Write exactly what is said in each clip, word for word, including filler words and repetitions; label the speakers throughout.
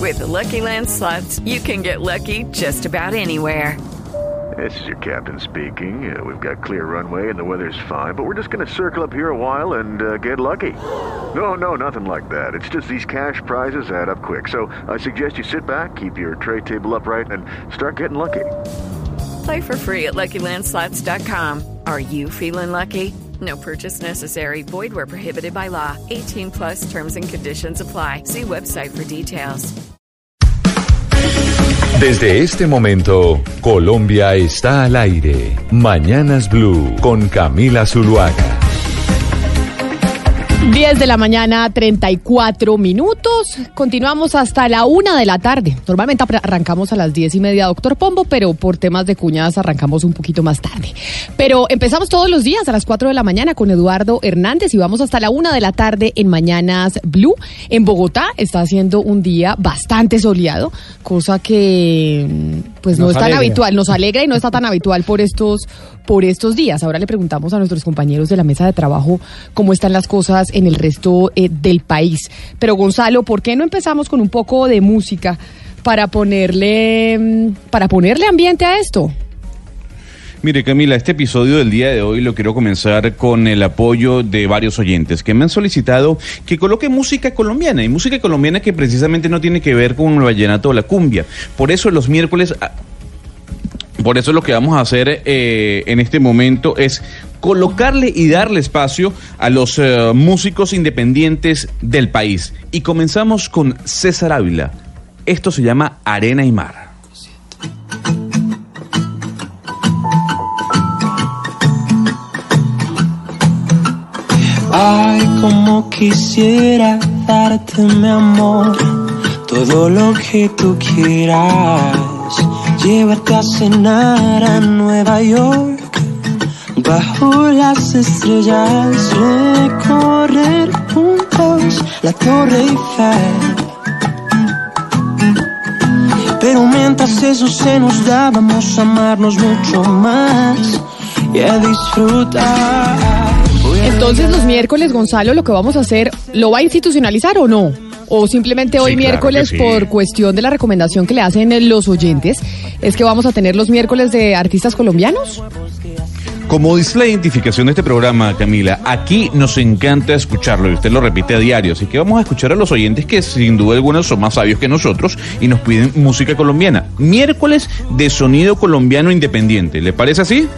Speaker 1: With the Lucky Land Slots, you can get lucky just about anywhere.
Speaker 2: This is your captain speaking. Uh, we've got clear runway and the weather's fine, but we're just going to circle up here a while and uh, get lucky. No, no, nothing like that. It's just these cash prizes add up quick. So I suggest you sit back, keep your tray table upright, and start getting lucky.
Speaker 1: Play for free at Lucky Land Slots dot com. Are you feeling lucky? No purchase necessary. Void where prohibited by law. eighteen plus terms and conditions apply. See website for details.
Speaker 3: Desde este momento, Colombia está al aire. Mañanas Blue con Camila Zuluaga.
Speaker 4: diez de la mañana, treinta y cuatro minutos. Continuamos hasta la una de la tarde. Normalmente arrancamos a las diez y media, doctor Pombo, pero por temas de cuñadas arrancamos un poquito más tarde. Pero empezamos todos los días a las cuatro de la mañana con Eduardo Hernández y vamos hasta la una de la tarde en Mañanas Blue. En Bogotá está haciendo un día bastante soleado, cosa que pues no es tan habitual. Nos alegra y no está tan habitual por estos, por estos días. Ahora le preguntamos a nuestros compañeros de la mesa de trabajo cómo están las cosas en el resto eh, del país. Pero Gonzalo, ¿por qué no empezamos con un poco de música para ponerle para ponerle ambiente a esto?
Speaker 5: Mire, Camila, este episodio del día de hoy lo quiero comenzar con el apoyo de varios oyentes que me han solicitado que coloque música colombiana, y música colombiana que precisamente no tiene que ver con el vallenato o la cumbia. Por eso los miércoles... Por eso lo que vamos a hacer eh, en este momento es colocarle y darle espacio a los uh, músicos independientes del país. Y comenzamos con César Ávila. Esto se llama Arena y Mar.
Speaker 6: Ay, como quisiera darte, mi amor, todo lo que tú quieras. Llévate a cenar a Nueva York, bajo las estrellas, recorrer juntos la Torre Eiffel. Pero mientras eso se nos da, vamos a amarnos mucho más y a disfrutar.
Speaker 4: Entonces los miércoles, Gonzalo, lo que vamos a hacer, ¿lo va a institucionalizar o no? O simplemente hoy sí, miércoles, claro sí. Por cuestión de la recomendación que le hacen los oyentes, es que vamos a tener los miércoles de artistas colombianos.
Speaker 5: Como dice la identificación de este programa, Camila, aquí nos encanta escucharlo y usted lo repite a diario, así que vamos a escuchar a los oyentes que sin duda alguna son más sabios que nosotros y nos piden música colombiana. Miércoles de sonido colombiano independiente, ¿le parece así?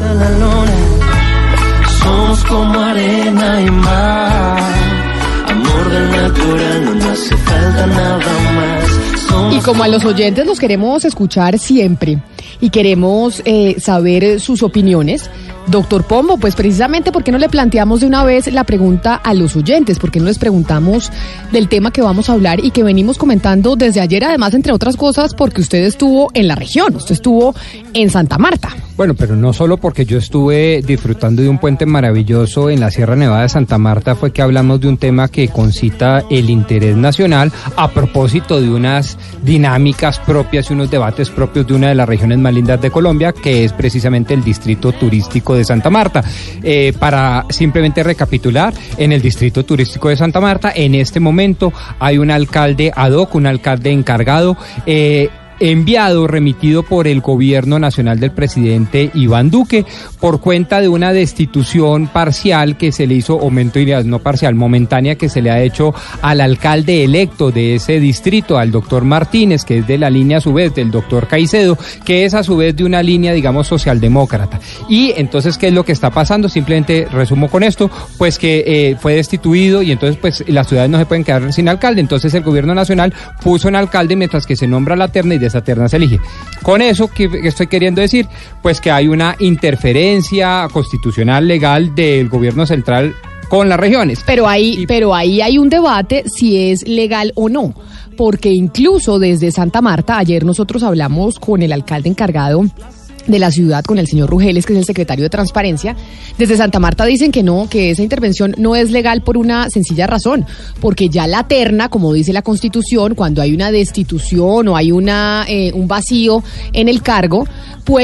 Speaker 6: Somos como arena y mar, amor del natural, no nos hace falta nada más. Somos
Speaker 4: y como a los oyentes los queremos escuchar siempre y queremos eh, saber sus opiniones, doctor Pombo, pues precisamente, ¿por qué no le planteamos de una vez la pregunta a los oyentes? ¿Por qué no les preguntamos del tema que vamos a hablar y que venimos comentando desde ayer, además, entre otras cosas, porque usted estuvo en la región, usted estuvo en Santa Marta?
Speaker 7: Bueno, pero no solo porque yo estuve disfrutando de un puente maravilloso en la Sierra Nevada de Santa Marta, fue que hablamos de un tema que concita el interés nacional a propósito de unas dinámicas propias y unos debates propios de una de las regiones más lindas de Colombia, que es precisamente el distrito turístico de Santa Marta. Eh, para simplemente recapitular, en el distrito turístico de Santa Marta, en este momento hay un alcalde ad hoc, un alcalde encargado, eh, enviado, remitido por el gobierno nacional del presidente Iván Duque, por cuenta de una destitución parcial que se le hizo, o no parcial, momentánea, que se le ha hecho al alcalde electo de ese distrito, al doctor Martínez, que es de la línea a su vez del doctor Caicedo, que es a su vez de una línea, digamos, socialdemócrata. Y entonces, ¿qué es lo que está pasando? Simplemente resumo con esto, pues que eh, fue destituido y entonces pues las ciudades no se pueden quedar sin alcalde, entonces el gobierno nacional puso un alcalde mientras que se nombra la terna y de esa terna se elige. Con eso, ¿qué, qué estoy queriendo decir? Pues que hay una interferencia constitucional legal del gobierno central con las regiones.
Speaker 4: Pero ahí, y, pero ahí hay un debate si es legal o no, porque incluso desde Santa Marta, ayer nosotros hablamos con el alcalde encargado de la ciudad, con el señor Rugeles, que es el secretario de Transparencia. Desde Santa Marta dicen que no, que esa intervención no es legal por una sencilla razón, porque ya la terna, como dice la Constitución, cuando hay una destitución o hay una eh, un vacío en el cargo, pues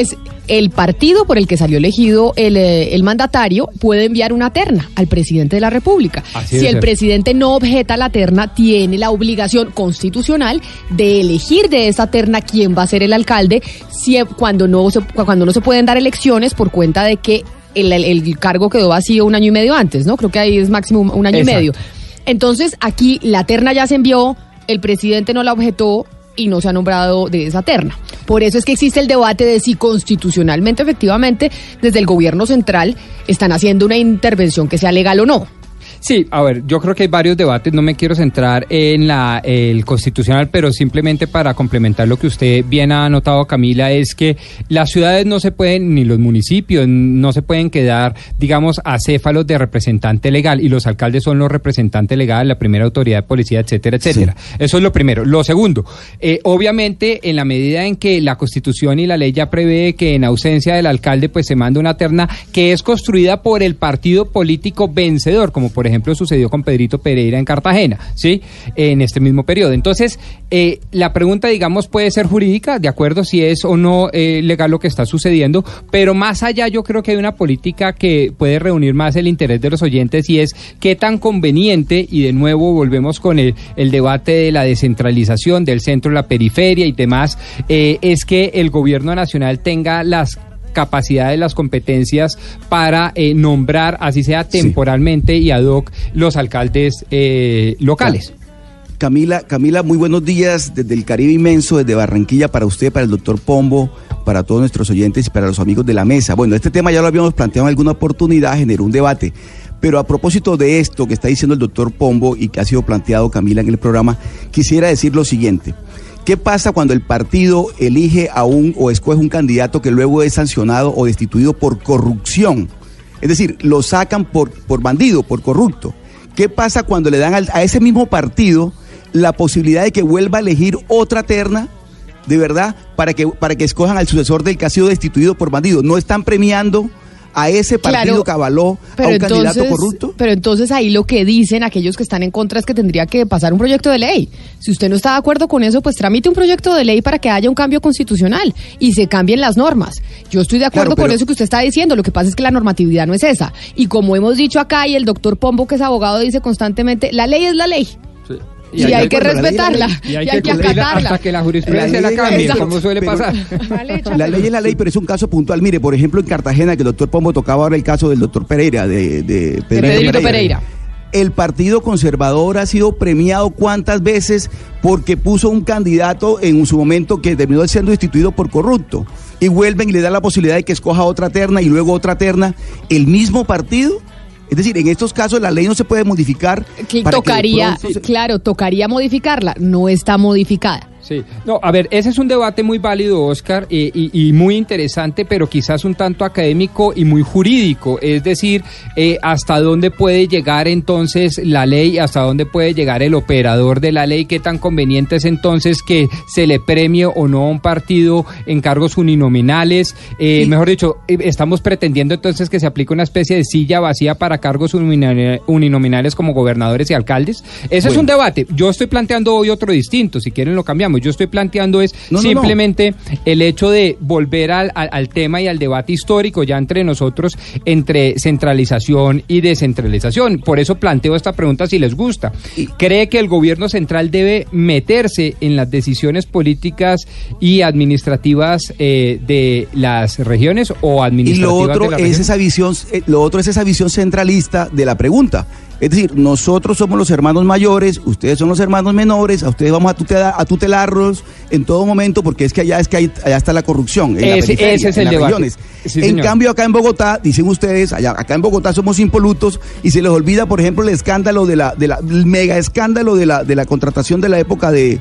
Speaker 4: el partido por el que salió elegido el, el mandatario puede enviar una terna al presidente de la República. Así si el ser. presidente no objeta la terna, tiene la obligación constitucional de elegir de esa terna quién va a ser el alcalde, si, cuando, no se, cuando no se pueden dar elecciones por cuenta de que el, el, el cargo quedó vacío un año y medio antes, ¿no? Creo que ahí es máximo un año Exacto. y medio. Entonces, aquí la terna ya se envió, el presidente no la objetó y no se ha nombrado de esa terna. Por eso es que existe el debate de si constitucionalmente, efectivamente, desde el gobierno central están haciendo una intervención que sea legal o no.
Speaker 7: Sí, a ver, yo creo que hay varios debates, no me quiero centrar en la el constitucional, pero simplemente para complementar lo que usted bien ha anotado, Camila, es que las ciudades no se pueden, ni los municipios, no se pueden quedar, digamos, acéfalos de representante legal, y los alcaldes son los representantes legales, la primera autoridad de policía, etcétera, etcétera. Sí. Eso es lo primero. Lo segundo, eh, obviamente, en la medida en que la Constitución y la ley ya prevé que en ausencia del alcalde, pues se manda una terna que es construida por el partido político vencedor, como por ejemplo ejemplo sucedió con Pedrito Pereira en Cartagena, ¿sí? En este mismo periodo. Entonces, eh, la pregunta, digamos, puede ser jurídica, de acuerdo si es o no eh, legal lo que está sucediendo, pero más allá yo creo que hay una política que puede reunir más el interés de los oyentes, y es qué tan conveniente, y de nuevo volvemos con el, el debate de la descentralización del centro, la periferia y demás, eh, es que el gobierno nacional tenga las capacidades, las competencias para eh, nombrar, así sea temporalmente sí. y ad hoc, los alcaldes eh, locales.
Speaker 8: Camila, Camila, muy buenos días desde el Caribe inmenso, desde Barranquilla, para usted, para el doctor Pombo, para todos nuestros oyentes y para los amigos de la mesa. Bueno, este tema ya lo habíamos planteado en alguna oportunidad, generó un debate, pero a propósito de esto que está diciendo el doctor Pombo y que ha sido planteado, Camila, en el programa, quisiera decir lo siguiente. ¿Qué pasa cuando el partido elige a un o escoge un candidato que luego es sancionado o destituido por corrupción? Es decir, lo sacan por, por bandido, por corrupto. ¿Qué pasa cuando le dan al, a ese mismo partido la posibilidad de que vuelva a elegir otra terna, de verdad, para que, para que escojan al sucesor del que ha sido destituido por bandido? ¿No están premiando a ese partido claro, que avaló a un entonces, candidato corrupto?
Speaker 4: Pero entonces ahí lo que dicen aquellos que están en contra es que tendría que pasar un proyecto de ley. Si usted no está de acuerdo con eso, pues tramite un proyecto de ley para que haya un cambio constitucional y se cambien las normas. Yo estoy de acuerdo claro, pero... con eso que usted está diciendo, lo que pasa es que la normatividad no es esa. Y como hemos dicho acá, y el doctor Pombo, que es abogado, dice constantemente, la ley es la ley. Sí. Y, y hay, hay que respetarla,
Speaker 7: y hay, y hay que, que acatarla. Hasta que la jurisprudencia la, la cambie, como suele
Speaker 8: pero,
Speaker 7: pasar.
Speaker 8: La ley es la ley, pero es un caso puntual. Mire, por ejemplo, en Cartagena, que el doctor Pombo tocaba ahora el caso del doctor Pereira, de, de Pedrito, de Pedrito Pereira. Pereira. El Partido Conservador ha sido premiado cuántas veces porque puso un candidato en su momento que terminó siendo destituido por corrupto. Y vuelven y le dan la posibilidad de que escoja otra terna y luego otra terna. El mismo partido. Es decir, en estos casos la ley no se puede modificar.
Speaker 4: Para tocaría, que se... claro, tocaría modificarla, no está modificada.
Speaker 7: Sí, no, a ver, ese es un debate muy válido, Oscar, eh, y, y muy interesante, pero quizás un tanto académico y muy jurídico, es decir, eh, hasta dónde puede llegar entonces la ley, hasta dónde puede llegar el operador de la ley, qué tan conveniente es entonces que se le premie o no a un partido en cargos uninominales, eh, sí. mejor dicho, eh, estamos pretendiendo entonces que se aplique una especie de silla vacía para cargos uninominales como gobernadores y alcaldes. Ese bueno. es un debate, yo estoy planteando hoy otro distinto, si quieren lo cambiamos. Yo estoy planteando es no, simplemente no, no. el hecho de volver al, al, al tema y al debate histórico ya entre nosotros, entre centralización y descentralización. Por eso planteo esta pregunta si les gusta. ¿Cree que el gobierno central debe meterse en las decisiones políticas y administrativas eh, de las regiones o administrativas
Speaker 8: y lo otro
Speaker 7: de las
Speaker 8: es
Speaker 7: regiones?
Speaker 8: Esa visión, lo otro es esa visión centralista de la pregunta. Es decir, nosotros somos los hermanos mayores, ustedes son los hermanos menores, a ustedes vamos a, tutelar, a tutelarlos en todo momento, porque es que allá es que hay, allá está la corrupción, en ese, la periferia, ese es el en las debate. Regiones. Sí, en señor. Cambio, acá en Bogotá, dicen ustedes, allá, acá en Bogotá somos impolutos y se les olvida, por ejemplo, el escándalo de la, de la el mega escándalo de la, de la contratación de la época de,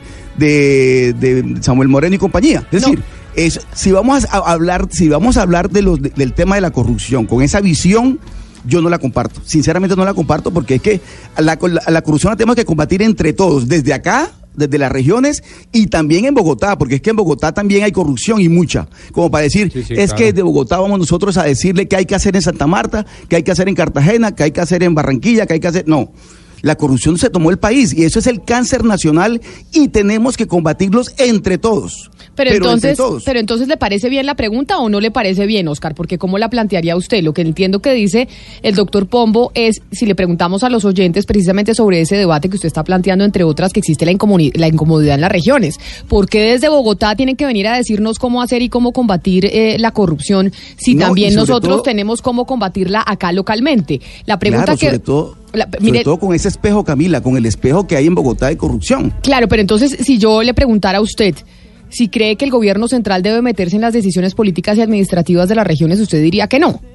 Speaker 8: de, de Samuel Moreno y compañía. Es no. decir, es, si vamos a hablar, si vamos a hablar de los, de, del tema de la corrupción con esa visión, yo no la comparto, sinceramente no la comparto, porque es que la, la, la corrupción la tenemos que combatir entre todos, desde acá, desde las regiones y también en Bogotá, porque es que en Bogotá también hay corrupción y mucha, como para decir, sí, sí, es claro. que de Bogotá vamos nosotros a decirle qué hay que hacer en Santa Marta, qué hay que hacer en Cartagena, qué hay que hacer en Barranquilla, qué hay que hacer, no. La corrupción se tomó el país y eso es el cáncer nacional y tenemos que combatirlos entre todos.
Speaker 4: Pero,
Speaker 8: pero
Speaker 4: entonces,
Speaker 8: entre todos.
Speaker 4: pero entonces, ¿le parece bien la pregunta o no le parece bien, Oscar? Porque ¿cómo la plantearía usted? Lo que entiendo que dice el doctor Pombo es, si le preguntamos a los oyentes precisamente sobre ese debate que usted está planteando, entre otras, que existe la, incomuni- la incomodidad en las regiones. ¿Por qué desde Bogotá tienen que venir a decirnos cómo hacer y cómo combatir eh, la corrupción si
Speaker 8: No,
Speaker 4: también
Speaker 8: y sobre
Speaker 4: nosotros
Speaker 8: todo-
Speaker 4: tenemos cómo combatirla acá localmente? La pregunta
Speaker 8: Claro,
Speaker 4: que...
Speaker 8: sobre todo,
Speaker 4: la-
Speaker 8: sobre
Speaker 4: mire,
Speaker 8: todo con ese espejo, Camila, con el espejo que hay en Bogotá de corrupción.
Speaker 4: Claro, pero entonces, si yo le preguntara a usted si cree que el gobierno central debe meterse en las decisiones políticas y administrativas de las regiones, usted diría que no.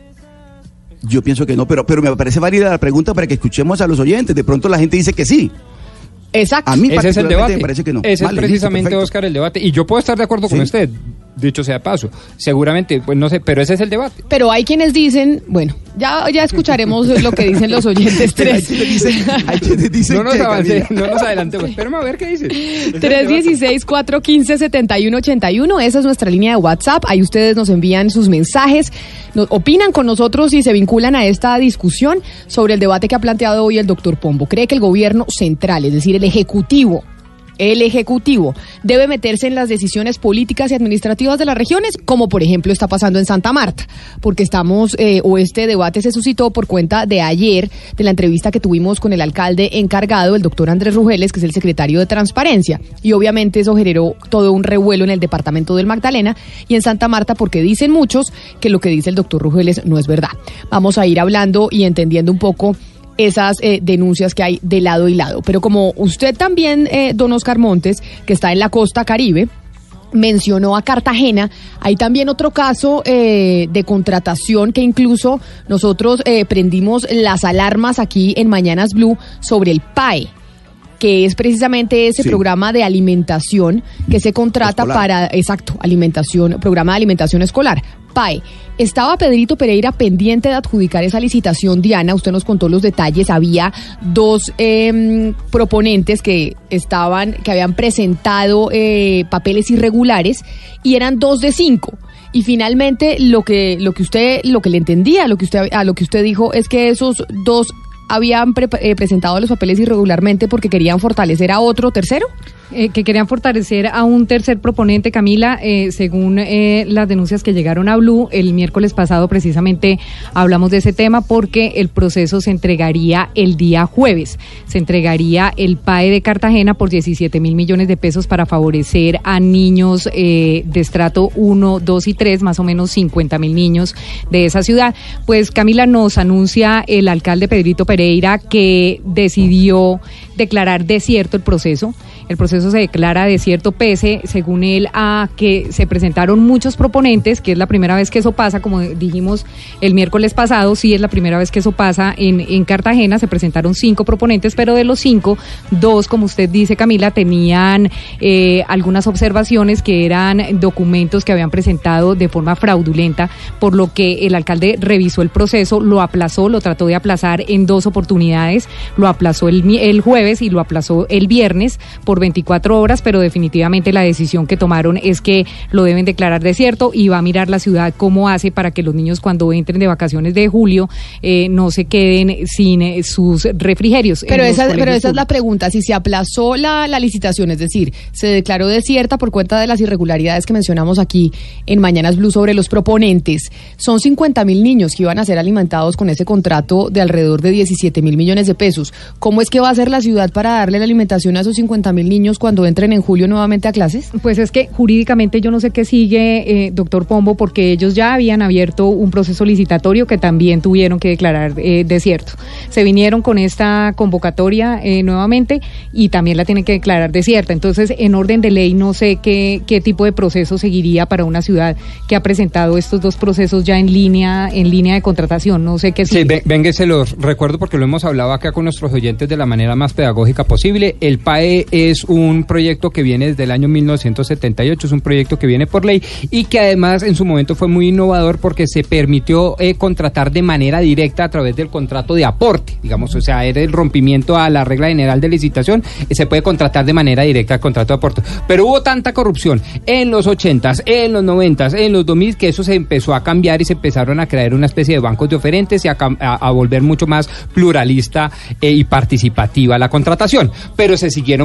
Speaker 8: Yo pienso que no, pero, pero me parece válida la pregunta para que escuchemos a los oyentes. De pronto la gente dice que sí.
Speaker 4: Exacto.
Speaker 8: A mí
Speaker 7: Ese es el
Speaker 8: particularmente
Speaker 7: debate.
Speaker 8: me parece que no.
Speaker 7: Ese
Speaker 8: Vale,
Speaker 7: es precisamente,
Speaker 8: listo, perfecto.
Speaker 7: Oscar, el debate. Y yo puedo estar de acuerdo con
Speaker 8: Sí.
Speaker 7: usted, dicho sea de paso. Seguramente, pues no sé, pero ese es el debate.
Speaker 4: Pero hay quienes dicen, bueno, ya, ya escucharemos lo que dicen los oyentes.
Speaker 8: Pero hay
Speaker 4: Tres.
Speaker 8: quienes dicen, hay quienes dicen
Speaker 7: No nos
Speaker 8: que,
Speaker 7: avance,
Speaker 8: Camila.
Speaker 7: no nos adelantemos. Espérame a ver qué dice.
Speaker 4: tres dieciséis, cuatro quince, setenta y uno ochenta y uno, esa es nuestra línea de WhatsApp, ahí ustedes nos envían sus mensajes, nos opinan con nosotros y se vinculan a esta discusión sobre el debate que ha planteado hoy el doctor Pombo. ¿Cree que el gobierno central, es decir, el Ejecutivo, el Ejecutivo debe meterse en las decisiones políticas y administrativas de las regiones, como por ejemplo está pasando en Santa Marta? Porque estamos, eh, o este debate se suscitó por cuenta de ayer, de la entrevista que tuvimos con el alcalde encargado, el doctor Andrés Rugeles, que es el secretario de Transparencia, y obviamente eso generó todo un revuelo en el departamento del Magdalena y en Santa Marta, porque dicen muchos que lo que dice el doctor Rugeles no es verdad. Vamos a ir hablando y entendiendo un poco esas eh, denuncias que hay de lado y lado. Pero como usted también, eh, don Oscar Montes, que está en la costa Caribe, mencionó a Cartagena, hay también otro caso eh, de contratación que incluso nosotros eh, prendimos las alarmas aquí en Mañanas Blue sobre el P A E, que es precisamente ese
Speaker 8: Sí.
Speaker 4: programa de alimentación que se contrata
Speaker 8: Escolar.
Speaker 4: para, exacto, alimentación, programa de alimentación escolar, P A E. Estaba Pedrito Pereira pendiente de adjudicar esa licitación, Diana, usted nos contó los detalles, había dos eh, proponentes que estaban, que habían presentado eh, papeles irregulares y eran dos de cinco. Y finalmente lo que, lo que usted, lo que le entendía, lo que usted, a lo que usted dijo es que esos dos habían pre- eh, presentado los papeles irregularmente porque querían fortalecer a otro tercero.
Speaker 9: Eh, que querían fortalecer a un tercer proponente, Camila, eh, según eh, las denuncias que llegaron a Blue. El miércoles pasado precisamente hablamos de ese tema porque el proceso se entregaría el día jueves. Se entregaría el P A E de Cartagena por diecisiete mil millones de pesos para favorecer a niños eh, de estrato uno, dos y tres, más o menos cincuenta mil niños de esa ciudad. Pues Camila, nos anuncia el alcalde Pedrito Pereira que decidió declarar desierto el proceso. El proceso se declara desierto pese, según él, a que se presentaron muchos proponentes, que es la primera vez que eso pasa, como dijimos el miércoles pasado, sí es la primera vez que eso pasa en, en Cartagena. Se presentaron cinco proponentes, pero de los cinco, dos, como usted dice, Camila, tenían eh, algunas observaciones que eran documentos que habían presentado de forma fraudulenta, por lo que el alcalde revisó el proceso, lo aplazó, lo trató de aplazar en dos oportunidades, lo aplazó el, el jueves y lo aplazó el viernes por veinticuatro horas, pero definitivamente la decisión que tomaron es que lo deben declarar desierto y va a mirar la ciudad cómo hace para que los niños cuando entren de vacaciones de julio eh, no se queden sin eh, sus refrigerios.
Speaker 4: Pero
Speaker 9: en los
Speaker 4: esa, pero
Speaker 9: colegios
Speaker 4: esa es la
Speaker 9: públicos.
Speaker 4: pregunta, si se aplazó la, la licitación, es decir, se declaró desierta por cuenta de las irregularidades que mencionamos aquí en Mañanas Blue sobre los proponentes, son cincuenta mil niños que iban a ser alimentados con ese contrato de alrededor de diecisiete mil millones de pesos. ¿Cómo es que va a hacer la ciudad para darle la alimentación a esos cincuenta mil niños cuando entren en julio nuevamente a clases?
Speaker 9: Pues es que jurídicamente yo no sé qué sigue, eh, doctor Pombo, porque ellos ya habían abierto un proceso licitatorio que también tuvieron que declarar eh, desierto. Se vinieron con esta convocatoria eh, nuevamente y también la tienen que declarar desierta. Entonces, en orden de ley, no sé qué, qué tipo de proceso seguiría para una ciudad que ha presentado estos dos procesos ya en línea, en línea de contratación. No sé qué
Speaker 7: Sí,
Speaker 9: sigue.
Speaker 7: ve- venga, se los recuerdo porque lo hemos hablado acá con nuestros oyentes de la manera más pedagógica posible. El P A E es un proyecto que viene desde el año mil novecientos setenta y ocho, es un proyecto que viene por ley y que además en su momento fue muy innovador porque se permitió eh, contratar de manera directa a través del contrato de aporte, digamos, o sea, era el rompimiento a la regla general de licitación, eh, se puede contratar de manera directa el contrato de aporte. Pero hubo tanta corrupción en los ochentas, en los noventas, en los dos mil, que eso se empezó a cambiar y se empezaron a crear una especie de bancos de oferentes y a, cam- a, a volver mucho más pluralista eh, y participativa la contratación. Pero se siguieron presentando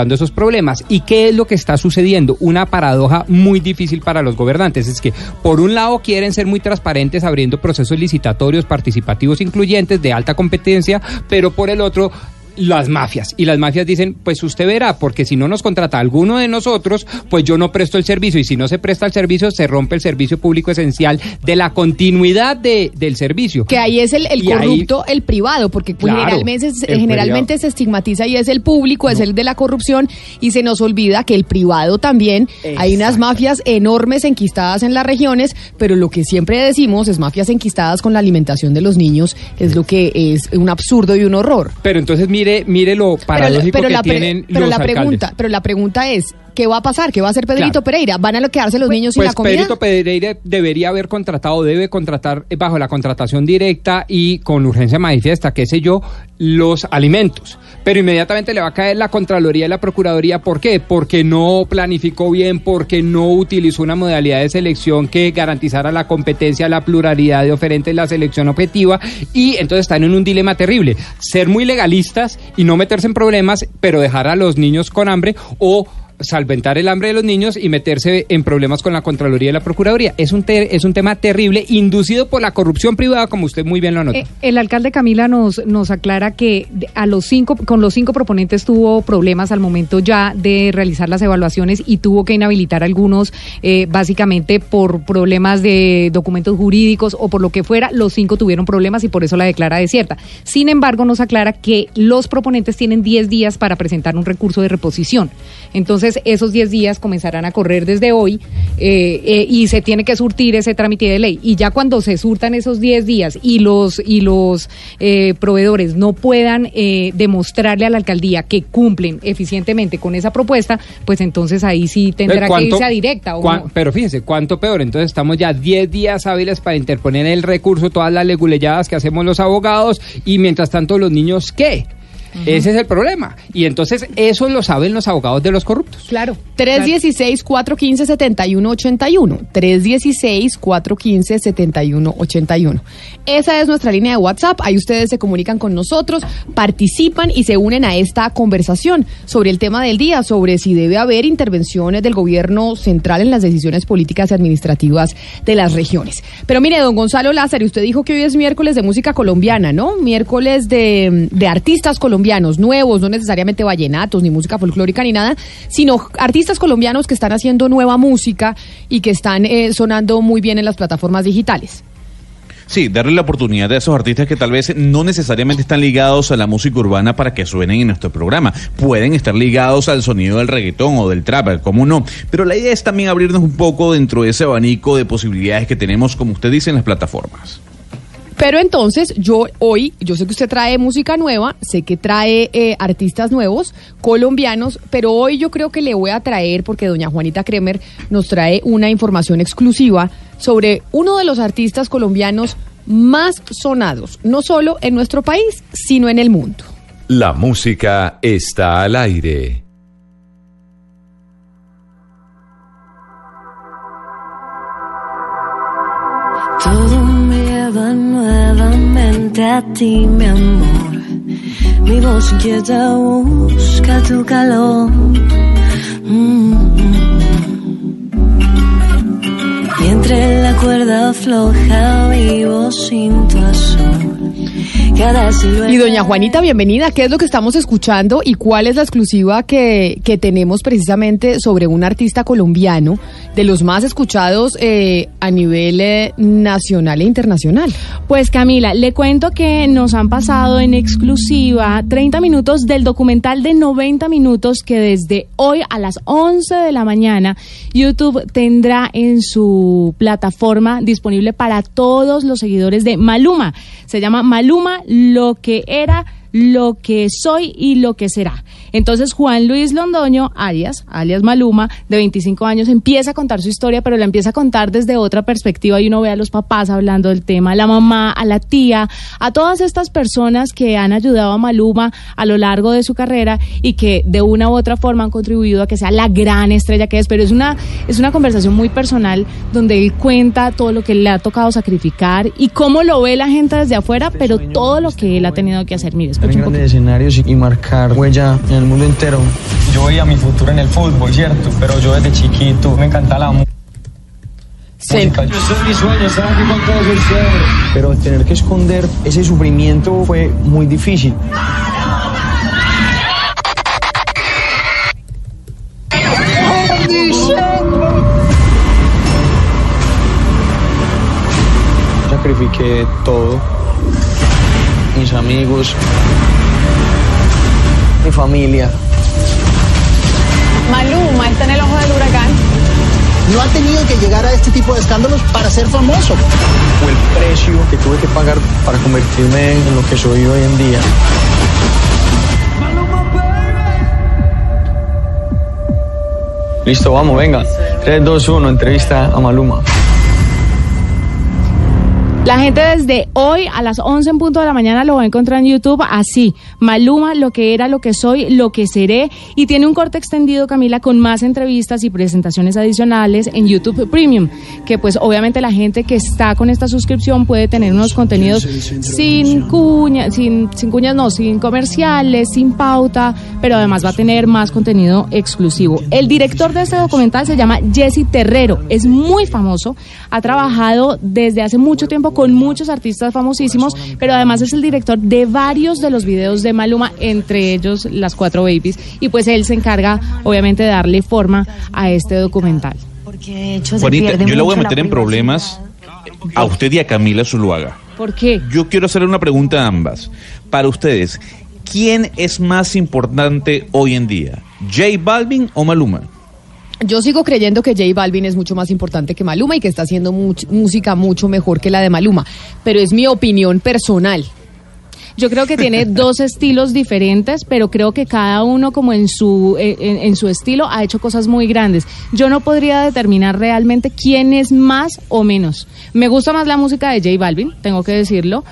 Speaker 7: enfrentando esos problemas. ¿Y qué es lo que está sucediendo? Una paradoja muy difícil para los gobernantes. Es que, por un lado, quieren ser muy transparentes abriendo procesos licitatorios, participativos, incluyentes, de alta competencia, pero por el otro, las mafias. Y las mafias dicen, pues usted verá, porque si no nos contrata alguno de nosotros, pues yo no presto el servicio, y si no se presta el servicio, se rompe el servicio público esencial de la continuidad de, del servicio.
Speaker 4: Que ahí es el, el corrupto, ahí, el privado, porque claro, generalmente, generalmente se estigmatiza y es el público, no. es el de la corrupción, y se nos olvida que el privado también, exacto, hay unas mafias enormes enquistadas en las regiones, pero lo que siempre decimos es mafias enquistadas con la alimentación de los niños, es lo que es un absurdo y un horror.
Speaker 7: Pero entonces mire, mire lo paradójico
Speaker 4: pero, pero
Speaker 7: que
Speaker 4: la pre,
Speaker 7: tienen
Speaker 4: pero
Speaker 7: los
Speaker 4: la
Speaker 7: alcaldes.
Speaker 4: pregunta, pero la pregunta es, ¿qué va a pasar? ¿Qué va a hacer Pedrito
Speaker 7: Claro.
Speaker 4: Pereira? ¿Van a quedarse los
Speaker 7: pues,
Speaker 4: niños
Speaker 7: pues
Speaker 4: sin la comida?
Speaker 7: Pedrito Pereira debería haber contratado, debe contratar bajo la contratación directa y con urgencia manifiesta, qué sé yo, los alimentos. Pero inmediatamente le va a caer la Contraloría y la Procuraduría. ¿Por qué? Porque no planificó bien, porque no utilizó una modalidad de selección que garantizara la competencia, la pluralidad de oferentes, la selección objetiva, y entonces están en un dilema terrible. Ser muy legalistas y no meterse en problemas, pero dejar a los niños con hambre, o solventar el hambre de los niños y meterse en problemas con la Contraloría y la Procuraduría. Es un te- es un tema terrible, inducido por la corrupción privada, como usted muy bien lo anotó.
Speaker 9: Eh, el alcalde Camila nos nos aclara que a los cinco con los cinco proponentes tuvo problemas al momento ya de realizar las evaluaciones y tuvo que inhabilitar algunos, eh, básicamente por problemas de documentos jurídicos o por lo que fuera. Los cinco tuvieron problemas y por eso la declara desierta. Sin embargo, nos aclara que los proponentes tienen diez días para presentar un recurso de reposición. Entonces, esos diez días comenzarán a correr desde hoy eh, eh, y se tiene que surtir ese trámite de ley. Y ya cuando se surtan esos diez días y los y los eh, proveedores no puedan eh, demostrarle a la alcaldía que cumplen eficientemente con esa propuesta, pues entonces ahí sí tendrá que irse a directa. ¿O no?
Speaker 7: Pero fíjese, ¿cuánto peor? Entonces estamos ya diez días hábiles para interponer el recurso, todas las leguleyadas que hacemos los abogados, y mientras tanto los niños, ¿qué? Uh-huh. Ese es el problema. Y entonces eso lo saben los abogados de los corruptos.
Speaker 4: Claro. tres dieciséis, cuatro quince, setenta y uno ochenta y uno. tres dieciséis, cuatro quince, setenta y uno ochenta y uno. Esa es nuestra línea de WhatsApp. Ahí ustedes se comunican con nosotros, participan y se unen a esta conversación sobre el tema del día, sobre si debe haber intervenciones del gobierno central en las decisiones políticas y administrativas de las regiones. Pero mire, don Gonzalo Lázaro, usted dijo que hoy es miércoles de música colombiana, ¿no? Miércoles de, de artistas colombianos. colombianos nuevos, no necesariamente vallenatos, ni música folclórica, ni nada, sino artistas colombianos que están haciendo nueva música y que están eh, sonando muy bien en las plataformas digitales.
Speaker 5: Sí, darle la oportunidad a esos artistas que tal vez no necesariamente están ligados a la música urbana para que suenen en nuestro programa. Pueden estar ligados al sonido del reggaetón o del trap, como no. Pero la idea es también abrirnos un poco dentro de ese abanico de posibilidades que tenemos, como usted dice, en las plataformas.
Speaker 4: Pero entonces, yo hoy, yo sé que usted trae música nueva, sé que trae eh, artistas nuevos, colombianos, pero hoy yo creo que le voy a traer, porque doña Juanita Kremer nos trae una información exclusiva sobre uno de los artistas colombianos más sonados, no solo en nuestro país, sino en el mundo.
Speaker 3: La música está al aire.
Speaker 6: Todo me lleva nuevamente a ti, mi amor. Mi voz inquieta busca tu calor. Mm-hmm. Y entre la cuerda floja vivo sin tu azul. Cada silueta...
Speaker 4: Y doña Juanita, bienvenida. ¿Qué es lo que estamos escuchando y cuál es la exclusiva que, que tenemos precisamente sobre un artista colombiano de los más escuchados eh, a nivel eh, nacional e internacional?
Speaker 10: Pues Camila, le cuento que nos han pasado en exclusiva treinta minutos del documental de noventa minutos que desde hoy a las once de la mañana YouTube tendrá en su plataforma disponible para todos los seguidores de Maluma. Se llama Maluma, lo que era, lo que soy y lo que será. Entonces Juan Luis Londoño, alias, alias Maluma, de veinticinco años, empieza a contar su historia, pero la empieza a contar desde otra perspectiva y uno ve a los papás hablando del tema, a la mamá, a la tía, a todas estas personas que han ayudado a Maluma a lo largo de su carrera y que de una u otra forma han contribuido a que sea la gran estrella que es. Pero es una, es una conversación muy personal donde él cuenta todo lo que le ha tocado sacrificar y cómo lo ve la gente desde afuera, pero todo lo que él ha tenido que hacer. Mire, escucha un poquito.
Speaker 11: Grandes escenarios y marcar huella en el mundo entero. Yo veía mi futuro en el fútbol, ¿cierto? Pero yo desde chiquito me encanta la música.
Speaker 4: Sí.
Speaker 11: Música. Yo soy mi sueño, estar aquí con todos ustedes. Pero tener que esconder ese sufrimiento fue muy difícil. Sacrifiqué todo, mis amigos, mi familia.
Speaker 12: Maluma está en el ojo del huracán.
Speaker 13: No ha tenido que llegar a este tipo de escándalos para ser famoso.
Speaker 11: Fue el precio que tuve que pagar para convertirme en lo que soy hoy en día. Listo, vamos, venga. tres, dos, uno, entrevista a Maluma.
Speaker 10: La gente desde hoy a las once en punto de la mañana lo va a encontrar en YouTube así. Maluma, lo que era, lo que soy, lo que seré. Y tiene un corte extendido, Camila, con más entrevistas y presentaciones adicionales en YouTube Premium. Que pues obviamente la gente que está con esta suscripción puede tener unos contenidos sin cuñas, sin, sin cuñas no, sin comerciales, sin pauta, pero además va a tener más contenido exclusivo. El director de este documental se llama Jesse Terrero. Es muy famoso, ha trabajado desde hace mucho tiempo con muchos artistas famosísimos, pero además es el director de varios de los videos de Maluma, entre ellos Las Cuatro Babies, y pues él se encarga obviamente de darle forma a este documental.
Speaker 5: Juanita, yo le voy a meter en problemas a usted y a Camila Zuluaga.
Speaker 10: ¿Por qué?
Speaker 5: Yo quiero hacerle una pregunta a ambas. Para ustedes, ¿quién es más importante hoy en día? ¿J Balvin o Maluma?
Speaker 4: Yo sigo creyendo que J Balvin es mucho más importante que Maluma y que está haciendo much- música mucho mejor que la de Maluma, pero es mi opinión personal.
Speaker 10: Yo creo que tiene dos estilos diferentes, pero creo que cada uno como en su en, en su estilo ha hecho cosas muy grandes. Yo no podría determinar realmente quién es más o menos. Me gusta más la música de J Balvin, tengo que decirlo,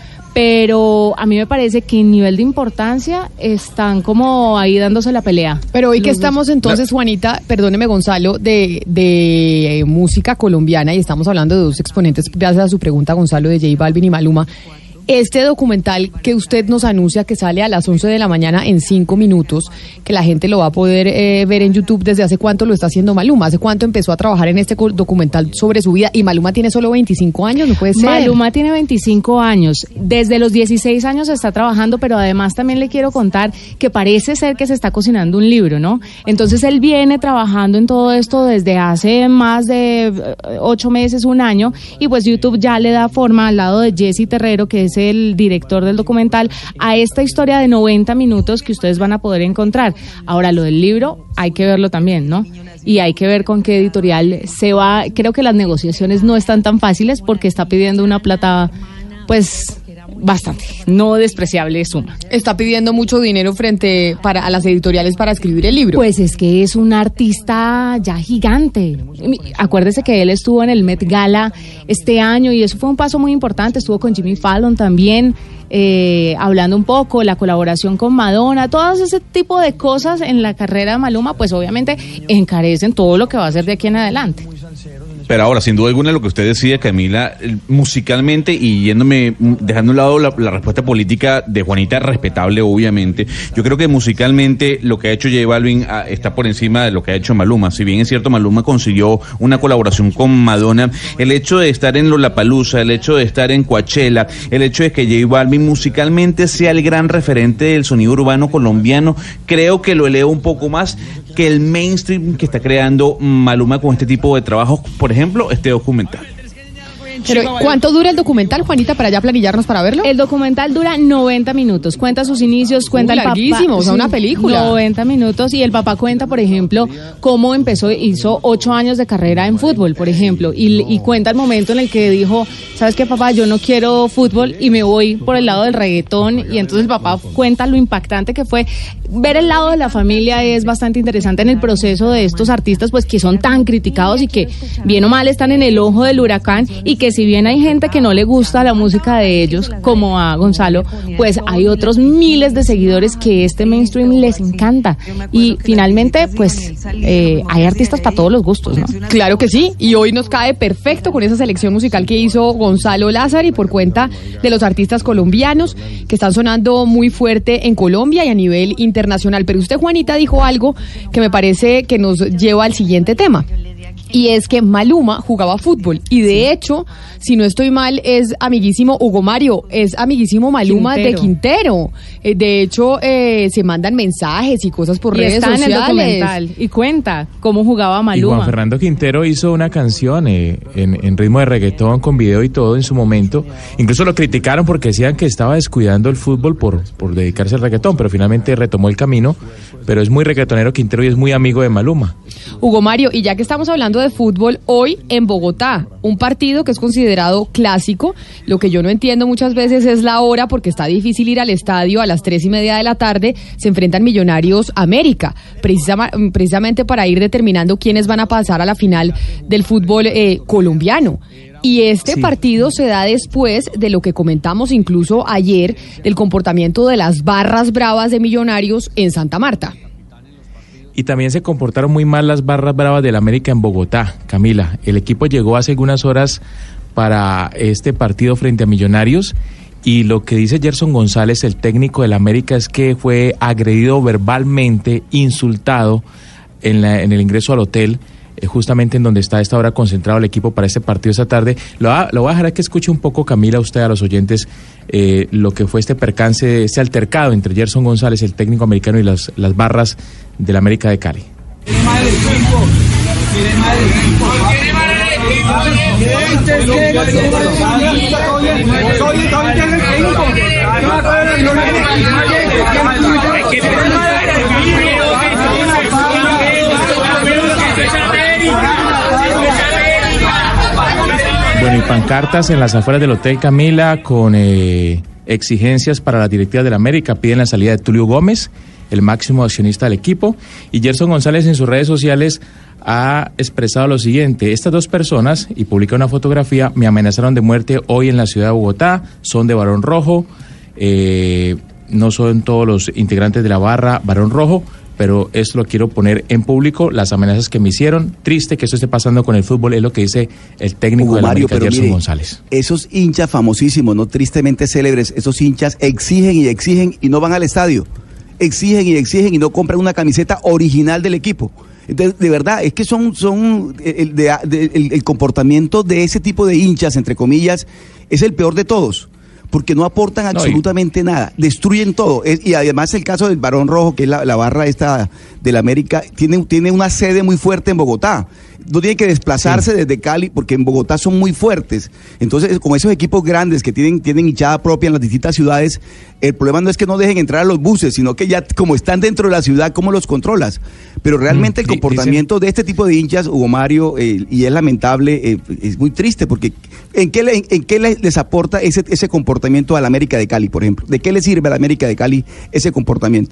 Speaker 10: pero a mí me parece que en nivel de importancia están como ahí dándose la pelea.
Speaker 4: Pero hoy que estamos entonces, Juanita, perdóneme Gonzalo, de, de eh, música colombiana, y estamos hablando de dos exponentes, gracias a su pregunta, Gonzalo, de J Balvin y Maluma. Este documental que usted nos anuncia que sale a las once de la mañana en cinco minutos, que la gente lo va a poder eh, ver en YouTube, ¿desde hace cuánto lo está haciendo Maluma? ¿Hace cuánto empezó a trabajar en este documental sobre su vida? Y Maluma tiene solo veinticinco años, no puede ser.
Speaker 10: Maluma tiene veinticinco años. Desde los dieciséis años está trabajando, pero además también le quiero contar que parece ser que se está cocinando un libro, ¿no? Entonces él viene trabajando en todo esto desde hace más de ocho meses, un año, y pues YouTube ya le da forma al lado de Jesse Terrero, que es el director del documental, a esta historia de noventa minutos que ustedes van a poder encontrar. Ahora, lo del libro hay que verlo también, ¿no? Y hay que ver con qué editorial se va. Creo que las negociaciones no están tan fáciles porque está pidiendo una plata, pues, bastante, no despreciable suma.
Speaker 4: Está pidiendo mucho dinero frente para a las editoriales para escribir el libro.
Speaker 10: Pues es que es un artista ya gigante. Acuérdese que él estuvo en el Met Gala este año y eso fue un paso muy importante. Estuvo con Jimmy Fallon también, eh, hablando un poco, la colaboración con Madonna, todo ese tipo de cosas en la carrera de Maluma, pues obviamente encarecen todo lo que va a hacer de aquí en adelante.
Speaker 5: Pero ahora, sin duda alguna, lo que usted decía, Camila, musicalmente, y yéndome, dejando a un lado la, la respuesta política de Juanita, respetable, obviamente, yo creo que musicalmente lo que ha hecho J Balvin ah, está por encima de lo que ha hecho Maluma. Si bien es cierto, Maluma consiguió una colaboración con Madonna, el hecho de estar en Lollapalooza, el hecho de estar en Coachella, el hecho de que J Balvin musicalmente sea el gran referente del sonido urbano colombiano, creo que lo eleva un poco más que el mainstream que está creando Maluma con este tipo de trabajos, por ejemplo, este documental.
Speaker 4: Pero, ¿cuánto dura el documental, Juanita, para ya planillarnos para verlo?
Speaker 10: El documental dura noventa minutos, cuenta sus inicios, cuenta
Speaker 4: uh,
Speaker 10: el papá.
Speaker 4: Larguísimo, o sea, una película.
Speaker 10: noventa minutos, y el papá cuenta, por ejemplo, cómo empezó, hizo ocho años de carrera en fútbol, por ejemplo, y, y cuenta el momento en el que dijo, ¿sabes qué, papá? Yo no quiero fútbol y me voy por el lado del reggaetón, y entonces el papá cuenta lo impactante que fue. Ver el lado de la familia es bastante interesante en el proceso de estos artistas, pues que son tan criticados y que, bien o mal, están en el ojo del huracán y que que si bien hay gente que no le gusta la música de ellos, como a Gonzalo, pues hay otros miles de seguidores que este mainstream les encanta. Y finalmente, pues eh, hay artistas para todos los gustos, ¿no?
Speaker 4: Claro que sí, y hoy nos cae perfecto con esa selección musical que hizo Gonzalo Lázari por cuenta de los artistas colombianos que están sonando muy fuerte en Colombia y a nivel internacional. Pero usted, Juanita, dijo algo que me parece que nos lleva al siguiente tema. Y es que Maluma jugaba fútbol y de hecho, si no estoy mal, es amiguísimo Hugo Mario, es amiguísimo Maluma Quintero. de Quintero. Eh, de hecho, eh, se mandan mensajes y cosas por
Speaker 10: y
Speaker 4: redes
Speaker 10: está
Speaker 4: sociales.
Speaker 10: En el documental y cuenta cómo jugaba Maluma.
Speaker 14: Y Juan Fernando Quintero hizo una canción eh, en, en ritmo de reggaetón con video y todo en su momento. Incluso lo criticaron porque decían que estaba descuidando el fútbol por, por dedicarse al reggaetón, pero finalmente retomó el camino. Pero es muy reggaetonero Quintero y es muy amigo de Maluma.
Speaker 4: Hugo Mario, y ya que estamos hablando de fútbol, hoy en Bogotá, un partido que es considerado clásico. Lo que yo no entiendo muchas veces es la hora, porque está difícil ir al estadio a las tres y media de la tarde. Se enfrentan Millonarios América, precisama, precisamente para ir determinando quiénes van a pasar a la final del fútbol eh, colombiano. Y este sí. partido se da después de lo que comentamos incluso ayer, del comportamiento de las barras bravas de Millonarios en Santa Marta.
Speaker 14: Y también se comportaron muy mal las barras bravas del América en Bogotá, Camila. El equipo llegó hace algunas horas para este partido frente a Millonarios y lo que dice Gerson González, el técnico del América, es que fue agredido verbalmente, insultado en, la, en el ingreso al hotel, eh, justamente en donde está a esta hora concentrado el equipo para este partido esta tarde. Lo, va, lo voy a dejar a que escuche un poco, Camila, usted, a los oyentes, eh, lo que fue este percance, este altercado entre Gerson González, el técnico americano, y las, las barras del América de Cali. Bueno, y pancartas en las afueras del Hotel Camila con eh, exigencias para las directivas del América. Piden la salida de Tulio Gómez, el máximo accionista del equipo, y Gerson González en sus redes sociales ha expresado lo siguiente: estas dos personas, y publica una fotografía, me amenazaron de muerte hoy en la ciudad de Bogotá, son de Barón Rojo, eh, no son todos los integrantes de la barra Barón Rojo, pero esto lo quiero poner en público, las amenazas que me hicieron. Triste que esto esté pasando con el fútbol, es lo que dice el técnico de la América, Gerson mire, González.
Speaker 8: Esos hinchas famosísimos, no tristemente célebres, esos hinchas exigen y exigen y no van al estadio. Exigen y exigen y no compran una camiseta original del equipo. Entonces, de verdad, es que son, son el, de, de, el, el comportamiento de ese tipo de hinchas, entre comillas, es el peor de todos. Porque no aportan absolutamente no, y... nada, destruyen todo. Es, y además el caso del Barón Rojo, que es la, la barra esta de la América, tiene, tiene una sede muy fuerte en Bogotá. No tiene que desplazarse sí. desde Cali, porque en Bogotá son muy fuertes. Entonces, como esos equipos grandes que tienen, tienen hinchada propia en las distintas ciudades, el problema no es que no dejen entrar a los buses, sino que ya como están dentro de la ciudad, ¿cómo los controlas? Pero realmente mm, el comportamiento dicen... de este tipo de hinchas, Hugo Mario, eh, y es lamentable, eh, es muy triste, porque ¿en qué, le, en qué les aporta ese, ese comportamiento a la América de Cali, por ejemplo? ¿De qué le sirve a la América de Cali ese comportamiento?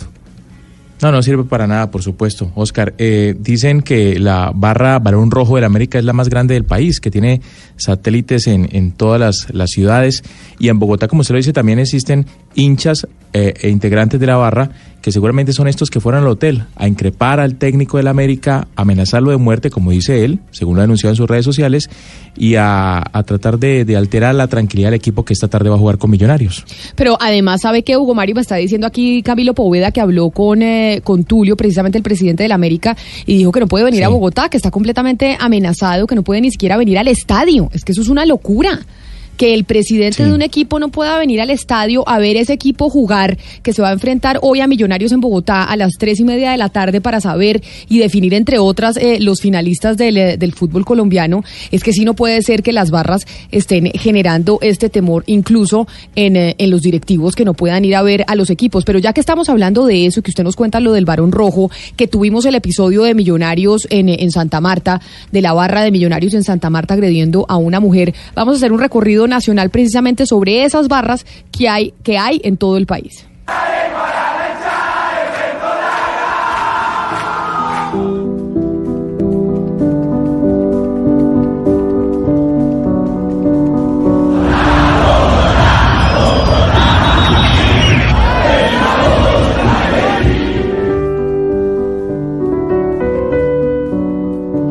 Speaker 14: No, no sirve para nada, por supuesto, Oscar. Eh, dicen que la barra Barón Rojo de la América es la más grande del país, que tiene satélites en, en todas las, las ciudades, y en Bogotá, como usted lo dice, también existen hinchas eh, e integrantes de la barra, que seguramente son estos que fueron al hotel a increpar al técnico de la América, a amenazarlo de muerte, como dice él, según lo ha denunciado en sus redes sociales, y a, a tratar de, de alterar la tranquilidad del equipo que esta tarde va a jugar con Millonarios.
Speaker 4: Pero además, ¿sabe qué, Hugo Mario? Me está diciendo aquí Camilo Poveda, que habló con, eh, con Tulio, precisamente el presidente de la América, y dijo que no puede venir sí. a Bogotá, que está completamente amenazado, que no puede ni siquiera venir al estadio. Es que eso es una locura. Que el presidente sí. de un equipo no pueda venir al estadio a ver ese equipo jugar, que se va a enfrentar hoy a Millonarios en Bogotá a las tres y media de la tarde para saber y definir, entre otras, eh, los finalistas del, del fútbol colombiano. Es que sí, no puede ser que las barras estén generando este temor, incluso en, eh, en los directivos, que no puedan ir a ver a los equipos. Pero ya que estamos hablando de eso, que usted nos cuenta lo del Barón Rojo, que tuvimos el episodio de Millonarios en, en Santa Marta, de la barra de Millonarios en Santa Marta agrediendo a una mujer, vamos a hacer un recorrido nacional precisamente sobre esas barras que hay, que hay en todo el país.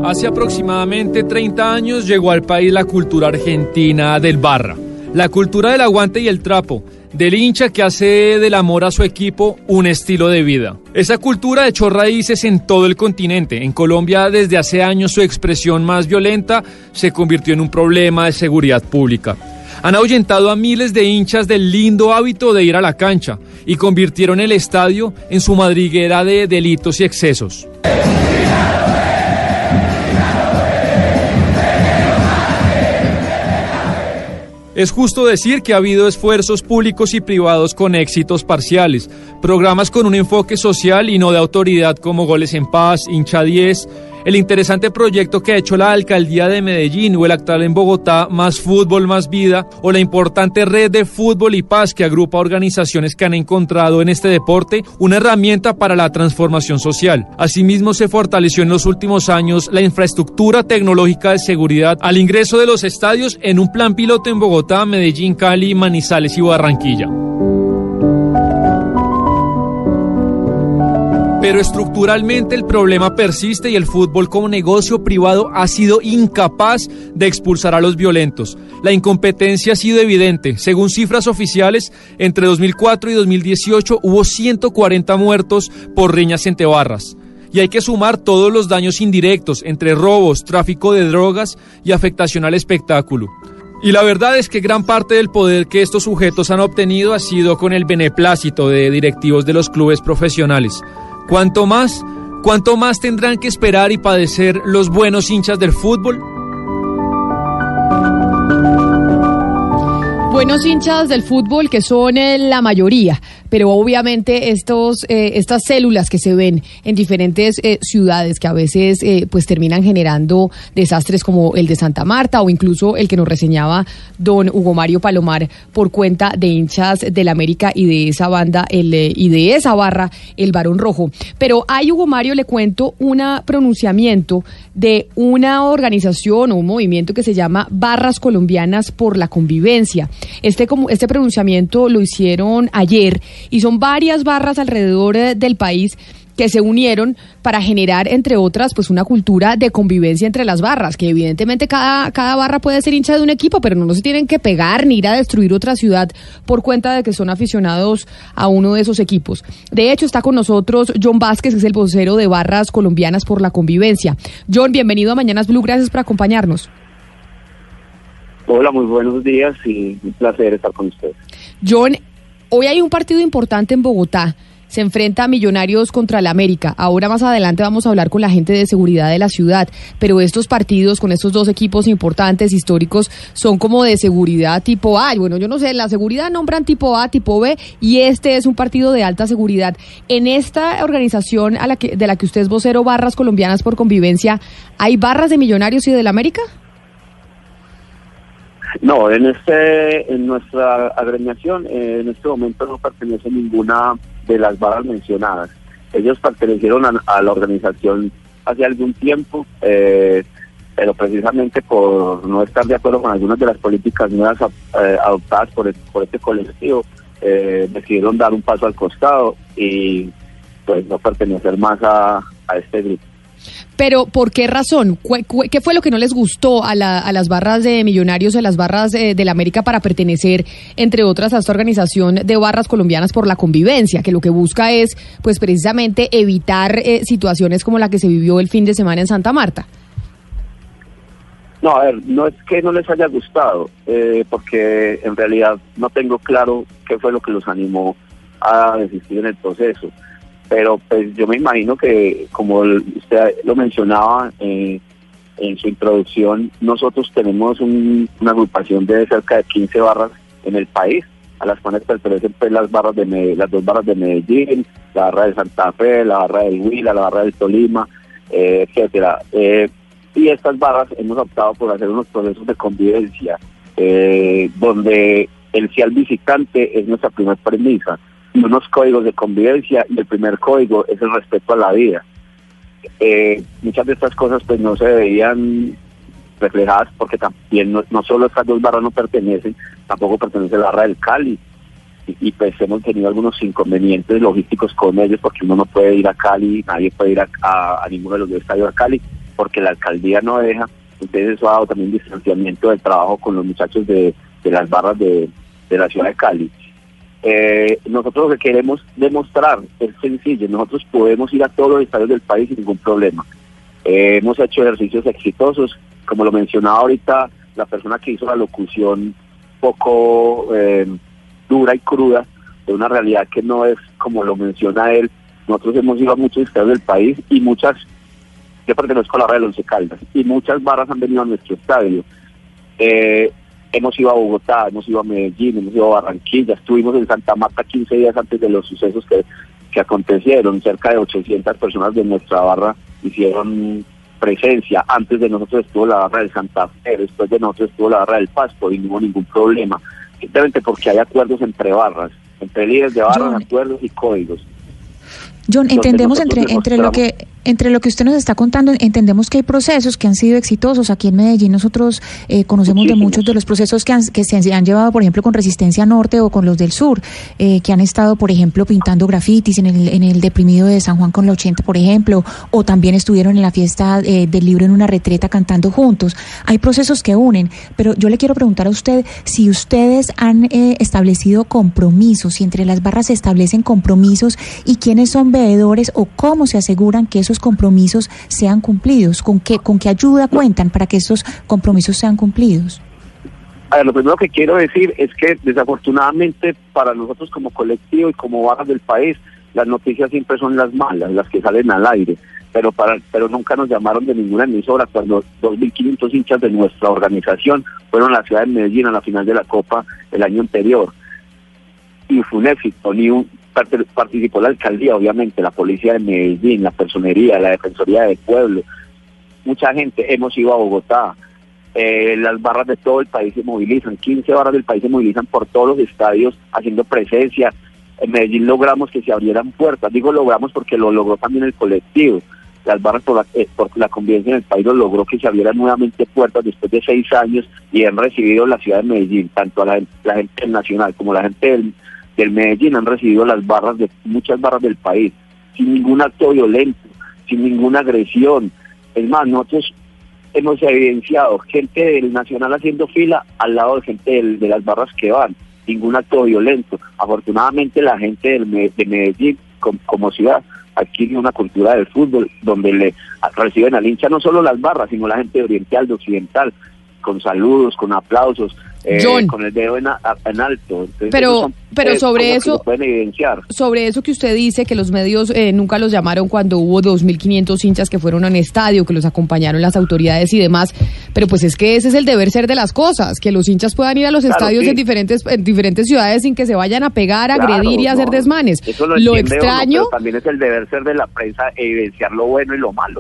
Speaker 15: Hace aproximadamente treinta años llegó al país la cultura argentina del barra, la cultura del aguante y el trapo, del hincha que hace del amor a su equipo un estilo de vida. Esa cultura echó raíces en todo el continente. En Colombia, desde hace años, su expresión más violenta se convirtió en un problema de seguridad pública. Han ahuyentado a miles de hinchas del lindo hábito de ir a la cancha y convirtieron el estadio en su madriguera de delitos y excesos. Es justo decir que ha habido esfuerzos públicos y privados con éxitos parciales, programas con un enfoque social y no de autoridad como Goles en Paz, Hincha diez, el interesante proyecto que ha hecho la Alcaldía de Medellín o el actual en Bogotá, Más Fútbol, Más Vida, o la importante red de Fútbol y Paz que agrupa organizaciones que han encontrado en este deporte una herramienta para la transformación social. Asimismo, se fortaleció en los últimos años la infraestructura tecnológica de seguridad al ingreso de los estadios en un plan piloto en Bogotá, Medellín, Cali, Manizales y Barranquilla. Pero estructuralmente el problema persiste y el fútbol como negocio privado ha sido incapaz de expulsar a los violentos. La incompetencia ha sido evidente. Según cifras oficiales, entre dos mil cuatro y dos mil dieciocho hubo ciento cuarenta muertos por riñas entre barras. Y hay que sumar todos los daños indirectos entre robos, tráfico de drogas y afectación al espectáculo. Y la verdad es que gran parte del poder que estos sujetos han obtenido ha sido con el beneplácito de directivos de los clubes profesionales. ¿Cuánto más? ¿Cuánto más tendrán que esperar y padecer los buenos hinchas del fútbol?
Speaker 4: Buenos hinchas del fútbol que son eh, la mayoría, pero obviamente estos eh, estas células que se ven en diferentes eh, ciudades que a veces eh, pues terminan generando desastres como el de Santa Marta o incluso el que nos reseñaba don Hugo Mario Palomar por cuenta de hinchas del América y de esa banda el eh, y de esa barra el Barón Rojo. Pero hay, Hugo Mario, le cuento un pronunciamiento de una organización o un movimiento que se llama Barras Colombianas por la Convivencia. Este, como, este pronunciamiento lo hicieron ayer y son varias barras alrededor eh, del país que se unieron para generar, entre otras, pues una cultura de convivencia entre las barras, que evidentemente cada, cada barra puede ser hincha de un equipo, pero no, no se tienen que pegar ni ir a destruir otra ciudad por cuenta de que son aficionados a uno de esos equipos. De hecho, está con nosotros John Vázquez, que es el vocero de Barras Colombianas por la Convivencia. John, bienvenido a Mañanas Blue, gracias por acompañarnos.
Speaker 16: Hola, muy buenos días y un placer estar con ustedes.
Speaker 4: John, hoy hay un partido importante en Bogotá. Se enfrenta a Millonarios contra el América. Ahora más adelante vamos a hablar con la gente de seguridad de la ciudad, pero estos partidos con estos dos equipos importantes, históricos, son como de seguridad tipo A. Bueno, yo no sé, la seguridad nombran tipo A, tipo B, y este es un partido de alta seguridad. En esta organización a la que, de la que usted es vocero, Barras Colombianas por Convivencia, ¿hay barras de Millonarios y del América?
Speaker 16: No, en este, en nuestra agremiación, eh, en este momento no pertenece ninguna de las barras mencionadas. Ellos pertenecieron a, a la organización hace algún tiempo, eh, pero precisamente por no estar de acuerdo con algunas de las políticas nuevas eh, adoptadas por, el, por este colectivo, eh, decidieron dar un paso al costado y pues no pertenecer más a, a este grupo.
Speaker 4: Pero, ¿por qué razón? ¿Qué fue lo que no les gustó a, la, a las barras de Millonarios, a las barras de, de la América para pertenecer, entre otras, a esta organización de Barras Colombianas por la Convivencia, que lo que busca es, pues, precisamente evitar eh, situaciones como la que se vivió el fin de semana en Santa Marta?
Speaker 16: No, a ver, no es que no les haya gustado, eh, porque en realidad no tengo claro qué fue lo que los animó a desistir en el proceso. Pero pues yo me imagino que, como usted lo mencionaba eh, en su introducción, nosotros tenemos un, una agrupación de cerca de quince barras en el país, a las cuales pertenecen pues las barras de Medellín, las dos barras de Medellín, la barra de Santa Fe, la barra del Huila, la barra del Tolima, eh, etcétera. Eh, y estas barras hemos optado por hacer unos procesos de convivencia, eh, donde el sí al visitante es nuestra primera premisa, unos códigos de convivencia, y el primer código es el respeto a la vida. Eh, muchas de estas cosas pues no se veían reflejadas porque también no, no solo estas dos barras no pertenecen, tampoco pertenece la barra del Cali, y, y pues hemos tenido algunos inconvenientes logísticos con ellos porque uno no puede ir a Cali, nadie puede ir a, a, a ninguno de los dos estadios a Cali, porque la alcaldía no deja. Entonces eso ha dado también distanciamiento del trabajo con los muchachos de, de las barras de, de la ciudad de Cali. Eh, nosotros lo que queremos demostrar es sencillo, nosotros podemos ir a todos los estadios del país sin ningún problema. Eh, hemos hecho ejercicios exitosos, como lo mencionaba ahorita la persona que hizo la locución poco eh, dura y cruda, de una realidad que no es como lo menciona él. Nosotros hemos ido a muchos estadios del país y muchas, yo pertenezco a la red de Once Caldas, y muchas barras han venido a nuestro estadio. Eh, hemos ido a Bogotá, hemos ido a Medellín, hemos ido a Barranquilla, estuvimos en Santa Marta quince días antes de los sucesos que, que acontecieron. Cerca de ochocientas personas de nuestra barra hicieron presencia. Antes de nosotros estuvo la barra del Santa Fe, después de nosotros estuvo la barra del Pasto y no hubo ningún problema, simplemente porque hay acuerdos entre barras, entre líderes de barras, John, acuerdos y códigos.
Speaker 17: John, entendemos entre entre lo que entre lo que usted nos está contando, entendemos que hay procesos que han sido exitosos. Aquí en Medellín nosotros eh, conocemos Muchísimos. de muchos de los procesos que, han, que se han llevado, por ejemplo, con Resistencia Norte o con los del Sur, eh, que han estado, por ejemplo, pintando grafitis en el en el deprimido de San Juan con la ochenta, por ejemplo, o también estuvieron en la fiesta eh, del libro en una retreta cantando juntos. Hay procesos que unen, pero yo le quiero preguntar a usted si ustedes han eh, establecido compromisos, si entre las barras se establecen compromisos y quiénes son veedores o cómo se aseguran que esos compromisos sean cumplidos, con qué con qué ayuda cuentan para que estos compromisos sean cumplidos.
Speaker 16: A ver, lo primero que quiero decir es que desafortunadamente para nosotros como colectivo y como barras del país, las noticias siempre son las malas, las que salen al aire, pero para pero nunca nos llamaron de ninguna emisora cuando dos mil quinientos hinchas de nuestra organización fueron a la ciudad de Medellín a la final de la Copa el año anterior. Y fue un éxito, ni un participó la alcaldía, obviamente, la policía de Medellín, la personería, la defensoría del pueblo, mucha gente. Hemos ido a Bogotá, eh, las barras de todo el país se movilizan, quince barras del país se movilizan por todos los estadios haciendo presencia. En Medellín logramos que se abrieran puertas, digo logramos porque lo logró también el colectivo, las barras por la, eh, por la convivencia en el país lo logró que se abrieran nuevamente puertas después de seis años y han recibido la ciudad de Medellín, tanto a la, la gente nacional como la gente del del Medellín han recibido las barras de muchas barras del país, sin ningún acto violento, sin ninguna agresión. Es más, nosotros hemos evidenciado gente del Nacional haciendo fila al lado de gente del, de las barras que van, ningún acto violento. Afortunadamente la gente del, de Medellín, com, como ciudad, adquiere una cultura del fútbol, donde le reciben al hincha no solo las barras, sino la gente de oriental, de occidental, con saludos, con aplausos, eh, con el dedo en, a, en alto. Entonces,
Speaker 4: pero
Speaker 16: son,
Speaker 4: pero
Speaker 16: eh,
Speaker 4: sobre eso
Speaker 16: pueden evidenciar.
Speaker 4: Sobre eso que usted dice, que los medios eh, nunca los llamaron cuando hubo dos mil quinientos hinchas que fueron a un estadio, que los acompañaron las autoridades y demás, pero pues es que ese es el deber ser de las cosas, que los hinchas puedan ir a los claro, estadios sí. en diferentes en diferentes ciudades sin que se vayan a pegar, a claro, agredir y no, hacer desmanes.
Speaker 16: Eso lo,
Speaker 4: lo extraño,
Speaker 16: no, pero también es el deber ser de la prensa evidenciar lo bueno y lo malo.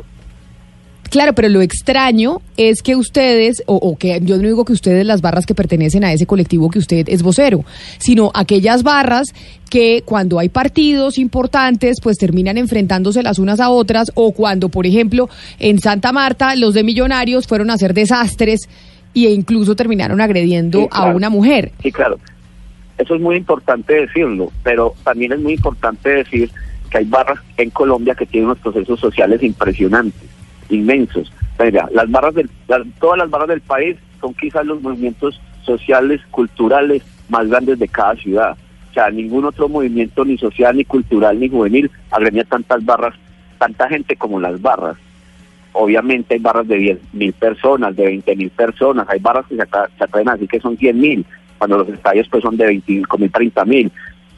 Speaker 4: Claro, pero lo extraño es que ustedes, o, o que yo no digo que ustedes, las barras que pertenecen a ese colectivo que usted es vocero, sino aquellas barras que cuando hay partidos importantes, pues terminan enfrentándose las unas a otras, o cuando, por ejemplo, en Santa Marta, los de Millonarios fueron a hacer desastres e incluso terminaron agrediendo sí, claro. a una mujer.
Speaker 16: Sí, claro. Eso es muy importante decirlo, pero también es muy importante decir que hay barras en Colombia que tienen unos procesos sociales impresionantes, inmensos. Mira, las barras del, las, todas las barras del país son quizás los movimientos sociales, culturales más grandes de cada ciudad. O sea, ningún otro movimiento ni social, ni cultural, ni juvenil agremia tantas barras, tanta gente como las barras. Obviamente hay barras de diez mil personas, de veinte mil personas, hay barras que se, se atreven a decir que son cien mil, cuando los estadios pues son de veinticinco mil, treinta mil.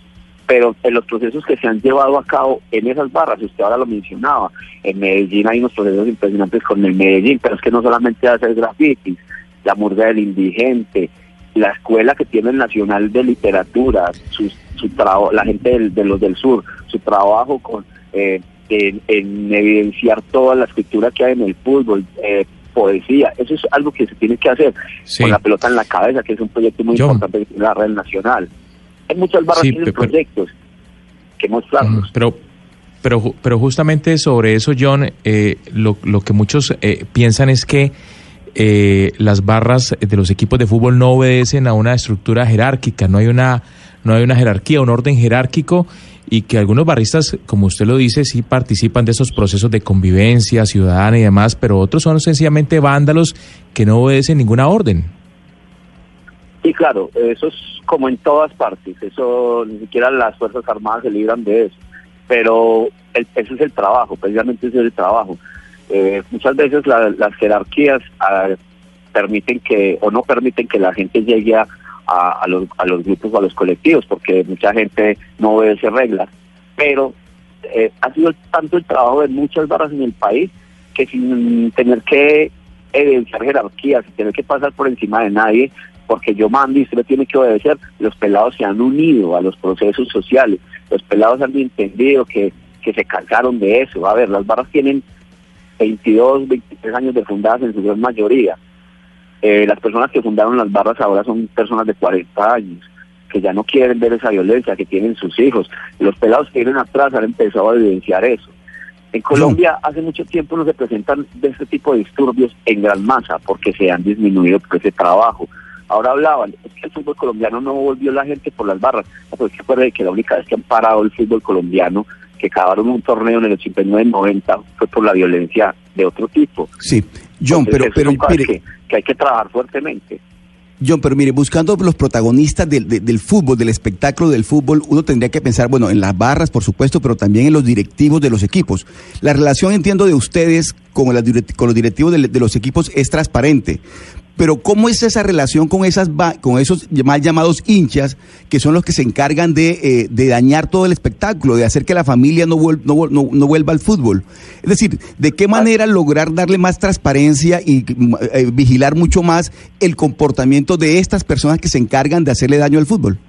Speaker 16: Pero en los procesos que se han llevado a cabo en esas barras, usted ahora lo mencionaba, en Medellín hay unos procesos impresionantes con el Medellín, pero es que no solamente hacer grafitis, la murga del indigente, la escuela que tiene el Nacional de Literatura, su, su trabajo, la gente del, de los del sur, su trabajo con eh, en, en evidenciar toda la escritura que hay en el fútbol, eh, poesía, eso es algo que se tiene que hacer sí. con la pelota en la cabeza, que es un proyecto muy Yo. importante que tiene la red nacional. Hay muchas barras sí, que tienen pero, proyectos que mostrarlos.
Speaker 14: Pero, pero, pero justamente sobre eso, John, eh, lo, lo que muchos eh, piensan es que eh, las barras de los equipos de fútbol no obedecen a una estructura jerárquica, no hay una, no hay una jerarquía, un orden jerárquico, y que algunos barristas, como usted lo dice, sí participan de esos procesos de convivencia ciudadana y demás, pero otros son sencillamente vándalos que no obedecen ninguna orden.
Speaker 16: Sí, claro, eso es como en todas partes, eso ni siquiera las Fuerzas Armadas se libran de eso, pero el, ese es el trabajo, precisamente ese es el trabajo. Eh, muchas veces la, las jerarquías a, permiten que, o no permiten que la gente llegue a, a, a, los, a los grupos o a los colectivos, porque mucha gente no obedece reglas, pero eh, ha sido tanto el trabajo de muchas barras en el país que sin tener que evidenciar jerarquías, sin tener que pasar por encima de nadie, porque yo mando y usted me tiene que obedecer, los pelados se han unido a los procesos sociales, los pelados han entendido que, que se cansaron de eso. A ver, las barras tienen veintidós, veintitrés años de fundadas en su gran mayoría. Eh, las personas que fundaron las barras ahora son personas de cuarenta años, que ya no quieren ver esa violencia, que tienen sus hijos. Los pelados que vienen atrás han empezado a evidenciar eso. En Colombia hace mucho tiempo no se presentan de este tipo de disturbios en gran masa, porque se han disminuido por ese trabajo. Ahora hablaban, es que el fútbol colombiano no volvió la gente por las barras. Pues que acuerden que la única vez que han parado el fútbol colombiano, que acabaron un torneo en el ochenta y nueve noventa, fue por la violencia de otro tipo.
Speaker 8: Sí, John,
Speaker 16: Entonces,
Speaker 8: pero, pero mire,
Speaker 16: que, que hay que trabajar fuertemente.
Speaker 8: John, pero mire, buscando los protagonistas del, de, del fútbol, del espectáculo del fútbol, uno tendría que pensar, bueno, en las barras, por supuesto, pero también en los directivos de los equipos. La relación, entiendo, de ustedes con, la, con los directivos de, de los equipos es transparente. Pero ¿cómo es esa relación con esas con esos mal llamados hinchas, que son los que se encargan de, eh, de dañar todo el espectáculo, de hacer que la familia no, vuel, no, no, no vuelva al fútbol? Es decir, ¿de qué manera lograr darle más transparencia y eh, vigilar mucho más el comportamiento de estas personas que se encargan de hacerle daño al fútbol?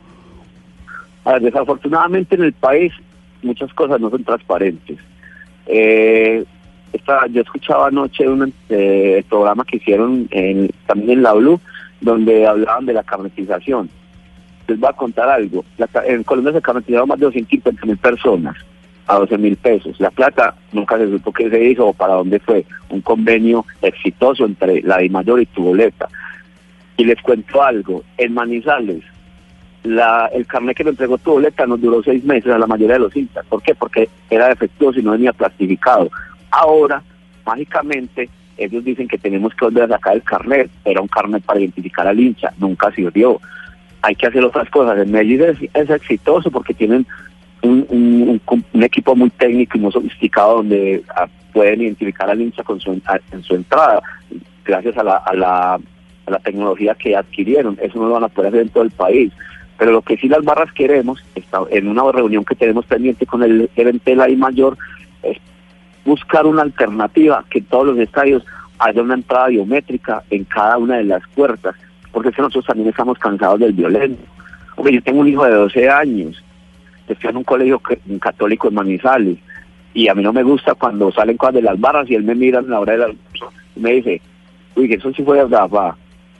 Speaker 16: A ver, desafortunadamente en el país muchas cosas no son transparentes. Eh... Esta, yo escuchaba anoche un eh, programa que hicieron en, también en la Blue, donde hablaban de la carnetización. Les voy a contar algo. La, en Colombia se carnetizaron más de doscientas cincuenta mil personas a doce mil pesos. La plata nunca se supo qué se hizo o para dónde fue. Un convenio exitoso entre la DIMAYOR y Tuboleta. Y les cuento algo. En Manizales, la, el carnet que le entregó Tuboleta nos duró seis meses a la mayoría de los hinchas. ¿Por qué? Porque era defectuoso y no venía plastificado. Ahora, mágicamente, ellos dicen que tenemos que volver a sacar el carnet. Era un carnet para identificar al hincha, nunca sirvió. Hay que hacer otras cosas. En Medellín es, es exitoso porque tienen un, un, un, un equipo muy técnico y muy sofisticado donde a, pueden identificar al hincha con su, a, en su entrada, gracias a la, a, la, a la tecnología que adquirieron. Eso no lo van a poder hacer en todo el país. Pero lo que sí las barras queremos, está en una reunión que tenemos pendiente con el gerente de la DIMAYOR, es buscar una alternativa, que en todos los estadios haya una entrada biométrica en cada una de las puertas, porque es que nosotros también estamos cansados del violento. Porque yo tengo un hijo de doce años, estoy en un colegio católico en Manizales, y a mí no me gusta cuando salen cosas de las barras y él me mira en la hora del almuerzo y me dice, uy, que eso sí fue verdad, pa.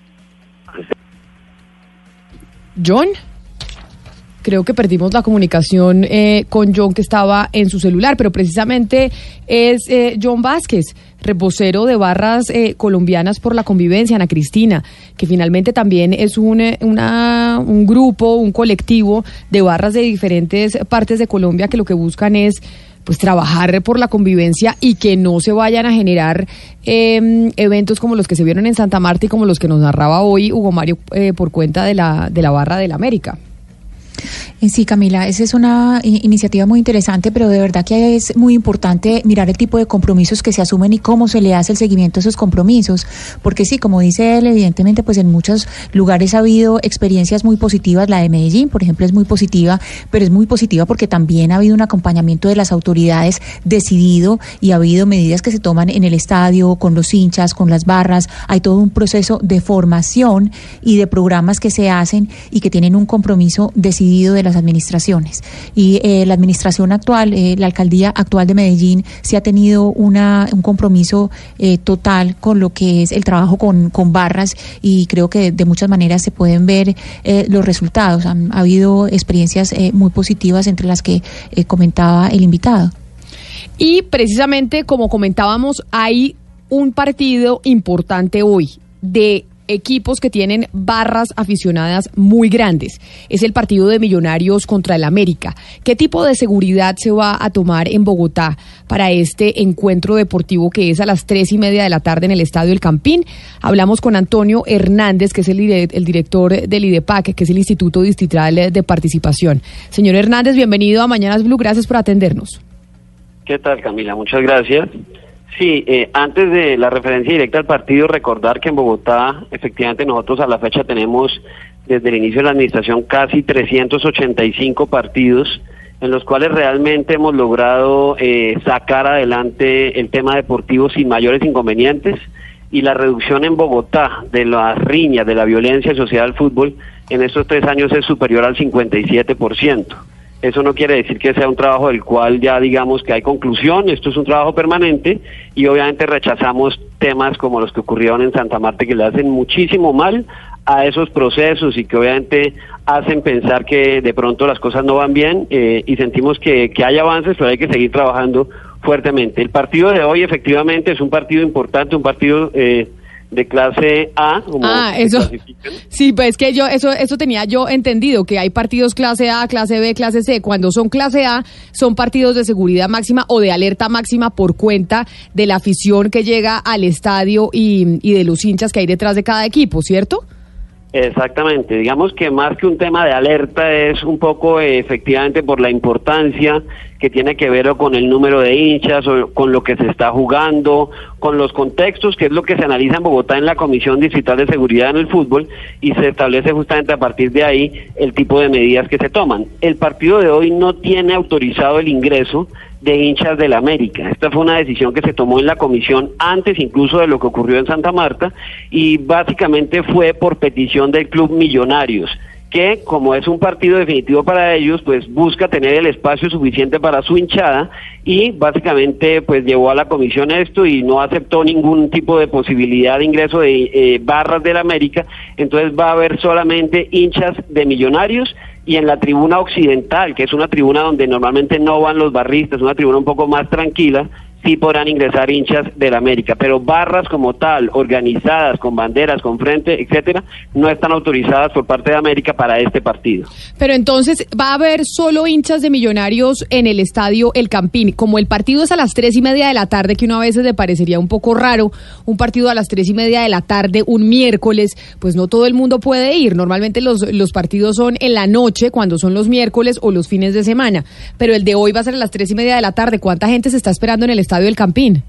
Speaker 4: John, creo que perdimos la comunicación eh, con John, que estaba en su celular, pero precisamente es eh, John Vázquez, reposero de barras eh, colombianas por la convivencia, Ana Cristina, que finalmente también es un, una, un grupo, un colectivo de barras de diferentes partes de Colombia que lo que buscan es pues trabajar por la convivencia y que no se vayan a generar eh, eventos como los que se vieron en Santa Marta y como los que nos narraba hoy Hugo Mario eh, por cuenta de la, de la barra del América.
Speaker 17: Sí, Camila, esa es una iniciativa muy interesante, pero de verdad que es muy importante mirar el tipo de compromisos que se asumen y cómo se le hace el seguimiento a esos compromisos, porque sí, como dice él, evidentemente pues en muchos lugares ha habido experiencias muy positivas. La de Medellín, por ejemplo, es muy positiva, pero es muy positiva porque también ha habido un acompañamiento de las autoridades decidido y ha habido medidas que se toman en el estadio, con los hinchas, con las barras. Hay todo un proceso de formación y de programas que se hacen y que tienen un compromiso decidido de las administraciones. Y eh, la administración actual, eh, la alcaldía actual de Medellín, sí ha tenido una, un compromiso eh, total con lo que es el trabajo con, con barras, y creo que de, de muchas maneras se pueden ver eh, los resultados. Han, ha habido experiencias eh, muy positivas, entre las que eh, comentaba el invitado.
Speaker 4: Y precisamente, como comentábamos, hay un partido importante hoy de equipos que tienen barras aficionadas muy grandes. Es el partido de Millonarios contra el América. ¿Qué tipo de seguridad se va a tomar en Bogotá para este encuentro deportivo que es a las tres y media de la tarde en el Estadio El Campín? Hablamos con Antonio Hernández, que es el, el director del IDEPAC, que es el Instituto Distrital de Participación. Señor Hernández, bienvenido a Mañanas Blue. Gracias por atendernos.
Speaker 18: ¿Qué tal, Camila? Muchas gracias. Sí, eh, antes de la referencia directa al partido, recordar que en Bogotá, efectivamente, nosotros a la fecha tenemos, desde el inicio de la administración, casi trescientos ochenta y cinco partidos, en los cuales realmente hemos logrado eh, sacar adelante el tema deportivo sin mayores inconvenientes, y la reducción en Bogotá de las riñas, de la violencia asociada al fútbol, en estos tres años es superior al cincuenta y siete por ciento. Eso no quiere decir que sea un trabajo del cual ya digamos que hay conclusión. Esto es un trabajo permanente y obviamente rechazamos temas como los que ocurrieron en Santa Marta, que le hacen muchísimo mal a esos procesos y que obviamente hacen pensar que de pronto las cosas no van bien, eh, y sentimos que, que hay avances, pero hay que seguir trabajando fuertemente. El partido de hoy efectivamente es un partido importante, un partido eh, de clase A, como
Speaker 4: ah, eso, sí, pues que yo, eso, eso tenía yo entendido, que hay partidos clase A, clase B, clase C. Cuando son clase A, son partidos de seguridad máxima o de alerta máxima por cuenta de la afición que llega al estadio y, y de los hinchas que hay detrás de cada equipo, ¿cierto?
Speaker 18: Exactamente, digamos que más que un tema de alerta es un poco eh, efectivamente por la importancia que tiene que ver o con el número de hinchas o con lo que se está jugando, con los contextos, que es lo que se analiza en Bogotá en la Comisión Distrital de Seguridad en el Fútbol, y se establece justamente a partir de ahí el tipo de medidas que se toman. El partido de hoy no tiene autorizado el ingreso de hinchas del América. Esta fue una decisión que se tomó en la comisión antes incluso de lo que ocurrió en Santa Marta, y básicamente fue por petición del Club Millonarios, que como es un partido definitivo para ellos, pues busca tener el espacio suficiente para su hinchada, y básicamente pues llevó a la comisión esto y no aceptó ningún tipo de posibilidad de ingreso de eh, barras del América. Entonces va a haber solamente hinchas de Millonarios, y en la tribuna occidental, que es una tribuna donde normalmente no van los barristas, una tribuna un poco más tranquila, sí podrán ingresar hinchas del América, pero barras como tal, organizadas, con banderas, con frente, etcétera, no están autorizadas por parte de América para este partido.
Speaker 4: Pero entonces, ¿va a haber solo hinchas de Millonarios en el estadio El Campín? Como el partido es a las tres y media de la tarde, que uno a veces le parecería un poco raro, un partido a las tres y media de la tarde, un miércoles, pues no todo el mundo puede ir. Normalmente los, los partidos son en la noche, cuando son los miércoles o los fines de semana, pero el de hoy va a ser a las tres y media de la tarde. ¿Cuánta gente se está esperando en el estadio El Campín?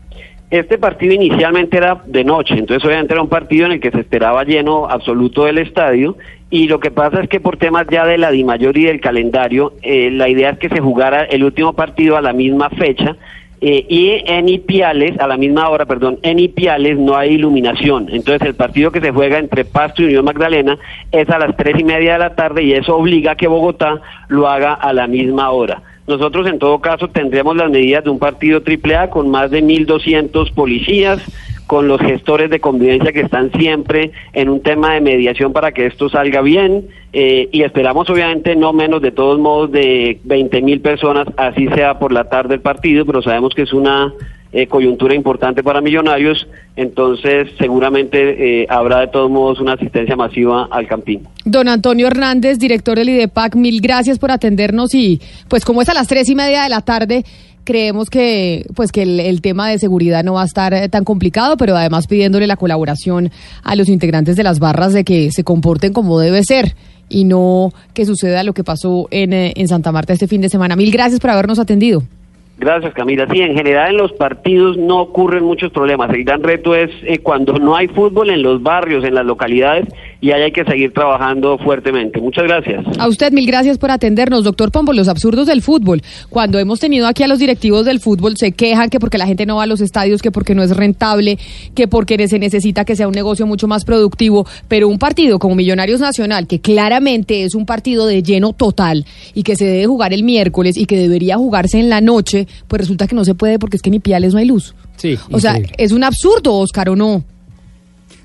Speaker 18: Este partido inicialmente era de noche, entonces obviamente era un partido en el que se esperaba lleno absoluto del estadio, y lo que pasa es que por temas ya de la DIMAYOR y del calendario, eh, la idea es que se jugara el último partido a la misma fecha, eh, y en Ipiales, a la misma hora, perdón, en Ipiales no hay iluminación, entonces el partido que se juega entre Pasto y Unión Magdalena es a las tres y media de la tarde, y eso obliga a que Bogotá lo haga a la misma hora. Nosotros en todo caso tendremos las medidas de un partido triple A con más de mil doscientos policías, con los gestores de convivencia que están siempre en un tema de mediación para que esto salga bien, eh, y esperamos obviamente no menos de todos modos de veinte mil personas, así sea por la tarde el partido, pero sabemos que es una eh, coyuntura importante para Millonarios, entonces seguramente eh, habrá de todos modos una asistencia masiva al Campín.
Speaker 4: Don Antonio Hernández, director del IDEPAC, mil gracias por atendernos, y pues como es a las tres y media de la tarde, creemos que pues que el, el tema de seguridad no va a estar eh, tan complicado, pero además pidiéndole la colaboración a los integrantes de las barras de que se comporten como debe ser y no que suceda lo que pasó en, eh, en Santa Marta este fin de semana. Mil gracias por habernos atendido.
Speaker 18: Gracias, Camila. Sí, en general en los partidos no ocurren muchos problemas. El gran reto es eh, cuando no hay fútbol en los barrios, en las localidades, y ahí hay que seguir trabajando fuertemente. Muchas gracias.
Speaker 4: A usted mil gracias por atendernos, doctor Pombo. Los absurdos del fútbol. Cuando hemos tenido aquí a los directivos del fútbol, se quejan que porque la gente no va a los estadios, que porque no es rentable, que porque se necesita que sea un negocio mucho más productivo, pero un partido como Millonarios Nacional, que claramente es un partido de lleno total y que se debe jugar el miércoles y que debería jugarse en la noche, pues resulta que no se puede porque es que en Ipiales no hay luz.
Speaker 7: Sí,
Speaker 4: o increíble. Sea, es un absurdo, Óscar, ¿o no?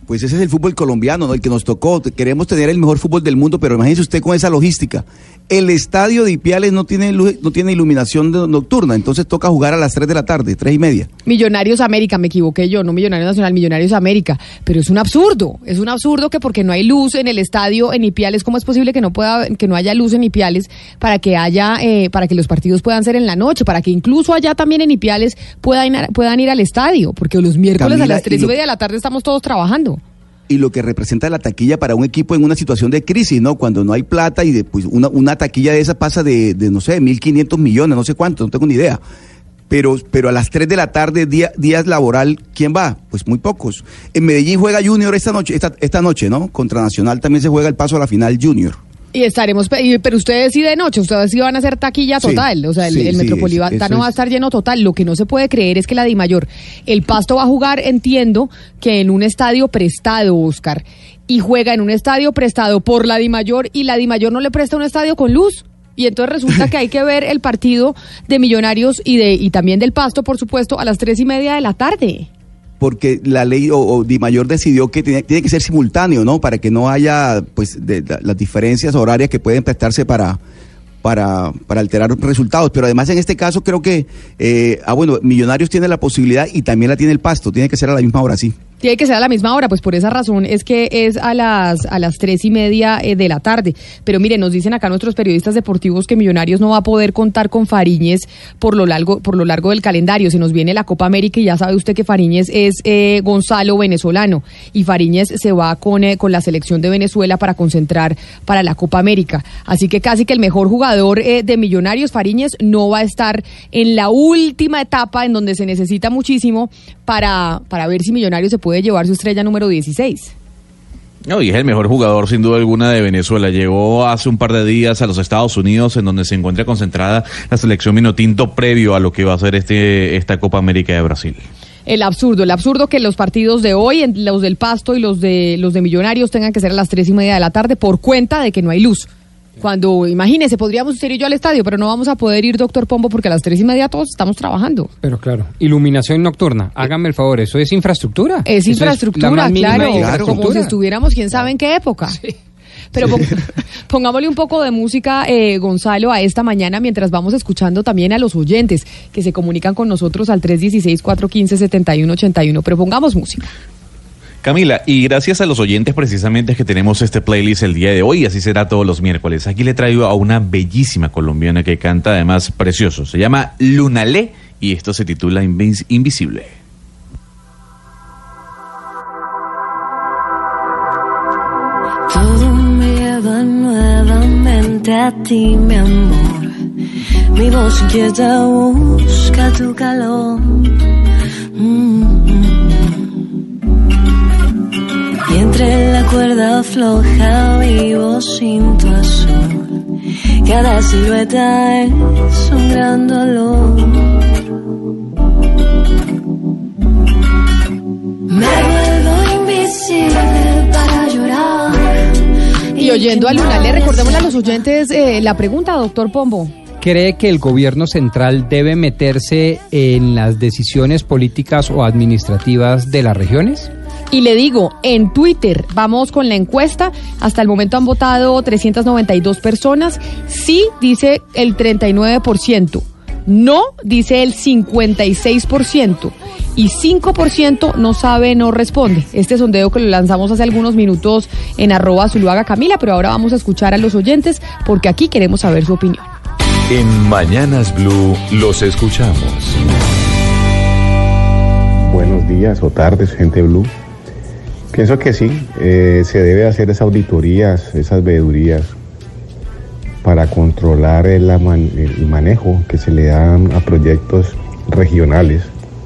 Speaker 8: pues ese es el fútbol colombiano, ¿no? El que nos tocó. Queremos tener el mejor fútbol del mundo, pero imagínese usted con esa logística. El estadio de Ipiales no tiene luz, no tiene iluminación de, nocturna, entonces toca jugar a las tres de la tarde, tres y media.
Speaker 4: Millonarios América, me equivoqué yo, no Millonarios Nacional, Millonarios América. Pero es un absurdo, es un absurdo que porque no hay luz en el estadio en Ipiales, ¿cómo es posible que no pueda, que no haya luz en Ipiales para que haya, eh, para que los partidos puedan ser en la noche, para que incluso allá también en Ipiales puedan, puedan ir al estadio? Porque los miércoles
Speaker 8: Camila,
Speaker 4: a las tres y,
Speaker 8: y lo...
Speaker 4: media de la tarde estamos todos trabajando.
Speaker 8: Y lo que representa la taquilla para un equipo en una situación de crisis, ¿no? Cuando no hay plata y de, pues una, una taquilla de esa pasa de, de no sé, mil quinientos millones, no sé cuánto, no tengo ni idea. Pero, pero a las tres de la tarde, día, días laboral, ¿quién va? Pues muy pocos. En Medellín juega Junior esta noche, esta, esta noche, ¿no? Contra Nacional también se juega el paso a la final Junior.
Speaker 4: Y estaremos, pero ustedes sí de noche, ustedes sí van a hacer taquilla total, sí, o sea, el,
Speaker 8: sí,
Speaker 4: el
Speaker 8: sí,
Speaker 4: Metropolitano
Speaker 8: es,
Speaker 4: va a estar lleno total. Lo que no se puede creer es que la Dimayor, el Pasto va a jugar, entiendo, que en un estadio prestado, Oscar, y juega en un estadio prestado por la Dimayor, y la Dimayor no le presta un estadio con luz. Y entonces resulta que hay que ver el partido de Millonarios y de y también del Pasto, por supuesto, a las tres y media de la tarde.
Speaker 8: Porque la ley o, o Dimayor decidió que tiene, tiene que ser simultáneo, ¿no? Para que no haya, pues, de, de, las diferencias horarias que pueden prestarse para, para, para alterar resultados. Pero además en este caso creo que, eh, ah, bueno, Millonarios tiene la posibilidad y también la tiene el Pasto. Tiene que ser a la misma hora, sí.
Speaker 4: Tiene que ser a la misma hora, pues por esa razón es que es a las a las tres y media eh, de la tarde. Pero mire, nos dicen acá nuestros periodistas deportivos que Millonarios no va a poder contar con Fariñez por lo largo por lo largo del calendario. Se nos viene la Copa América y ya sabe usted que Fariñez es eh, Gonzalo venezolano y Fariñez se va con eh, con la selección de Venezuela para concentrar para la Copa América. Así que casi que el mejor jugador eh, de Millonarios, Fariñez, no va a estar en la última etapa en donde se necesita muchísimo para para ver si Millonarios se puede puede llevar su estrella número dieciséis.
Speaker 5: No, y es el mejor jugador sin duda alguna de Venezuela. Llegó hace un par de días a los Estados Unidos, en donde se encuentra concentrada la selección Minotinto previo a lo que va a ser este esta Copa América de Brasil.
Speaker 4: El absurdo, el absurdo que los partidos de hoy, los del Pasto y los de los de Millonarios, tengan que ser a las tres y media de la tarde por cuenta de que no hay luz. Cuando, imagínese, podríamos ir yo al estadio, pero no vamos a poder ir, doctor Pombo, porque a las tres y media todos estamos trabajando.
Speaker 7: Pero claro, iluminación nocturna, hágame el favor, ¿eso es infraestructura?
Speaker 4: Es
Speaker 7: Eso
Speaker 4: infraestructura,
Speaker 7: es
Speaker 4: claro,
Speaker 7: claro,
Speaker 4: como si estuviéramos, quién sabe en qué época. Sí. Pero pong- pongámosle un poco de música, eh, Gonzalo, a esta mañana, mientras vamos escuchando también a los oyentes que se comunican con nosotros al tres uno seis, cuatro uno cinco, siete uno ocho uno, pero pongamos música.
Speaker 5: Camila, y gracias a los oyentes precisamente que tenemos este playlist el día de hoy, y así será todos los miércoles. Aquí le traigo a una bellísima colombiana que canta además precioso. Se llama Lunalé y esto se titula Invis- Invisible.
Speaker 6: Todo me lleva nuevamente a ti, mi amor. Mi voz inquieta busca tu calor. Mm-hmm. Y entre la cuerda floja vivo sin tu azul. Cada silueta es un gran dolor. Me vuelvo invisible para llorar.
Speaker 4: Y oyendo a Lunalé, recordémosle a los oyentes eh, la pregunta, doctor Pombo.
Speaker 7: ¿Cree que el gobierno central debe meterse en las decisiones políticas o administrativas de las regiones?
Speaker 4: Y le digo, en Twitter, vamos con la encuesta, hasta el momento han votado trescientas noventa y dos personas, sí dice el treinta y nueve por ciento, no dice el cincuenta y seis por ciento y cinco por ciento no sabe, no responde. Este sondeo que lo lanzamos hace algunos minutos en arroba Zuluaga Camila, pero ahora vamos a escuchar a los oyentes porque aquí queremos saber su opinión.
Speaker 3: En Mañanas Blue los escuchamos.
Speaker 19: Buenos días o tardes, gente Blue. Pienso que sí, eh, se debe hacer esas auditorías, esas veedurías para controlar el, el manejo que se le dan a proyectos regionales.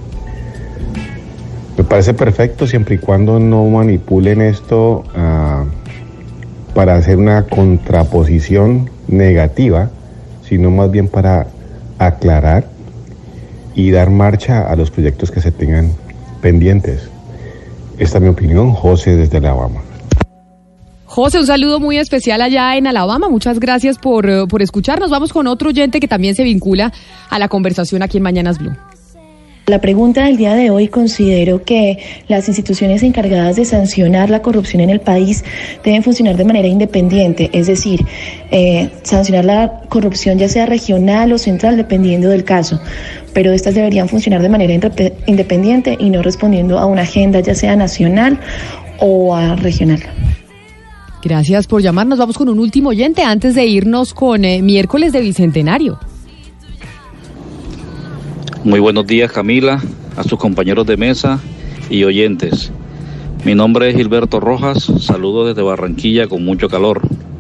Speaker 19: Me parece perfecto siempre y cuando no manipulen esto uh, para hacer una contraposición negativa, sino más bien para aclarar y dar marcha a los proyectos que se tengan pendientes. Esta es mi opinión, José desde Alabama.
Speaker 4: José, un saludo muy especial allá en Alabama. Muchas gracias por, por escucharnos. Vamos con otro oyente que también se vincula a la conversación aquí en Mañanas Blue.
Speaker 20: La pregunta del día de hoy, considero que las instituciones encargadas de sancionar la corrupción en el país deben funcionar de manera independiente, es decir, eh, sancionar la corrupción ya sea regional o central dependiendo del caso, pero estas deberían funcionar de manera independiente y no respondiendo a una agenda ya sea nacional o a regional.
Speaker 4: Gracias por llamarnos. Vamos con un último oyente antes de irnos con eh, miércoles de Bicentenario.
Speaker 21: Muy buenos días, Camila, a sus compañeros de mesa y oyentes. Mi nombre es Gilberto Rojas, saludo desde Barranquilla con mucho calor.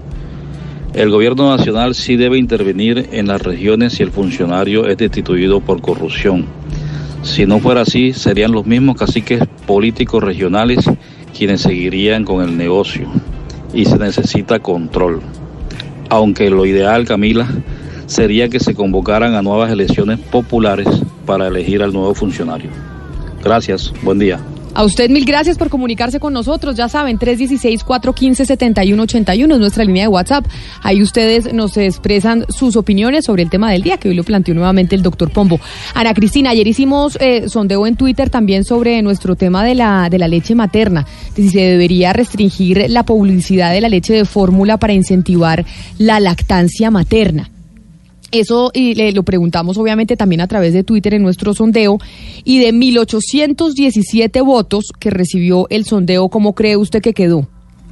Speaker 21: El gobierno nacional sí debe intervenir en las regiones si el funcionario es destituido por corrupción. Si no fuera así, serían los mismos caciques políticos regionales quienes seguirían con el negocio. Y se necesita control. Aunque lo ideal, Camila, sería que se convocaran a nuevas elecciones populares para elegir al nuevo funcionario. Gracias, buen día.
Speaker 4: A usted mil gracias por comunicarse con nosotros. Ya saben, tres uno seis, cuatro uno cinco, siete uno ocho uno es nuestra línea de WhatsApp. Ahí ustedes nos expresan sus opiniones sobre el tema del día, que hoy lo planteó nuevamente el doctor Pombo. Ana Cristina, ayer hicimos eh, sondeo en Twitter también sobre nuestro tema de la, de la leche materna, de si se debería restringir la publicidad de la leche de fórmula para incentivar la lactancia materna. Eso y le lo preguntamos obviamente también a través de Twitter en nuestro sondeo, y de mil ochocientos diecisiete votos que recibió el sondeo, ¿cómo cree usted que quedó?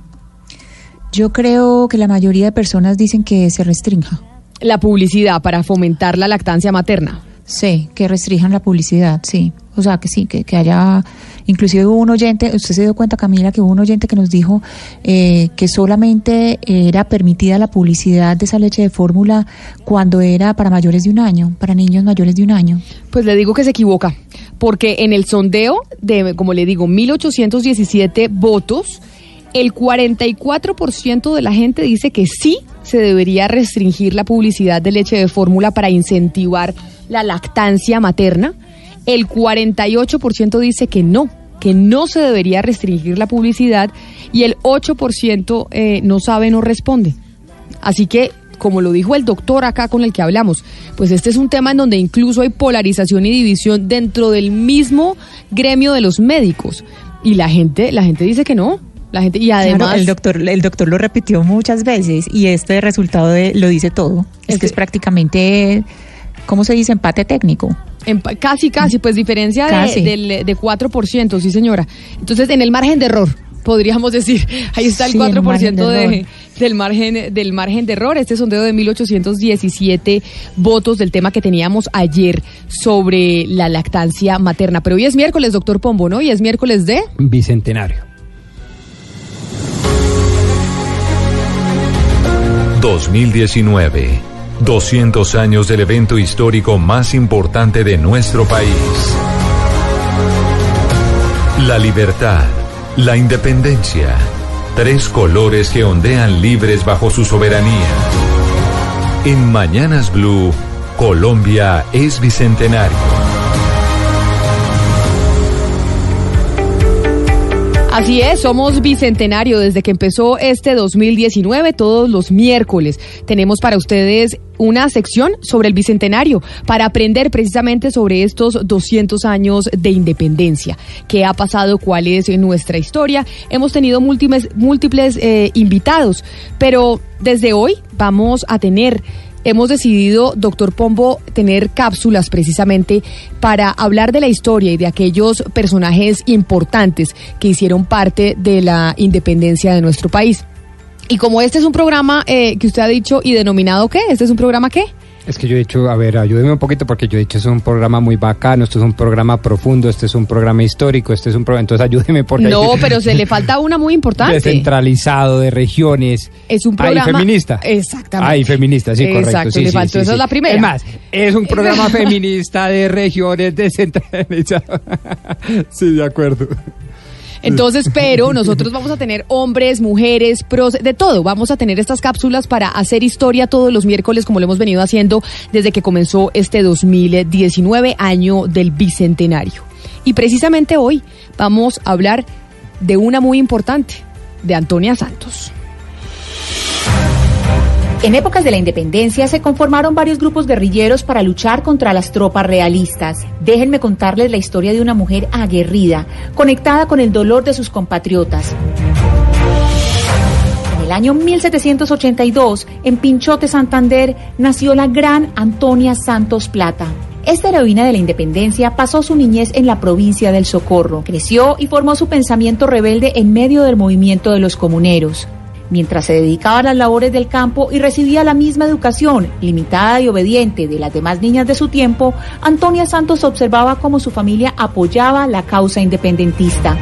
Speaker 17: Yo creo que la mayoría de personas dicen que se restrinja.
Speaker 4: La publicidad para fomentar la lactancia materna.
Speaker 17: Sí, que restrinjan la publicidad, sí. O sea, que sí, que, que haya... Inclusive hubo un oyente, usted se dio cuenta, Camila, que hubo un oyente que nos dijo eh, que solamente era permitida la publicidad de esa leche de fórmula cuando era para mayores de un año, para niños mayores de un año.
Speaker 4: Pues le digo que se equivoca, porque en el sondeo de, como le digo, mil ochocientos diecisiete votos, el cuarenta y cuatro por ciento de la gente dice que sí se debería restringir la publicidad de leche de fórmula para incentivar la lactancia materna. El cuarenta y ocho por ciento dice que no, que no se debería restringir la publicidad, y el ocho por ciento eh, no sabe, no responde. Así que, como lo dijo el doctor acá con el que hablamos, pues este es un tema en donde incluso hay polarización y división dentro del mismo gremio de los médicos, y la gente, la gente dice que no. La gente, y además
Speaker 17: claro, el doctor el doctor lo repitió muchas veces, y este resultado de, lo dice todo. Es, es que es prácticamente, ¿cómo se dice? Empate técnico.
Speaker 4: En, casi, casi, pues diferencia de, del, de cuatro por ciento, sí señora. Entonces, en el margen de error, podríamos decir, ahí está el sí, cuatro por ciento de, de, del, margen, del margen de error. Este sondeo de mil ochocientos diecisiete votos del tema que teníamos ayer sobre la lactancia materna. Pero hoy es miércoles, doctor Pombo, ¿no? Y es miércoles de...
Speaker 7: Bicentenario.
Speaker 3: dos mil diecinueve. doscientos años del evento histórico más importante de nuestro país. La libertad, la independencia, tres colores que ondean libres bajo su soberanía. En Mañanas Blue, Colombia es bicentenario.
Speaker 4: Así es, somos bicentenario desde que empezó este dos mil diecinueve. Todos los miércoles tenemos para ustedes una sección sobre el bicentenario para aprender precisamente sobre estos doscientos años de independencia. ¿Qué ha pasado? ¿Cuál es nuestra historia? Hemos tenido múltiples, múltiples eh, invitados, pero desde hoy vamos a tener... Hemos decidido, doctor Pombo, tener cápsulas precisamente para hablar de la historia y de aquellos personajes importantes que hicieron parte de la independencia de nuestro país. Y como este es un programa eh, que usted ha dicho y denominado, ¿qué? ¿Este es un programa qué?
Speaker 7: Es que yo he dicho, a ver, ayúdeme un poquito, porque yo he dicho, es un programa muy bacano, esto es un programa profundo, este es un programa histórico, este es un programa, entonces ayúdeme porque...
Speaker 4: No, pero se le falta una muy importante.
Speaker 7: Descentralizado, de regiones.
Speaker 4: Es un programa...
Speaker 7: Ah, y feminista.
Speaker 4: Exactamente.
Speaker 7: Ah, y feminista, sí, correcto.
Speaker 4: Exacto,
Speaker 7: sí,
Speaker 4: le
Speaker 7: sí,
Speaker 4: faltó,
Speaker 7: sí,
Speaker 4: esa
Speaker 7: sí.
Speaker 4: es la primera.
Speaker 7: Es más, es un programa feminista de regiones descentralizado. Sí, de acuerdo.
Speaker 4: Entonces, pero nosotros vamos a tener hombres, mujeres, pros, de todo. Vamos a tener estas cápsulas para hacer historia todos los miércoles, como lo hemos venido haciendo desde que comenzó este dos mil diecinueve, año del bicentenario. Y precisamente hoy vamos a hablar de una muy importante, de Antonia Santos.
Speaker 2: En épocas de la independencia se conformaron varios grupos guerrilleros para luchar contra las tropas realistas. Déjenme contarles la historia de una mujer aguerrida, conectada con el dolor de sus compatriotas. En el año mil setecientos ochenta y dos, en Pinchote, Santander, nació la gran Antonia Santos Plata. Esta heroína de la independencia pasó su niñez en la provincia del Socorro. Creció y formó su pensamiento rebelde en medio del movimiento de los comuneros. Mientras se dedicaba a las labores del campo y recibía la misma educación, limitada y obediente, de las demás niñas de su tiempo, Antonia Santos observaba cómo su familia apoyaba la causa independentista.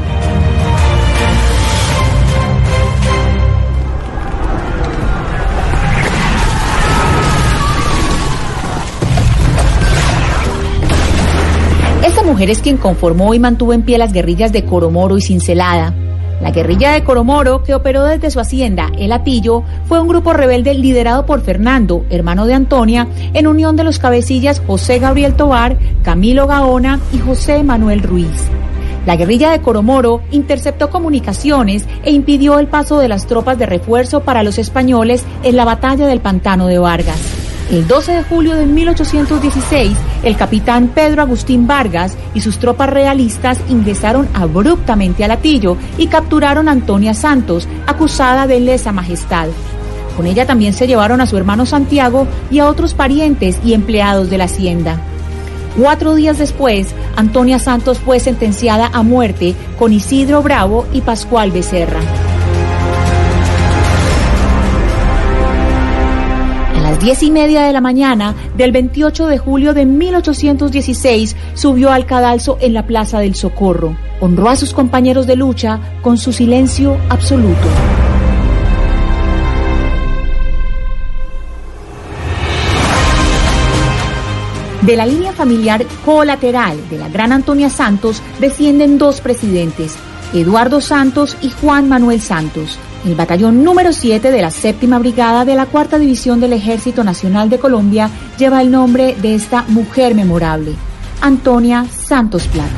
Speaker 2: Esta mujer es quien conformó y mantuvo en pie las guerrillas de Coromoro y Cincelada. La guerrilla de Coromoro, que operó desde su hacienda, El Hatillo, fue un grupo rebelde liderado por Fernando, hermano de Antonia, en unión de los cabecillas José Gabriel Tovar, Camilo Gaona y José Manuel Ruiz. La guerrilla de Coromoro interceptó comunicaciones e impidió el paso de las tropas de refuerzo para los españoles en la batalla del Pantano de Vargas. El doce de julio de mil ochocientos dieciséis, el capitán Pedro Agustín Vargas y sus tropas realistas ingresaron abruptamente al Hatillo y capturaron a Antonia Santos, acusada de lesa majestad. Con ella también se llevaron a su hermano Santiago y a otros parientes y empleados de la hacienda. Cuatro días después, Antonia Santos fue sentenciada a muerte con Isidro Bravo y Pascual Becerra. A las diez y media de la mañana del veintiocho de julio de mil ochocientos dieciséis subió al cadalso en la Plaza del Socorro. Honró a sus compañeros de lucha con su silencio absoluto. De la línea familiar colateral de la gran Antonia Santos descienden dos presidentes, Eduardo Santos y Juan Manuel Santos. El batallón número siete de la séptima brigada de la cuarta división del Ejército Nacional de Colombia lleva el nombre de esta mujer memorable, Antonia Santos Plata.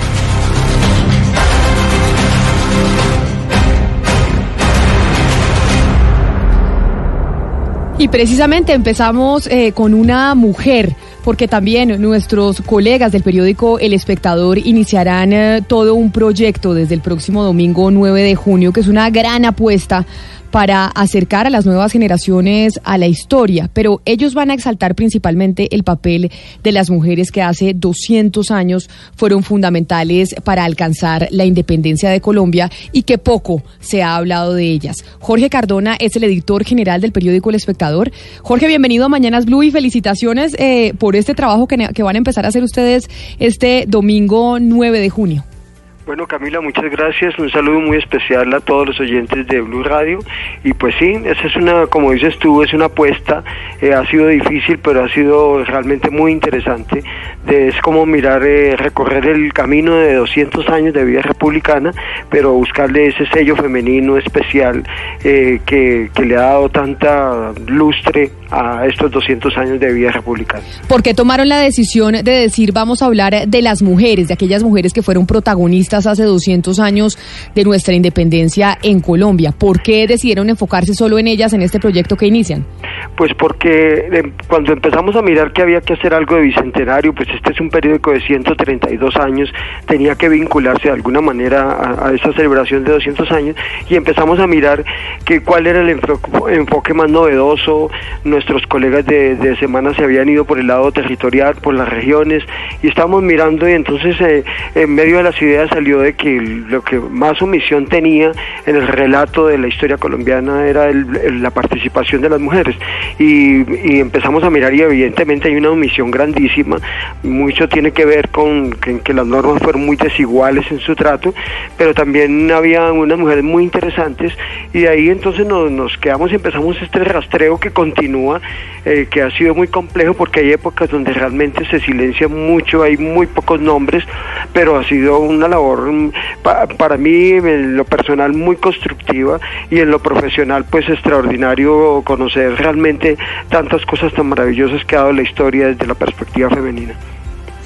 Speaker 4: Y precisamente empezamos eh, con una mujer, porque también nuestros colegas del periódico El Espectador iniciarán eh, todo un proyecto desde el próximo domingo nueve de junio, que es una gran apuesta para acercar a las nuevas generaciones a la historia, pero ellos van a exaltar principalmente el papel de las mujeres que hace doscientos años fueron fundamentales para alcanzar la independencia de Colombia y que poco se ha hablado de ellas. Jorge Cardona es el editor general del periódico El Espectador. Jorge, bienvenido a Mañanas Blue y felicitaciones eh, por este trabajo que, que van a empezar a hacer ustedes este domingo nueve de junio.
Speaker 22: Bueno, Camila, muchas gracias. Un saludo muy especial a todos los oyentes de Blue Radio. Y pues sí, esa es una, como dices tú, es una apuesta. Eh, ha sido difícil, pero ha sido realmente muy interesante. De, es como mirar, eh, recorrer el camino de doscientos años de vida republicana, pero buscarle ese sello femenino especial eh, que, que le ha dado tanta lustre a estos doscientos años de vida republicana.
Speaker 4: ¿Por qué tomaron la decisión de decir vamos a hablar de las mujeres, de aquellas mujeres que fueron protagonistas hace doscientos años de nuestra independencia en Colombia? ¿Por qué decidieron enfocarse solo en ellas en este proyecto que inician?
Speaker 22: Pues porque eh, cuando empezamos a mirar que había que hacer algo de bicentenario, pues este es un periódico de ciento treinta y dos años, tenía que vincularse de alguna manera a, a esa celebración de doscientos años, y empezamos a mirar que cuál era el enfoque, enfoque más novedoso. Nuestros colegas de, de Semana se habían ido por el lado territorial, por las regiones, y estábamos mirando, y entonces eh, en medio de las ideas salió de que lo que más omisión tenía en el relato de la historia colombiana era el, el, la participación de las mujeres, y, y empezamos a mirar, y evidentemente hay una omisión grandísima. Mucho tiene que ver con que, que las normas fueron muy desiguales en su trato, pero también había unas mujeres muy interesantes, y de ahí entonces nos, nos quedamos y empezamos este rastreo que continúa, eh, que ha sido muy complejo porque hay épocas donde realmente se silencia mucho, hay muy pocos nombres, pero ha sido una labor pa, para mí en lo personal muy constructiva, y en lo profesional pues extraordinario conocer realmente tantas cosas tan maravillosas que ha dado la historia desde la perspectiva femenina.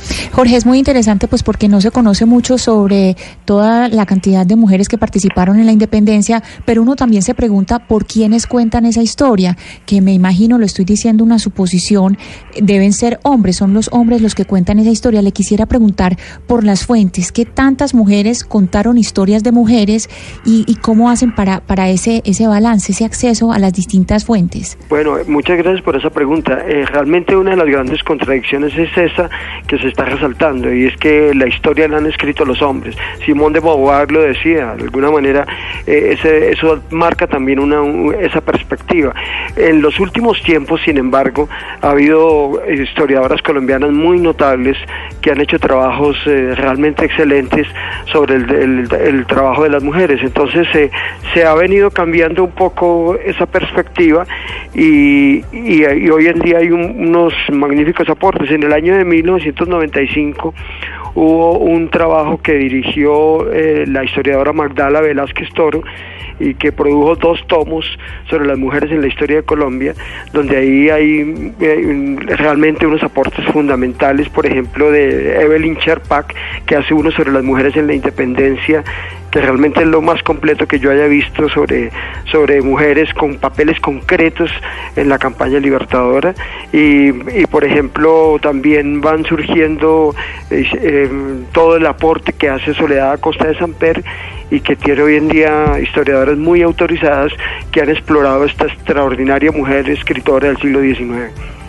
Speaker 17: Jorge, es muy interesante pues porque no se conoce mucho sobre toda la cantidad de mujeres que participaron en la independencia, pero uno también se pregunta por quiénes cuentan esa historia, que me imagino, lo estoy diciendo una suposición, deben ser hombres, son los hombres los que cuentan esa historia. Le quisiera preguntar por las fuentes, ¿qué tantas mujeres contaron historias de mujeres y, y cómo hacen para, para ese, ese balance, ese acceso a las distintas fuentes?
Speaker 22: Bueno, muchas gracias por esa pregunta. Eh, realmente una de las grandes contradicciones es esa que se está resaltando, y es que la historia la han escrito los hombres. Simón de Beauvoir lo decía, de alguna manera eh, ese, eso marca también una, un, esa perspectiva. En los últimos tiempos, sin embargo, ha habido historiadoras colombianas muy notables que han hecho trabajos eh, realmente excelentes sobre el, el, el trabajo de las mujeres. Entonces eh, se ha venido cambiando un poco esa perspectiva y, y, y hoy en día hay un, unos magníficos aportes. En el año de mil novecientos noventa y cinco hubo un trabajo que dirigió eh, la historiadora Magdala Velázquez Toro y que produjo dos tomos sobre las mujeres en la historia de Colombia, donde ahí hay eh, realmente unos aportes fundamentales, por ejemplo de Evelyn Cherpak, que hace uno sobre las mujeres en la independencia, que realmente es lo más completo que yo haya visto sobre, sobre mujeres con papeles concretos en la campaña libertadora. Y, y por ejemplo también van surgiendo eh, eh, todo el aporte que hace Soledad Acosta de Samper, y que tiene hoy en día historiadoras muy autorizadas que han explorado esta extraordinaria mujer escritora del siglo diecinueve.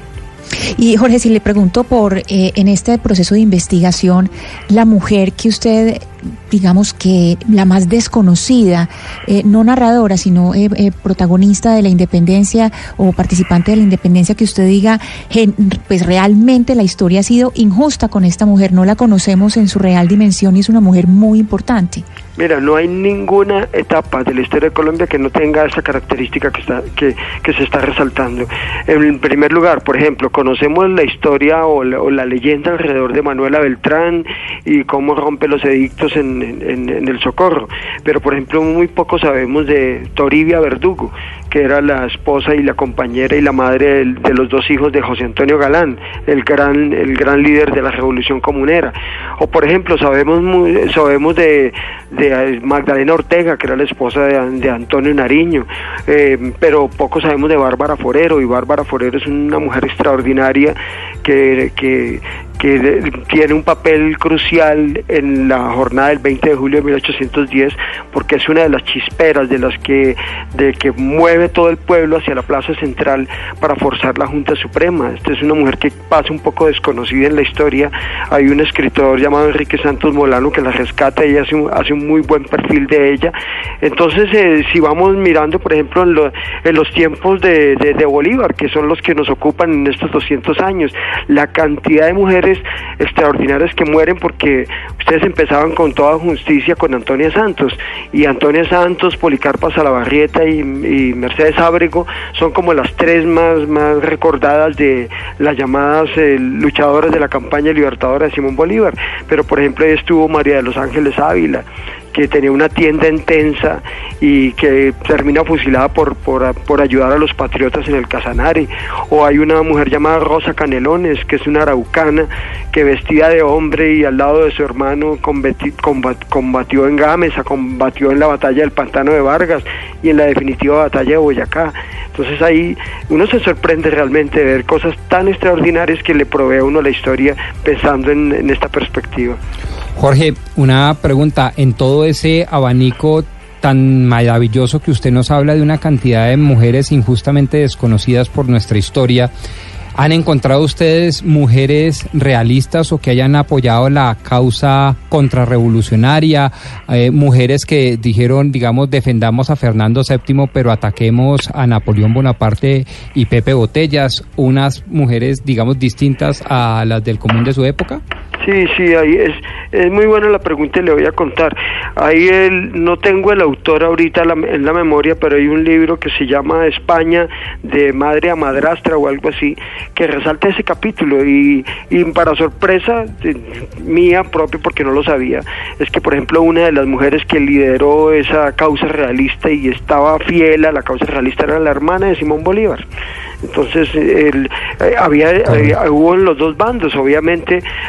Speaker 17: Y Jorge, si le pregunto por, eh, en este proceso de investigación, la mujer que usted, digamos que la más desconocida, eh, no narradora, sino eh, eh, protagonista de la independencia o participante de la independencia, que usted diga, gen, pues realmente la historia ha sido injusta con esta mujer, no la conocemos en su real dimensión y es una mujer muy importante.
Speaker 22: Mira, no hay ninguna etapa de la historia de Colombia que no tenga esa característica que está que, que se está resaltando. En primer lugar, por ejemplo, conocemos la historia o la, o la leyenda alrededor de Manuela Beltrán y cómo rompe los edictos en, en, en el Socorro, pero por ejemplo muy poco sabemos de Toribia Verdugo, que era la esposa y la compañera y la madre de, de los dos hijos de José Antonio Galán, el gran el gran líder de la Revolución Comunera. O por ejemplo sabemos muy, sabemos de, de Magdalena Ortega, que era la esposa de, de Antonio Nariño, eh, pero poco sabemos de Bárbara Forero, y Bárbara Forero es una mujer extraordinaria que, que que de, tiene un papel crucial en la jornada del veinte de julio de mil ochocientos diez, porque es una de las chisperas de las que de que mueve todo el pueblo hacia la plaza central para forzar la Junta Suprema. Esta es una mujer que pasa un poco desconocida en la historia. Hay un escritor llamado Enrique Santos Molano que la rescata y hace un, hace un muy buen perfil de ella. Entonces, eh, si vamos mirando, por ejemplo, en, lo, en los tiempos de, de, de Bolívar, que son los que nos ocupan en estos doscientos años, la cantidad de mujeres extraordinarias que mueren, porque ustedes empezaban con toda justicia con Antonia Santos, y Antonia Santos, Policarpa Salabarrieta y, y Mercedes Ábrego son como las tres más, más recordadas de las llamadas eh, luchadoras de la campaña libertadora de Simón Bolívar. Pero por ejemplo ahí estuvo María de los Ángeles Ávila, que tenía una tienda en Tensa y que termina fusilada por, por, por ayudar a los patriotas en el Casanare. O hay una mujer llamada Rosa Canelones, que es una araucana, que vestida de hombre y al lado de su hermano combati, combat, combatió en Gámeza, combatió en la batalla del Pantano de Vargas y en la definitiva batalla de Boyacá. Entonces ahí uno se sorprende realmente de ver cosas tan extraordinarias que le provee a uno la historia pensando en, en esta perspectiva.
Speaker 7: Jorge, una pregunta, en todo ese abanico tan maravilloso que usted nos habla de una cantidad de mujeres injustamente desconocidas por nuestra historia, ¿han encontrado ustedes mujeres realistas o que hayan apoyado la causa contrarrevolucionaria? Eh, mujeres que dijeron, digamos, defendamos a Fernando séptimo, pero ataquemos a Napoleón Bonaparte y Pepe Botellas, unas mujeres, digamos, distintas a las del común de su época?
Speaker 22: Sí, sí, ahí es, es muy buena la pregunta y le voy a contar. Ahí el, no tengo el autor ahorita la, en la memoria, pero hay un libro que se llama España de madre a madrastra o algo así, que resalta ese capítulo y, y para sorpresa de, mía propia, porque no lo sabía, es que por ejemplo una de las mujeres que lideró esa causa realista y estaba fiel a la causa realista era la hermana de Simón Bolívar. Entonces el, eh, había, había hubo en los dos bandos. Obviamente hay un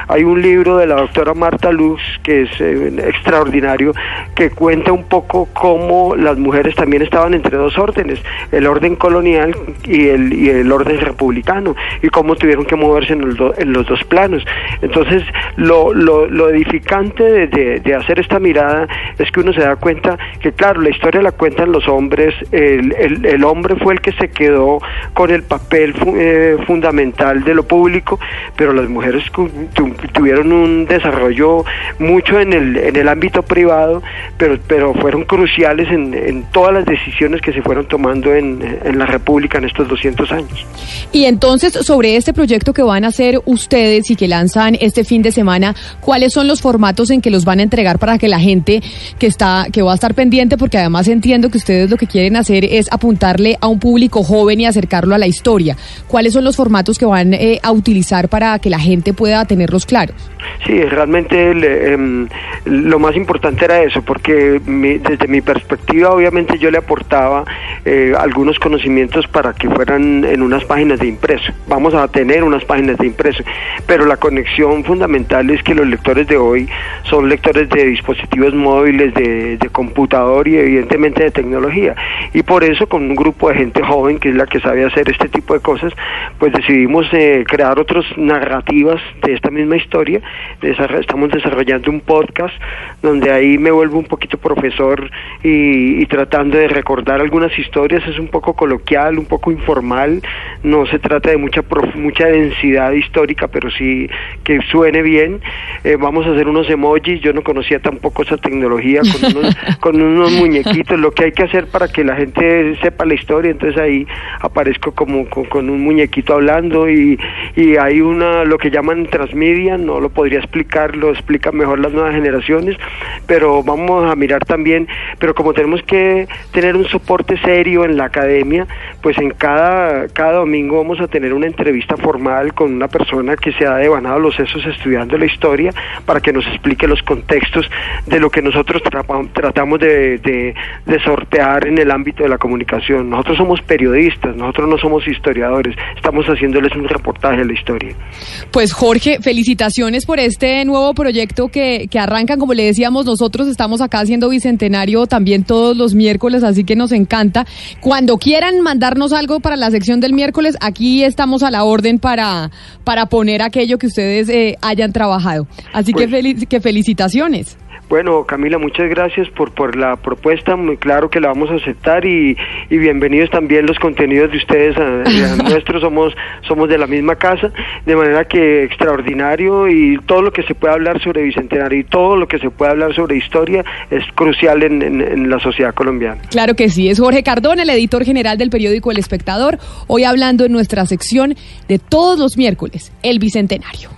Speaker 22: libro de la doctora Marta Luz, que es eh, extraordinario, que cuenta un poco cómo las mujeres también estaban entre dos órdenes, el orden colonial y el, y el orden republicano, y cómo tuvieron que moverse en, el do, en los dos planos. Entonces, lo, lo, lo edificante de, de, de hacer esta mirada es que uno se da cuenta que, claro, la historia la cuentan los hombres, el, el, el hombre fue el que se quedó con el papel fu eh, fundamental de lo público, pero las mujeres tu tuvieron un desarrollo mucho en el, en el ámbito privado, pero, pero fueron cruciales en, en todas las decisiones que se fueron tomando en, en la República en estos doscientos años.
Speaker 4: Y entonces, sobre este proyecto que van a hacer ustedes y que lanzan este fin de semana, ¿cuáles son los formatos en que los van a entregar para que la gente que está, que va a estar pendiente, porque además entiendo que ustedes lo que quieren hacer es apuntarle a un público joven y acercarlo a la historia? ¿Cuáles son los formatos que van eh, a utilizar para que la gente pueda tenerlos claros?
Speaker 22: Sí, realmente el, eh, lo más importante era eso, porque mi, desde mi perspectiva obviamente yo le aportaba eh, algunos conocimientos para que fueran en unas páginas de impreso. Vamos a tener unas páginas de impreso, pero la conexión fundamental es que los lectores de hoy son lectores de dispositivos móviles, de, de computador y evidentemente de tecnología, y por eso con un grupo de gente joven que es la que sabe hacer este tipo de cosas, pues decidimos eh, crear otras narrativas de esta misma historia. Estamos desarrollando un podcast donde ahí me vuelvo un poquito profesor y, y tratando de recordar algunas historias. Es un poco coloquial, un poco informal, no se trata de mucha prof, mucha densidad histórica, pero sí que suene bien. Eh, vamos a hacer unos emojis, yo no conocía tampoco esa tecnología, con unos, con unos muñequitos, lo que hay que hacer para que la gente sepa la historia. Entonces ahí aparezco como con, con un muñequito hablando, y, y hay una, lo que llaman transmedia, no lo podría explicar, lo explican mejor las nuevas generaciones, pero vamos a mirar también, pero como tenemos que tener un soporte serio en la academia, pues en cada, cada domingo vamos a tener una entrevista formal con una persona que se ha devanado los sesos estudiando la historia, para que nos explique los contextos de lo que nosotros tra tratamos de, de, de sortear en el ámbito de la comunicación. Nosotros somos periodistas, nosotros no somos historiadores, estamos haciéndoles un reportaje de la historia.
Speaker 4: Pues Jorge, felicitaciones por este nuevo proyecto que, que arrancan. Como le decíamos, nosotros estamos acá haciendo Bicentenario también todos los miércoles, así que nos encanta. Cuando quieran mandarnos algo para la sección del miércoles, aquí estamos a la orden para, para poner aquello que ustedes eh, hayan trabajado. Así pues, que, fel que felicitaciones.
Speaker 22: Bueno, Camila, muchas gracias por, por la propuesta, muy claro que la vamos a aceptar, y, y bienvenidos también los contenidos de ustedes, a, a nuestros, somos, somos de la misma casa, de manera que extraordinario, y todo lo que se pueda hablar sobre Bicentenario y todo lo que se pueda hablar sobre historia es crucial en, en, en la sociedad colombiana.
Speaker 4: Claro que sí, es Jorge Cardona, el editor general del periódico El Espectador, hoy hablando en nuestra sección de todos los miércoles, el Bicentenario.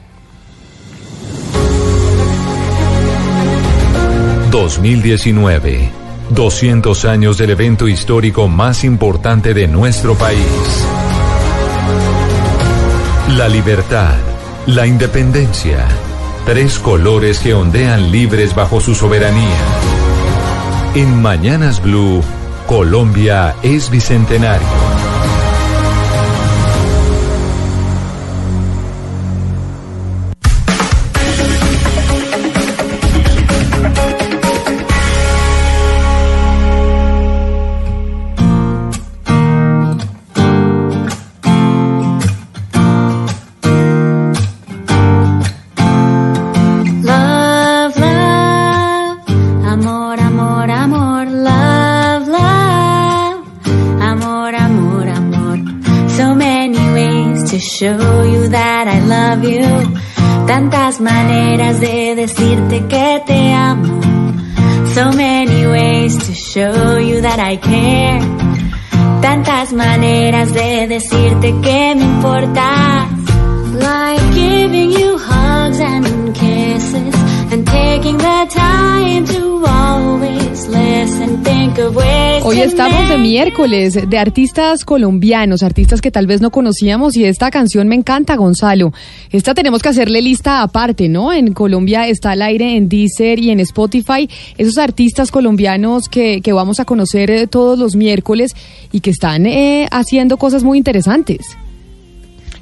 Speaker 3: dos mil diecinueve, doscientos años del evento histórico más importante de nuestro país. La libertad, la independencia, tres colores que ondean libres bajo su soberanía. En Mañanas Blue, Colombia es bicentenario.
Speaker 6: Show you that I love you. Tantas maneras de decirte que te amo. So many ways to show you that I care. Tantas maneras de decirte que me importas. Like giving you hugs and kisses, and taking the time to always listen, think of ways.
Speaker 4: Hoy estamos de miércoles, de artistas colombianos, artistas que tal vez no conocíamos, y esta canción me encanta, Gonzalo. Esta tenemos que hacerle lista aparte, ¿no? En Colombia está al aire en Deezer y en Spotify, esos artistas colombianos que, que vamos a conocer eh, todos los miércoles y que están eh, haciendo cosas muy interesantes.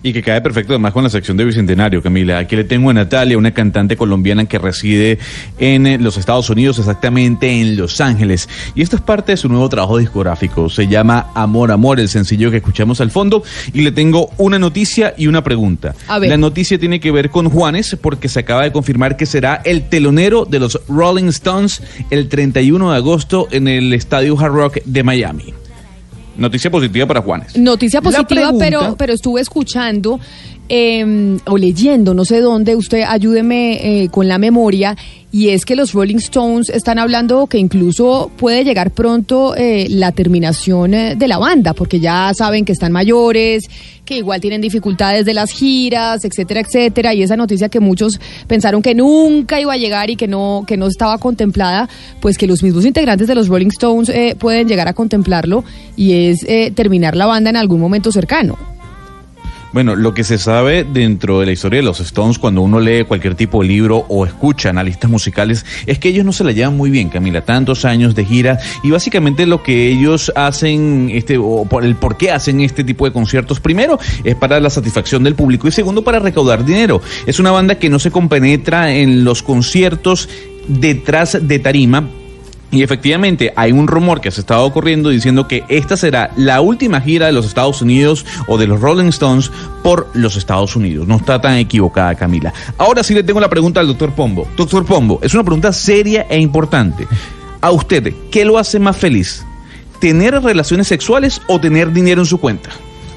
Speaker 5: Y que cae perfecto además con la sección de Bicentenario, Camila. Aquí le tengo a Natalia, una cantante colombiana que reside en los Estados Unidos, exactamente en Los Ángeles. Y esto es parte de su nuevo trabajo discográfico. Se llama Amor, Amor, el sencillo que escuchamos al fondo. Y le tengo una noticia y una pregunta.
Speaker 4: A ver.
Speaker 5: La noticia tiene que ver con Juanes, porque se acaba de confirmar que será el telonero de los Rolling Stones el treinta y uno de agosto en el Estadio Hard Rock de Miami. Noticia positiva para Juanes.
Speaker 4: Noticia positiva,
Speaker 5: pregunta,
Speaker 4: pero pero estuve escuchando eh, o leyendo, no sé dónde, usted ayúdeme eh, con la memoria, y es que los Rolling Stones están hablando que incluso puede llegar pronto eh, la terminación eh, de la banda, porque ya saben que están mayores, que igual tienen dificultades de las giras, etcétera, etcétera, y esa noticia que muchos pensaron que nunca iba a llegar y que no que no estaba contemplada, pues que los mismos integrantes de los Rolling Stones eh, pueden llegar a contemplarlo, y es eh, terminar la banda en algún momento cercano.
Speaker 5: Bueno, lo que se sabe dentro de la historia de los Stones, cuando uno lee cualquier tipo de libro o escucha analistas musicales, es que ellos no se la llevan muy bien, Camila, tantos años de gira, y básicamente lo que ellos hacen, este, o por el por qué hacen este tipo de conciertos, primero, es para la satisfacción del público, y segundo, para recaudar dinero. Es una banda que no se compenetra en los conciertos detrás de tarima. Y efectivamente hay un rumor que se ha estado corriendo diciendo que esta será la última gira de los Estados Unidos o de los Rolling Stones por los Estados Unidos. No está tan equivocada, Camila. Ahora sí le tengo la pregunta al doctor Pombo. Doctor Pombo, es una pregunta seria e importante. A usted, ¿qué lo hace más feliz? ¿Tener relaciones sexuales o tener dinero en su cuenta?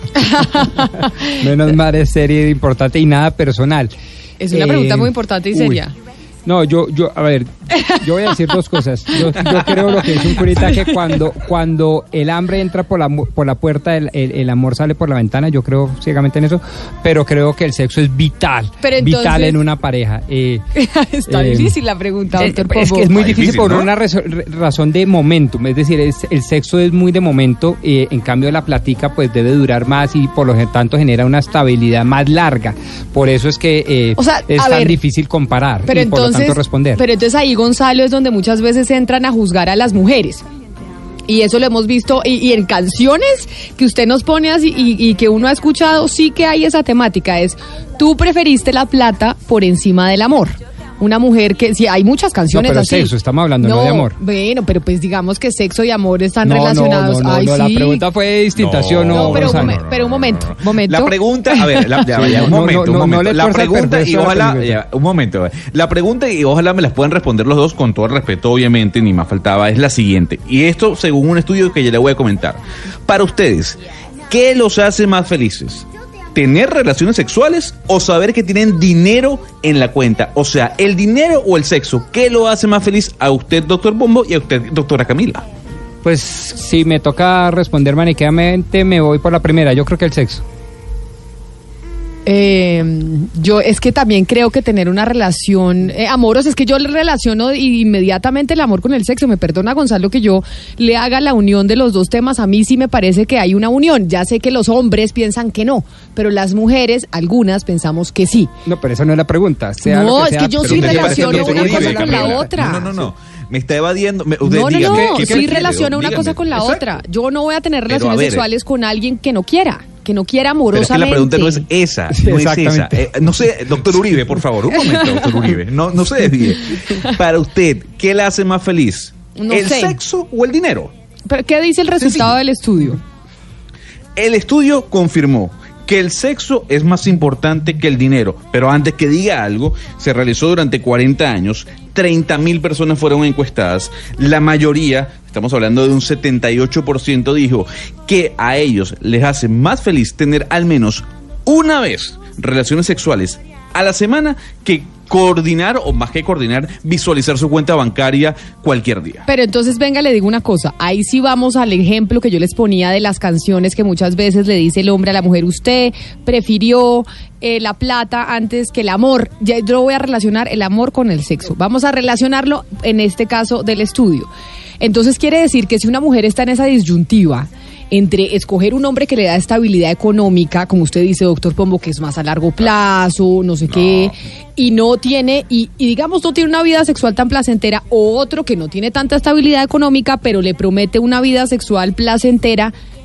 Speaker 7: Menos mal, es seria e importante y nada personal.
Speaker 4: Es una eh, pregunta muy importante y seria.
Speaker 7: Uy. No, yo, yo, a ver, yo voy a decir dos cosas. Yo, yo creo lo que dice un curita, que cuando, cuando el hambre entra por la, por la puerta, el, el, el amor sale por la ventana. Yo creo ciegamente en eso, pero creo que el sexo es vital, pero entonces, vital en una pareja. Eh,
Speaker 4: está eh, difícil la pregunta, doctor Pombo.
Speaker 7: Es que es muy difícil, difícil por ¿no? una reso, razón de momentum. Es decir, es, el sexo es muy de momento, eh, en cambio la platica pues debe durar más y por lo tanto genera una estabilidad más larga. Por eso es que eh, o sea, es tan ver, difícil comparar.
Speaker 4: Pero
Speaker 7: y
Speaker 4: entonces,
Speaker 7: por lo tanto responder.
Speaker 4: Pero entonces ahí, Gonzalo, es donde muchas veces entran a juzgar a las mujeres. Y eso lo hemos visto, y, y en canciones que usted nos pone así, y, y que uno ha escuchado, sí que hay esa temática, es tú preferiste la plata por encima del amor. Una mujer que, sí, hay muchas canciones
Speaker 7: no, pero
Speaker 4: así.
Speaker 7: Sexo, estamos hablando no, no de amor.
Speaker 4: Bueno, pero pues digamos que sexo y amor están
Speaker 7: no,
Speaker 4: relacionados.
Speaker 7: No, no, no,
Speaker 4: Ay,
Speaker 7: no,
Speaker 4: sí.
Speaker 7: La pregunta fue distinta, ¿sí o no?
Speaker 4: No, pero, un, momen, pero un momento, momento.
Speaker 5: La pregunta, a ver, la, ya, ya, un momento, no, no, un momento. No, no la pregunta y ojalá, ya, un momento. La pregunta y ojalá me las puedan responder los dos con todo el respeto, obviamente, ni más faltaba, es la siguiente. Y esto según un estudio que ya le voy a comentar. Para ustedes, ¿qué los hace más felices? ¿Tener relaciones sexuales o saber que tienen dinero en la cuenta? O sea, el dinero o el sexo, ¿qué lo hace más feliz a usted, doctor Pombo, y a usted, doctora Camila?
Speaker 7: Pues si me toca responder maniqueamente, me voy por la primera. Yo creo que el sexo.
Speaker 4: Eh, yo es que también creo que tener una relación eh, amorosa, es que yo le relaciono inmediatamente el amor con el sexo. Me perdona, Gonzalo, que yo le haga la unión de los dos temas. A mí sí me parece que hay una unión. Ya sé que los hombres piensan que no, pero las mujeres, algunas, pensamos que sí.
Speaker 7: No, pero esa no es la pregunta.
Speaker 4: Sea no, es sea, que yo sí relaciono una cosa con la otra.
Speaker 5: No, no, no. Me está evadiendo. Me,
Speaker 4: usted, no, no,
Speaker 5: diga,
Speaker 4: no,
Speaker 5: ¿qué, qué
Speaker 4: sí relaciona una cosa con la Exacto. otra. Yo no voy a tener relaciones a ver, sexuales con alguien que no quiera, que no quiera amorosamente.
Speaker 5: Pero es que la pregunta no es esa, no es esa. Eh, no sé, doctor Uribe, por favor, un momento, doctor Uribe. No, no se desvíe. Para usted, ¿qué le hace más feliz?
Speaker 4: No
Speaker 5: ¿El
Speaker 4: sé.
Speaker 5: sexo o el dinero?
Speaker 4: ¿Pero qué dice el resultado sí, sí. del estudio?
Speaker 5: El estudio confirmó que el sexo es más importante que el dinero, pero antes que diga algo, se realizó durante cuarenta años, treinta mil personas fueron encuestadas, la mayoría, estamos hablando de un setenta y ocho por ciento, dijo que a ellos les hace más feliz tener al menos una vez relaciones sexuales a la semana que coordinar, o más que coordinar, visualizar su cuenta bancaria cualquier día.
Speaker 4: Pero entonces, venga, le digo una cosa, ahí sí vamos al ejemplo que yo les ponía de las canciones que muchas veces le dice el hombre a la mujer, usted prefirió eh, la plata antes que el amor. Ya yo voy a relacionar el amor con el sexo. Vamos a relacionarlo en este caso del estudio. Entonces quiere decir que si una mujer está en esa disyuntiva entre escoger un hombre que le da estabilidad económica, como usted dice, doctor Pombo, que es más a largo plazo, no sé no. qué, y no tiene, y, y digamos no tiene una vida sexual tan placentera, o otro que no tiene tanta estabilidad económica, pero le promete una vida sexual placentera,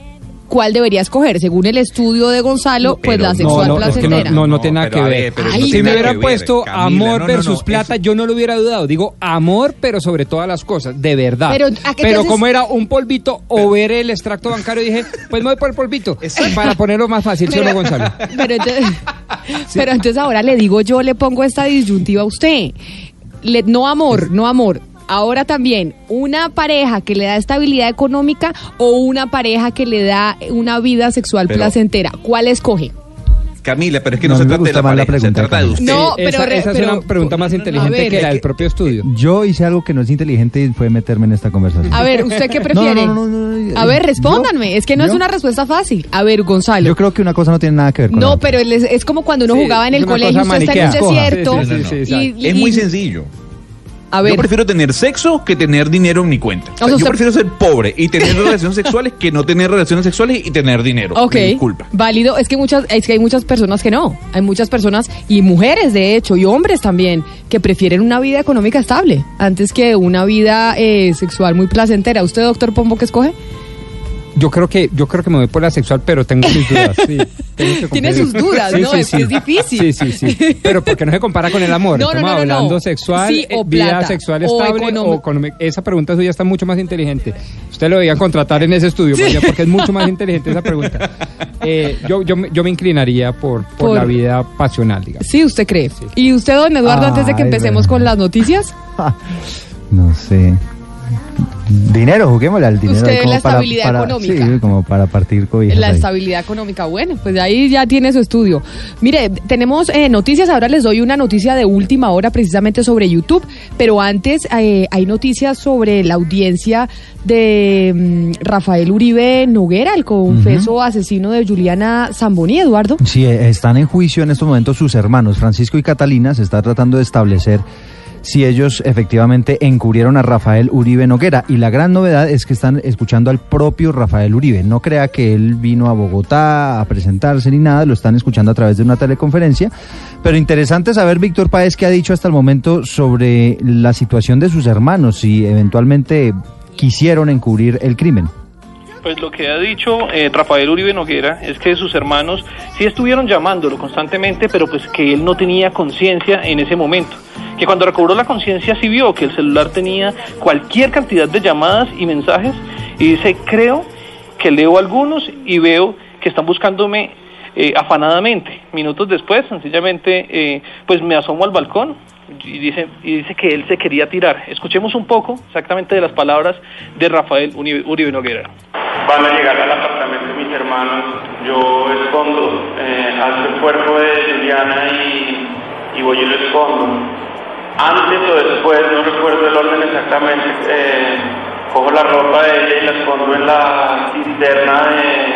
Speaker 4: ¿cuál debería escoger? Según el estudio de Gonzalo, no, pues la sexual
Speaker 7: no, no,
Speaker 4: placentera.
Speaker 7: Es que no, no, no tiene nada que ver. Ver pero Ay, si me hubieran puesto Camila, amor no, versus no, no, plata, eso... yo no lo hubiera dudado. Digo, amor, pero sobre todas las cosas, de verdad. Pero, pero haces... como era un polvito o ver el extracto bancario, dije, pues me voy por el polvito, para ponerlo más fácil, ¿sí o no, Gonzalo? Pero entonces,
Speaker 4: sí. pero entonces ahora le digo, yo le pongo esta disyuntiva a usted. Le, no amor, no amor. Ahora también, una pareja que le da estabilidad económica o una pareja que le da una vida sexual pero, placentera, ¿cuál escoge?
Speaker 5: Camila, pero es que no, no se trata de la pareja, la pregunta, se trata de usted.
Speaker 7: No, pero, esa, esa pero, es una pregunta más inteligente ver, que la del propio estudio.
Speaker 1: Yo hice algo que no es inteligente y fue meterme en esta conversación.
Speaker 4: A ver, ¿usted qué prefiere? No, no, no, no, no, a ver, respóndanme, yo, es que no yo, es una respuesta fácil. A ver, Gonzalo.
Speaker 1: Yo creo que una cosa no tiene nada que ver con
Speaker 4: No,
Speaker 1: otra.
Speaker 4: pero es, es como cuando uno sí, jugaba en el colegio, usted está en un desierto.
Speaker 5: Sí, sí, sí, sí, y, y, es muy sencillo.
Speaker 4: A ver.
Speaker 5: Yo prefiero tener sexo que tener dinero en mi cuenta. O sea, yo usted... prefiero ser pobre y tener relaciones sexuales que no tener relaciones sexuales y tener dinero.
Speaker 4: Ok,
Speaker 5: me disculpa.
Speaker 4: Válido. Es que muchas, es que hay muchas personas que no. Hay muchas personas y mujeres de hecho y hombres también que prefieren una vida económica estable antes que una vida eh, sexual muy placentera. ¿Usted, doctor Pombo, qué escoge?
Speaker 7: Yo creo que yo creo que me voy por la sexual, pero tengo mis dudas. Sí, tengo
Speaker 4: Tiene sus dudas, sí, ¿no? Sí, es sí. que es difícil.
Speaker 7: Sí, sí, sí. Pero porque no se compara con el amor.
Speaker 4: No,
Speaker 7: Estamos
Speaker 4: no, no,
Speaker 7: hablando
Speaker 4: no.
Speaker 7: sexual,
Speaker 4: sí, o
Speaker 7: vida
Speaker 4: plata,
Speaker 7: sexual
Speaker 4: o
Speaker 7: estable
Speaker 4: económico.
Speaker 7: o económica. Esa pregunta suya está mucho más inteligente. Usted lo debía contratar en ese estudio, sí. porque es mucho más inteligente esa pregunta. Eh, yo, yo, yo me inclinaría por, por, por la vida pasional, digamos.
Speaker 4: Sí, ¿usted cree? Sí. ¿Y usted, don Eduardo, Ay, antes de que empecemos bueno. con las noticias?
Speaker 1: No sé. Dinero, juguémosle al dinero.
Speaker 4: Usted la estabilidad
Speaker 1: para,
Speaker 4: económica.
Speaker 1: Sí, como para partir cobijas.
Speaker 4: La ahí. estabilidad económica, bueno, pues ahí ya tiene su estudio. Mire, tenemos eh, noticias, ahora les doy una noticia de última hora precisamente sobre YouTube, pero antes eh, hay noticias sobre la audiencia de um, Rafael Uribe Noguera, el confeso uh-huh. asesino de Juliana Zamboni, Eduardo.
Speaker 1: Sí, están en juicio en estos momentos sus hermanos, Francisco y Catalina, se está tratando de establecer si ellos efectivamente encubrieron a Rafael Uribe Noguera. Y la gran novedad es que están escuchando al propio Rafael Uribe. No crea que él vino a Bogotá a presentarse ni nada, lo están escuchando a través de una teleconferencia. Pero interesante saber, Víctor Páez, qué ha dicho hasta el momento sobre la situación de sus hermanos, si eventualmente quisieron encubrir el crimen.
Speaker 9: Pues lo que ha dicho eh, Rafael Uribe Noguera es que sus hermanos sí estuvieron llamándolo constantemente, pero pues que él no tenía conciencia en ese momento. Que cuando recobró la conciencia sí vio que el celular tenía cualquier cantidad de llamadas y mensajes y dice, creo que leo algunos y veo que están buscándome eh, afanadamente. Minutos después, sencillamente, eh, pues me asomo al balcón y dice, y dice que él se quería tirar. Escuchemos un poco exactamente de las palabras de Rafael Uribe, Uribe Noguera.
Speaker 23: Van a llegar al apartamento de mis hermanos, yo escondo eh, hasta el cuerpo de Juliana y, y voy y lo escondo. Antes o después, no recuerdo el orden exactamente, eh, cojo la ropa de ella y la escondo en la cisterna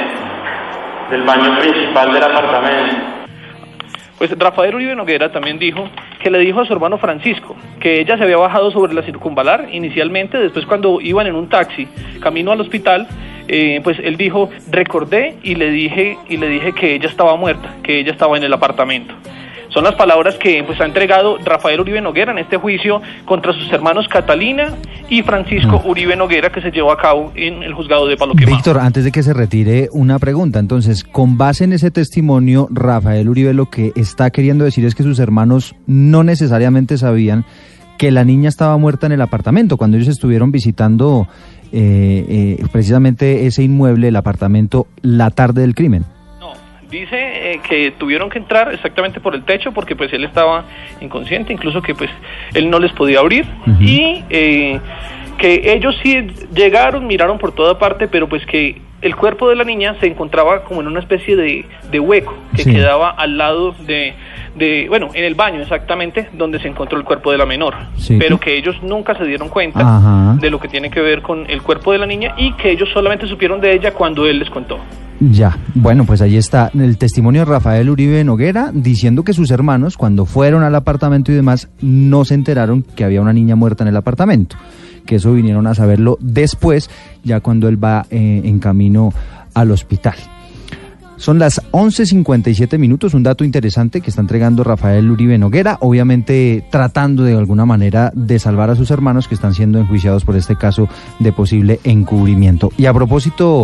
Speaker 23: de, del baño principal del apartamento.
Speaker 9: Pues Rafael Uribe Noguera también dijo que le dijo a su hermano Francisco que ella se había bajado sobre la circunvalar inicialmente, después cuando iban en un taxi camino al hospital, eh, pues él dijo, recordé y le dije y le dije que ella estaba muerta, que ella estaba en el apartamento. Son las palabras que pues ha entregado Rafael Uribe Noguera en este juicio contra sus hermanos Catalina y Francisco Uribe Noguera, que se llevó a cabo en el juzgado de Palo Quemado.
Speaker 1: Víctor, antes de que se retire, una pregunta. Entonces, con base en ese testimonio, Rafael Uribe lo que está queriendo decir es que sus hermanos no necesariamente sabían que la niña estaba muerta en el apartamento cuando ellos estuvieron visitando eh, eh, precisamente ese inmueble, el apartamento, la tarde del crimen.
Speaker 9: Dice eh, que tuvieron que entrar exactamente por el techo porque pues él estaba inconsciente, incluso que pues él no les podía abrir uh-huh. y eh, que ellos sí llegaron, miraron por toda parte, pero pues que el cuerpo de la niña se encontraba como en una especie de, de hueco que sí. quedaba al lado de, de, bueno, en el baño exactamente donde se encontró el cuerpo de la menor, sí. pero que ellos nunca se dieron cuenta Ajá. de lo que tiene que ver con el cuerpo de la niña y que ellos solamente supieron de ella cuando él les contó.
Speaker 1: Ya, bueno, pues ahí está el testimonio de Rafael Uribe Noguera diciendo que sus hermanos, cuando fueron al apartamento y demás, no se enteraron que había una niña muerta en el apartamento, que eso vinieron a saberlo después, ya cuando él va eh, en camino al hospital. Son las once cincuenta y siete minutos, un dato interesante que está entregando Rafael Uribe Noguera, obviamente tratando de alguna manera de salvar a sus hermanos que están siendo enjuiciados por este caso de posible encubrimiento. Y a propósito,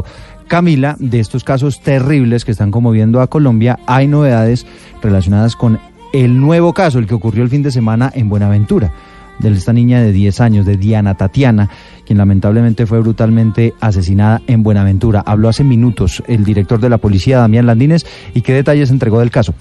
Speaker 1: Camila, de estos casos terribles que están conmoviendo a Colombia, hay novedades relacionadas con el nuevo caso, el que ocurrió el fin de semana en Buenaventura, de esta niña de diez años, de Diana Tatiana, quien lamentablemente fue brutalmente asesinada en Buenaventura. Habló hace minutos el director de la policía, Damián Landines, y qué detalles entregó del caso.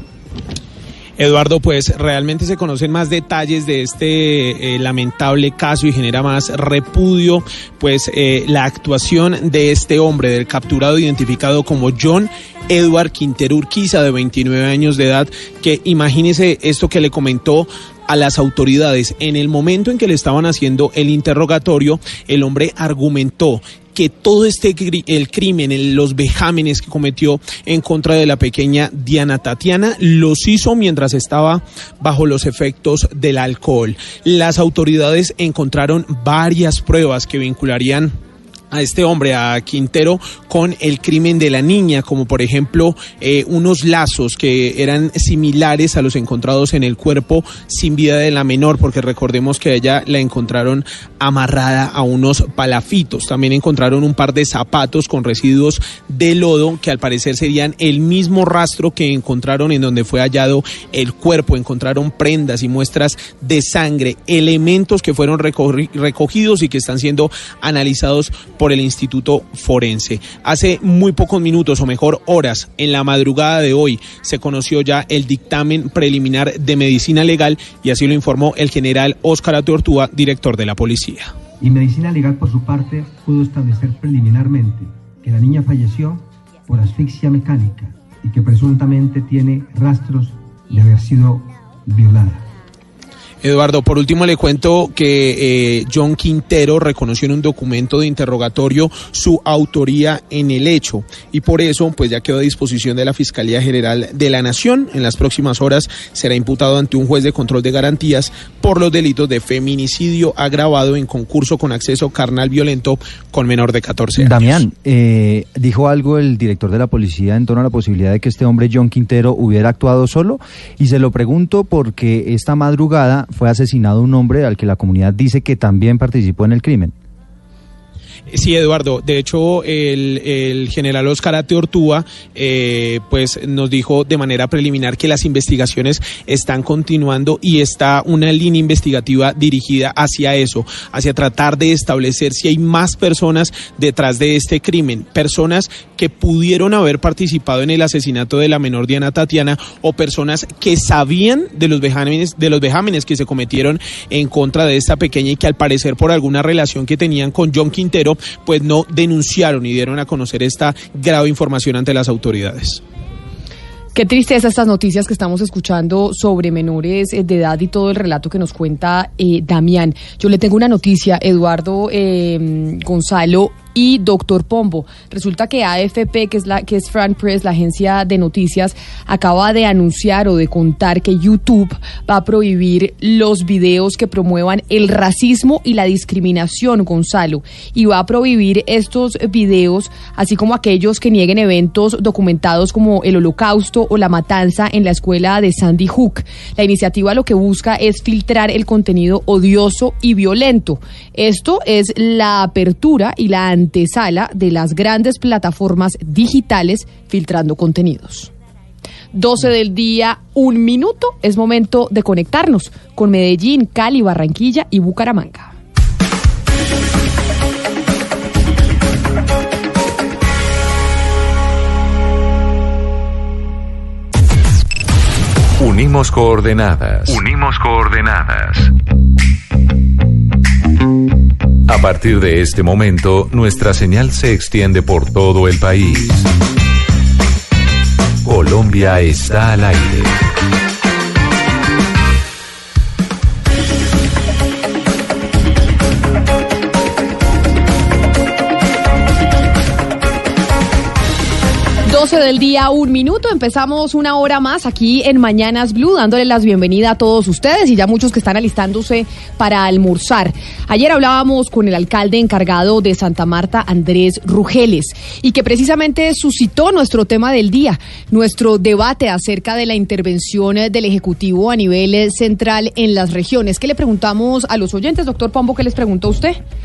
Speaker 11: Eduardo, pues realmente se conocen más detalles de este eh, lamentable caso y genera más repudio, pues eh, la actuación de este hombre, del capturado identificado como John Edward Quintero Urquiza, de veintinueve años de edad, que imagínese esto que le comentó a las autoridades. En el momento en que le estaban haciendo el interrogatorio, el hombre argumentó que todo este el crimen, los vejámenes que cometió en contra de la pequeña Diana Tatiana, los hizo mientras estaba bajo los efectos del alcohol. Las autoridades encontraron varias pruebas que vincularían a este hombre, a Quintero, con el crimen de la niña, como por ejemplo eh, unos lazos que eran similares a los encontrados en el cuerpo sin vida de la menor, porque recordemos que a ella la encontraron amarrada a unos palafitos. También encontraron un par de zapatos con residuos de lodo que al parecer serían el mismo rastro que encontraron en donde fue hallado el cuerpo. Encontraron prendas y muestras de sangre, elementos que fueron recogidos y que están siendo analizados por el Instituto Forense. Hace muy pocos minutos, o mejor horas, en la madrugada de hoy, se conoció ya el dictamen preliminar de medicina legal, y así lo informó el general Óscar Atortúa, director de la policía.
Speaker 12: Y medicina legal, por su parte, pudo establecer preliminarmente que la niña falleció por asfixia mecánica y que presuntamente tiene rastros de haber sido violada.
Speaker 11: Eduardo, por último le cuento que eh, John Quintero reconoció en un documento de interrogatorio su autoría en el hecho, y por eso pues ya quedó a disposición de la Fiscalía General de la Nación. En las próximas horas será imputado ante un juez de control de garantías por los delitos de feminicidio agravado en concurso con acceso carnal violento con menor de catorce años.
Speaker 1: Damián, eh, dijo algo el director de la policía en torno a la posibilidad de que este hombre John Quintero hubiera actuado solo, y se lo pregunto porque esta madrugada fue asesinado un hombre al que la comunidad dice que también participó en el crimen.
Speaker 11: Sí, Eduardo, de hecho el, el general Óscar Atortúa eh, pues nos dijo de manera preliminar que las investigaciones están continuando y está una línea investigativa dirigida hacia eso, hacia tratar de establecer si hay más personas detrás de este crimen, personas que pudieron haber participado en el asesinato de la menor Diana Tatiana, o personas que sabían de los vejámenes, de los vejámenes que se cometieron en contra de esta pequeña y que al parecer por alguna relación que tenían con John Quintero pues no denunciaron y dieron a conocer esta grave información ante las autoridades.
Speaker 4: Qué tristeza estas noticias que estamos escuchando sobre menores de edad y todo el relato que nos cuenta eh, Damián. Yo le tengo una noticia, Eduardo, eh, Gonzalo y doctor Pombo. Resulta que A F P, que es la que es France Press, la agencia de noticias, acaba de anunciar o de contar que YouTube va a prohibir los videos que promuevan el racismo y la discriminación, Gonzalo, y va a prohibir estos videos, así como aquellos que nieguen eventos documentados como el Holocausto o la matanza en la escuela de Sandy Hook. La iniciativa lo que busca es filtrar el contenido odioso y violento. Esto es la apertura y la antesala de las grandes plataformas digitales filtrando contenidos. doce del día, un minuto, es momento de conectarnos con Medellín, Cali, Barranquilla y Bucaramanga.
Speaker 3: Unimos coordenadas. Unimos coordenadas. A partir de este momento, nuestra señal se extiende por todo el país. Colombia está al aire.
Speaker 4: doce del día, un minuto. Empezamos una hora más aquí en Mañanas Blue, dándole las bienvenidas a todos ustedes y ya muchos que están alistándose para almorzar. Ayer hablábamos con el alcalde encargado de Santa Marta, Andrés Rugeles, y que precisamente suscitó nuestro tema del día, nuestro debate acerca de la intervención del Ejecutivo a nivel central en las regiones. ¿Qué le preguntamos a los oyentes? Doctor Pombo, ¿qué les preguntó usted?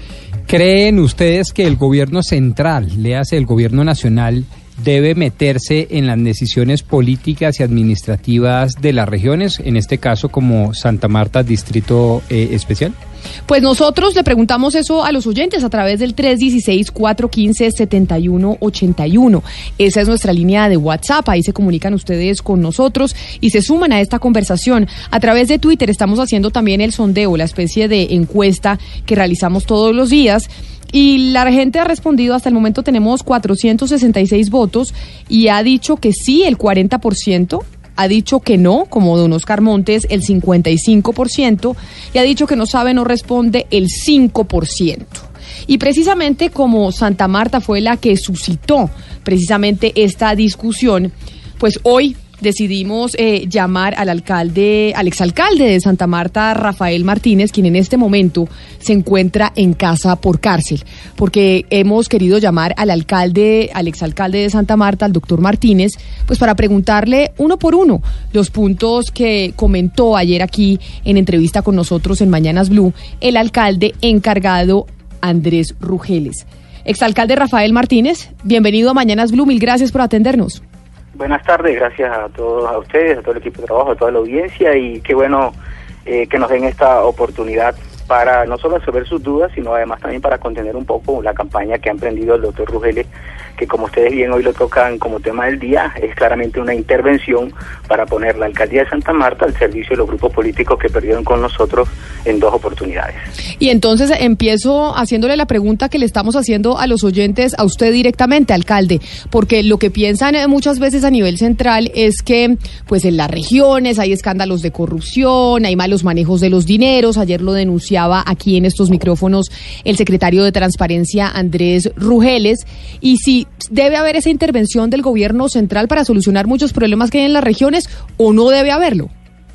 Speaker 7: ¿Creen ustedes que el gobierno central, le hace el gobierno nacional, debe meterse en las decisiones políticas y administrativas de las regiones, en este caso como Santa Marta, Distrito eh, Especial?
Speaker 4: Pues nosotros le preguntamos eso a los oyentes a través del tres uno seis, cuatro uno cinco, siete uno ocho uno. Esa es nuestra línea de WhatsApp, ahí se comunican ustedes con nosotros y se suman a esta conversación. A través de Twitter estamos haciendo también el sondeo, la especie de encuesta que realizamos todos los días. Y la gente ha respondido, hasta el momento tenemos cuatrocientos sesenta y seis votos y ha dicho que sí el cuarenta por ciento, ha dicho que no, como don Oscar Montes, el cincuenta y cinco por ciento, y ha dicho que no sabe, no responde el cinco por ciento. Y precisamente como Santa Marta fue la que suscitó precisamente esta discusión, pues hoy decidimos eh, llamar al alcalde, al exalcalde de Santa Marta, Rafael Martínez, quien en este momento se encuentra en casa por cárcel, porque hemos querido llamar al alcalde, al exalcalde de Santa Marta, al doctor Martínez, pues para preguntarle uno por uno los puntos que comentó ayer aquí en entrevista con nosotros en Mañanas Blue el alcalde encargado Andrés Rugeles. Exalcalde Rafael Martínez, bienvenido a Mañanas Blue, mil gracias por atendernos.
Speaker 10: Buenas tardes, gracias a todos, a ustedes, a todo el equipo de trabajo, a toda la audiencia, y qué bueno eh, que nos den esta oportunidad para no solo resolver sus dudas, sino además también para contener un poco la campaña que ha emprendido el doctor Rugeles, que como ustedes bien hoy lo tocan como tema del día, es claramente una intervención para poner la alcaldía de Santa Marta al servicio de los grupos políticos que perdieron con nosotros en dos oportunidades.
Speaker 4: Y entonces empiezo haciéndole la pregunta que le estamos haciendo a los oyentes, a usted directamente, alcalde, porque lo que piensan muchas veces a nivel central es que pues en las regiones hay escándalos de corrupción, hay malos manejos de los dineros. Ayer lo denunciaba aquí en estos micrófonos el secretario de Transparencia, Andrés Rugeles, y si debe haber esa intervención del gobierno central para solucionar muchos problemas que hay en las regiones, o no debe haberlo.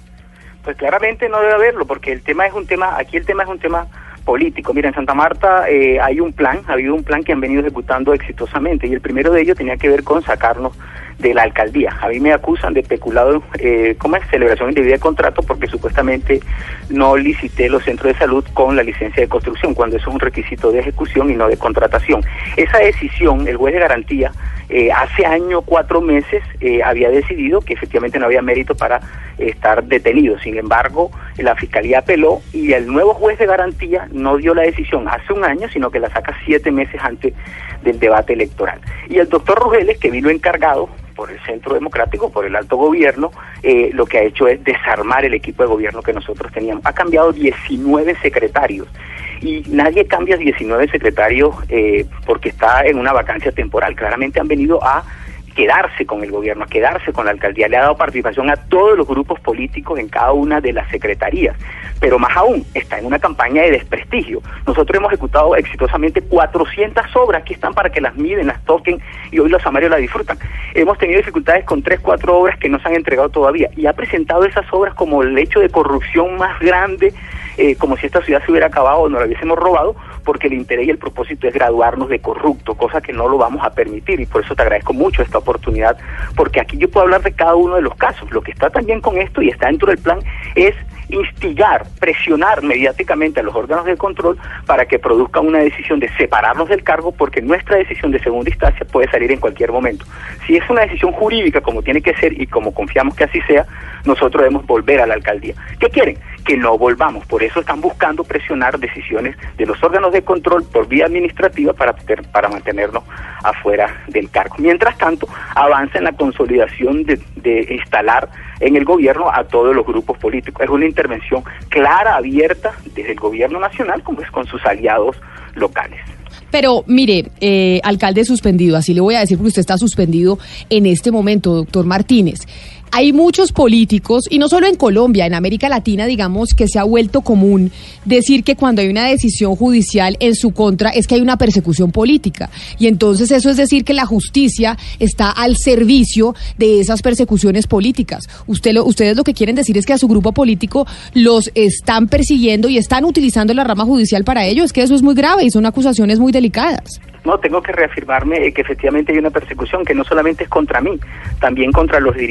Speaker 10: Pues claramente no debe haberlo, porque el tema es un tema, aquí el tema es un tema político. Mira, en Santa Marta eh, hay un plan, ha habido un plan que han venido ejecutando exitosamente, y el primero de ellos tenía que ver con sacarnos de la alcaldía. A mí me acusan de peculado, eh, ¿cómo es? Celebración indebida de contrato, porque supuestamente no licité los centros de salud con la licencia de construcción, cuando eso es un requisito de ejecución y no de contratación. Esa decisión, el juez de garantía, eh, hace año, cuatro meses, eh, había decidido que efectivamente no había mérito para eh, estar detenido. Sin embargo, la Fiscalía apeló y el nuevo juez de garantía no dio la decisión hace un año, sino que la saca siete meses antes del debate electoral. Y el doctor Rugeles, que vino encargado por el Centro Democrático, por el alto gobierno, eh, lo que ha hecho es desarmar el equipo de gobierno que nosotros teníamos. Ha cambiado diecinueve secretarios, y nadie cambia diecinueve secretarios eh, porque está en una vacancia temporal. Claramente han venido a quedarse con el gobierno, a quedarse con la alcaldía. Le ha dado participación a todos los grupos políticos en cada una de las secretarías, pero más aún, está en una campaña de desprestigio. Nosotros hemos ejecutado exitosamente cuatrocientas obras, aquí están para que las miden, las toquen, y hoy los samarios la disfrutan. Hemos tenido dificultades con tres, cuatro obras que no se han entregado todavía, y ha presentado esas obras como el hecho de corrupción más grande, eh, como si esta ciudad se hubiera acabado o nos la hubiésemos robado, porque el interés y el propósito es graduarnos de corrupto, cosa que no lo vamos a permitir, y por eso te agradezco mucho esta oportunidad, porque aquí yo puedo hablar de cada uno de los casos. Lo que está también con esto y está dentro del plan es instigar, presionar mediáticamente a los órganos de control para que produzcan una decisión de separarnos del cargo, porque nuestra decisión de segunda instancia puede salir en cualquier momento. Si es una decisión jurídica, como tiene que ser y como confiamos que así sea, nosotros debemos volver a la alcaldía. ¿Qué quieren? Que no volvamos. Por eso están buscando presionar decisiones de los órganos de control por vía administrativa para, para mantenernos afuera del cargo. Mientras tanto, avanza en la consolidación de, de instalar en el gobierno a todos los grupos políticos. Es una intervención clara, abierta, desde el gobierno nacional como es con sus aliados locales.
Speaker 4: Pero mire, eh, alcalde suspendido, así le voy a decir porque usted está suspendido en este momento, doctor Martínez. Hay muchos políticos, y no solo en Colombia, en América Latina, digamos, que se ha vuelto común decir que cuando hay una decisión judicial en su contra es que hay una persecución política. Y entonces eso es decir que la justicia está al servicio de esas persecuciones políticas. Usted lo, ustedes lo que quieren decir es que a su grupo político los están persiguiendo y están utilizando la rama judicial para ello. Es que eso es muy grave y son acusaciones muy delicadas.
Speaker 10: No, tengo que reafirmarme eh, que efectivamente hay una persecución que no solamente es contra mí, también contra los dirigentes del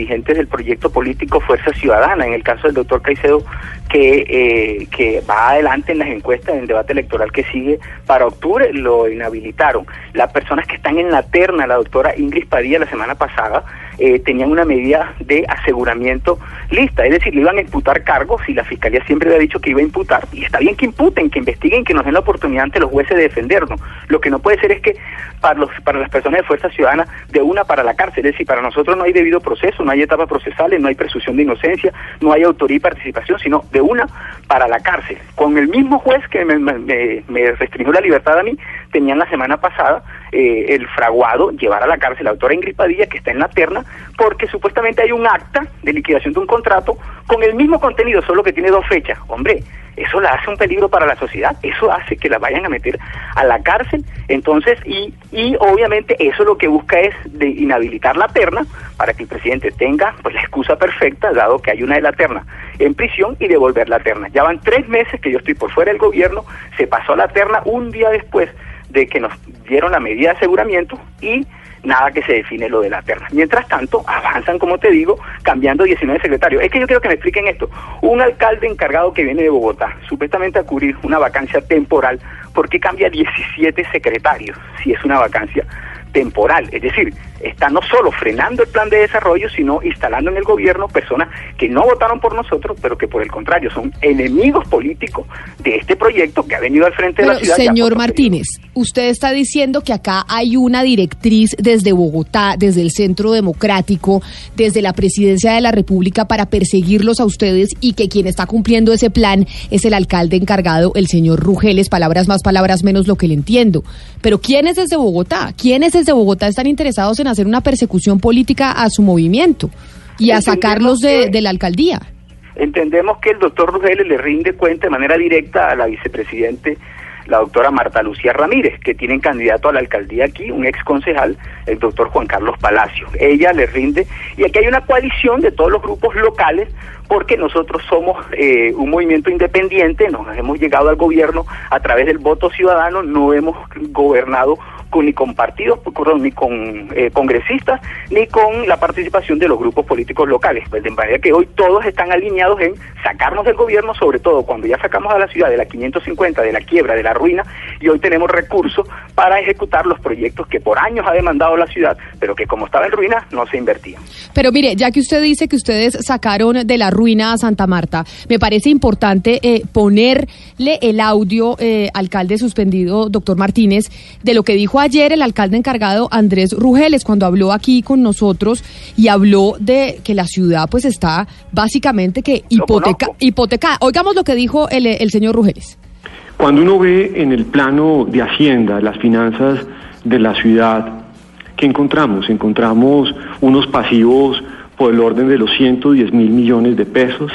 Speaker 10: proyecto político Fuerza Ciudadana, en el caso del doctor Caicedo, que, eh, que va adelante en las encuestas, en el debate electoral que sigue para octubre, lo inhabilitaron. Las personas que están en la terna, la doctora Ingrid Padilla la semana pasada, eh, tenían una medida de aseguramiento lista, es decir, le iban a imputar cargos y la Fiscalía siempre había dicho que iba a imputar, y está bien que imputen, que investiguen, que nos den la oportunidad ante los jueces de defendernos. Lo que no puede ser es que para los para las personas de Fuerza Ciudadana, de una para la cárcel, es decir, para nosotros no hay debido proceso, no hay etapas procesales, no hay presunción de inocencia, no hay autoría y participación, sino de una para la cárcel. Con el mismo juez que me, me, me restringió la libertad a mí, tenían la semana pasada eh, el fraguado llevar a la cárcel a la doctora Ingrid Padilla, que está en la terna, porque supuestamente hay un acta de liquidación de un contrato con el mismo contenido, solo que tiene dos fechas. Hombre, eso la hace un peligro para la sociedad, eso hace que la vayan a meter a la cárcel. Entonces, y, y obviamente eso lo que busca es de inhabilitar la terna para que el presidente tenga pues la excusa perfecta, dado que hay una de la terna en prisión, y devolver la terna. Ya van tres meses que yo estoy por fuera del gobierno, se pasó a la terna un día después de que nos dieron la medida de aseguramiento y nada que se define lo de la terna. Mientras tanto, avanzan, como te digo, cambiando diecinueve secretarios. Es que yo quiero que me expliquen esto. Un alcalde encargado que viene de Bogotá, supuestamente a cubrir una vacancia temporal, ¿por qué cambia diecisiete secretarios si es una vacancia temporal? Es decir, está no solo frenando el plan de desarrollo, sino instalando en el gobierno personas que no votaron por nosotros, pero que por el contrario son enemigos políticos de este proyecto que ha venido al frente
Speaker 4: pero,
Speaker 10: de la ciudad.
Speaker 4: Señor Martínez, usted está diciendo que acá hay una directriz desde Bogotá, desde el Centro Democrático, desde la Presidencia de la República para perseguirlos a ustedes, y que quien está cumpliendo ese plan es el alcalde encargado, el señor Rugeles, palabras más, palabras menos, lo que le entiendo. Pero ¿quiénes desde Bogotá? ¿Quiénes desde Bogotá están interesados en hacer una persecución política a su movimiento y a sacarlos de, de la alcaldía?
Speaker 10: Entendemos que el doctor Rugeles le rinde cuenta de manera directa a la vicepresidente, la doctora Marta Lucía Ramírez, que tienen candidato a la alcaldía aquí, un ex concejal, el doctor Juan Carlos Palacio. Ella le rinde, y aquí hay una coalición de todos los grupos locales, porque nosotros somos eh, un movimiento independiente, nos hemos llegado al gobierno a través del voto ciudadano, no hemos gobernado con, ni con partidos, ni con eh, congresistas, ni con la participación de los grupos políticos locales. Pues de manera que hoy todos están alineados en sacarnos del gobierno, sobre todo cuando ya sacamos a la ciudad de la quinientos cincuenta, de la quiebra, de la ruina, y hoy tenemos recursos para ejecutar los proyectos que por años ha demandado la ciudad, pero que como estaba en ruina no se invertían.
Speaker 4: Pero mire, ya que usted dice que ustedes sacaron de la ruina a Santa Marta, me parece importante eh, ponerle el audio, eh, alcalde suspendido, doctor Martínez, de lo que dijo ayer el alcalde encargado Andrés Rugeles cuando habló aquí con nosotros y habló de que la ciudad pues está básicamente que hipoteca, hipotecada. Oigamos lo que dijo el, el señor Rugeles.
Speaker 13: Cuando uno ve en el plano de Hacienda las finanzas de la ciudad, ¿qué encontramos? Encontramos unos pasivos por el orden de los ciento diez mil millones de pesos.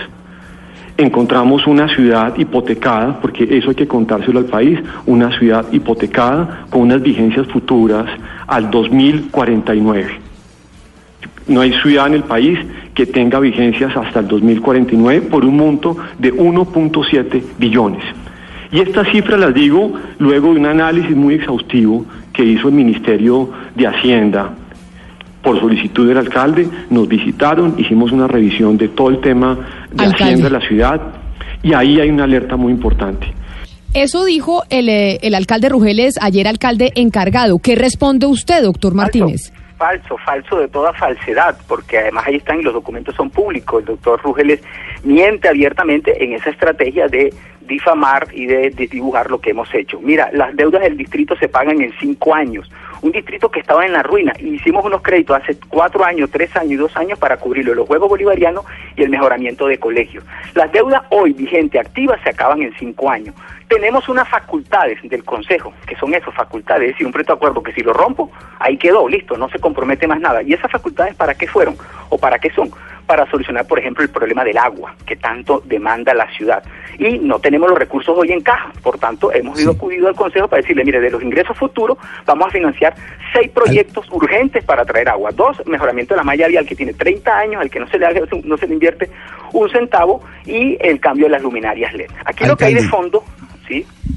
Speaker 13: Encontramos una ciudad hipotecada, porque eso hay que contárselo al país, una ciudad hipotecada con unas vigencias futuras al dos mil cuarenta y nueve. No hay ciudad en el país que tenga vigencias hasta el dos mil cuarenta y nueve por un monto de uno punto siete billones. Y estas cifras las digo luego de un análisis muy exhaustivo que hizo el Ministerio de Hacienda. Por solicitud del alcalde, nos visitaron, hicimos una revisión de todo el tema de alcalde. Hacienda de la ciudad, y ahí hay una alerta muy importante.
Speaker 4: Eso dijo el, eh, el alcalde Rugeles, ayer alcalde encargado. ¿Qué responde usted, doctor Martínez?
Speaker 10: Falso, falso de toda falsedad, porque además ahí están y los documentos son públicos. El doctor Rugeles miente abiertamente en esa estrategia de difamar y de desdibujar lo que hemos hecho. Mira, las deudas del distrito se pagan en cinco años. Un distrito que estaba en la ruina, y hicimos unos créditos hace cuatro años, tres años y dos años para cubrirlo, los Juegos Bolivarianos y el mejoramiento de colegios. Las deudas hoy vigentes, activas, se acaban en cinco años. Tenemos unas facultades del Consejo, que son esas facultades, es decir, un preacuerdo que si lo rompo, ahí quedó, listo, no se compromete más nada. ¿Y esas facultades para qué fueron? ¿O para qué son? Para solucionar, por ejemplo, el problema del agua, que tanto demanda la ciudad. Y no tenemos los recursos hoy en caja, por tanto, hemos ido acudido al Consejo para decirle, mire, de los ingresos futuros vamos a financiar seis proyectos Al... urgentes para traer agua. Dos, mejoramiento de la malla vial, que tiene treinta años, al que no se le, no se le invierte un centavo, y el cambio de las luminarias L E D. Aquí Alcalde. Lo que hay de fondo, ¿sí?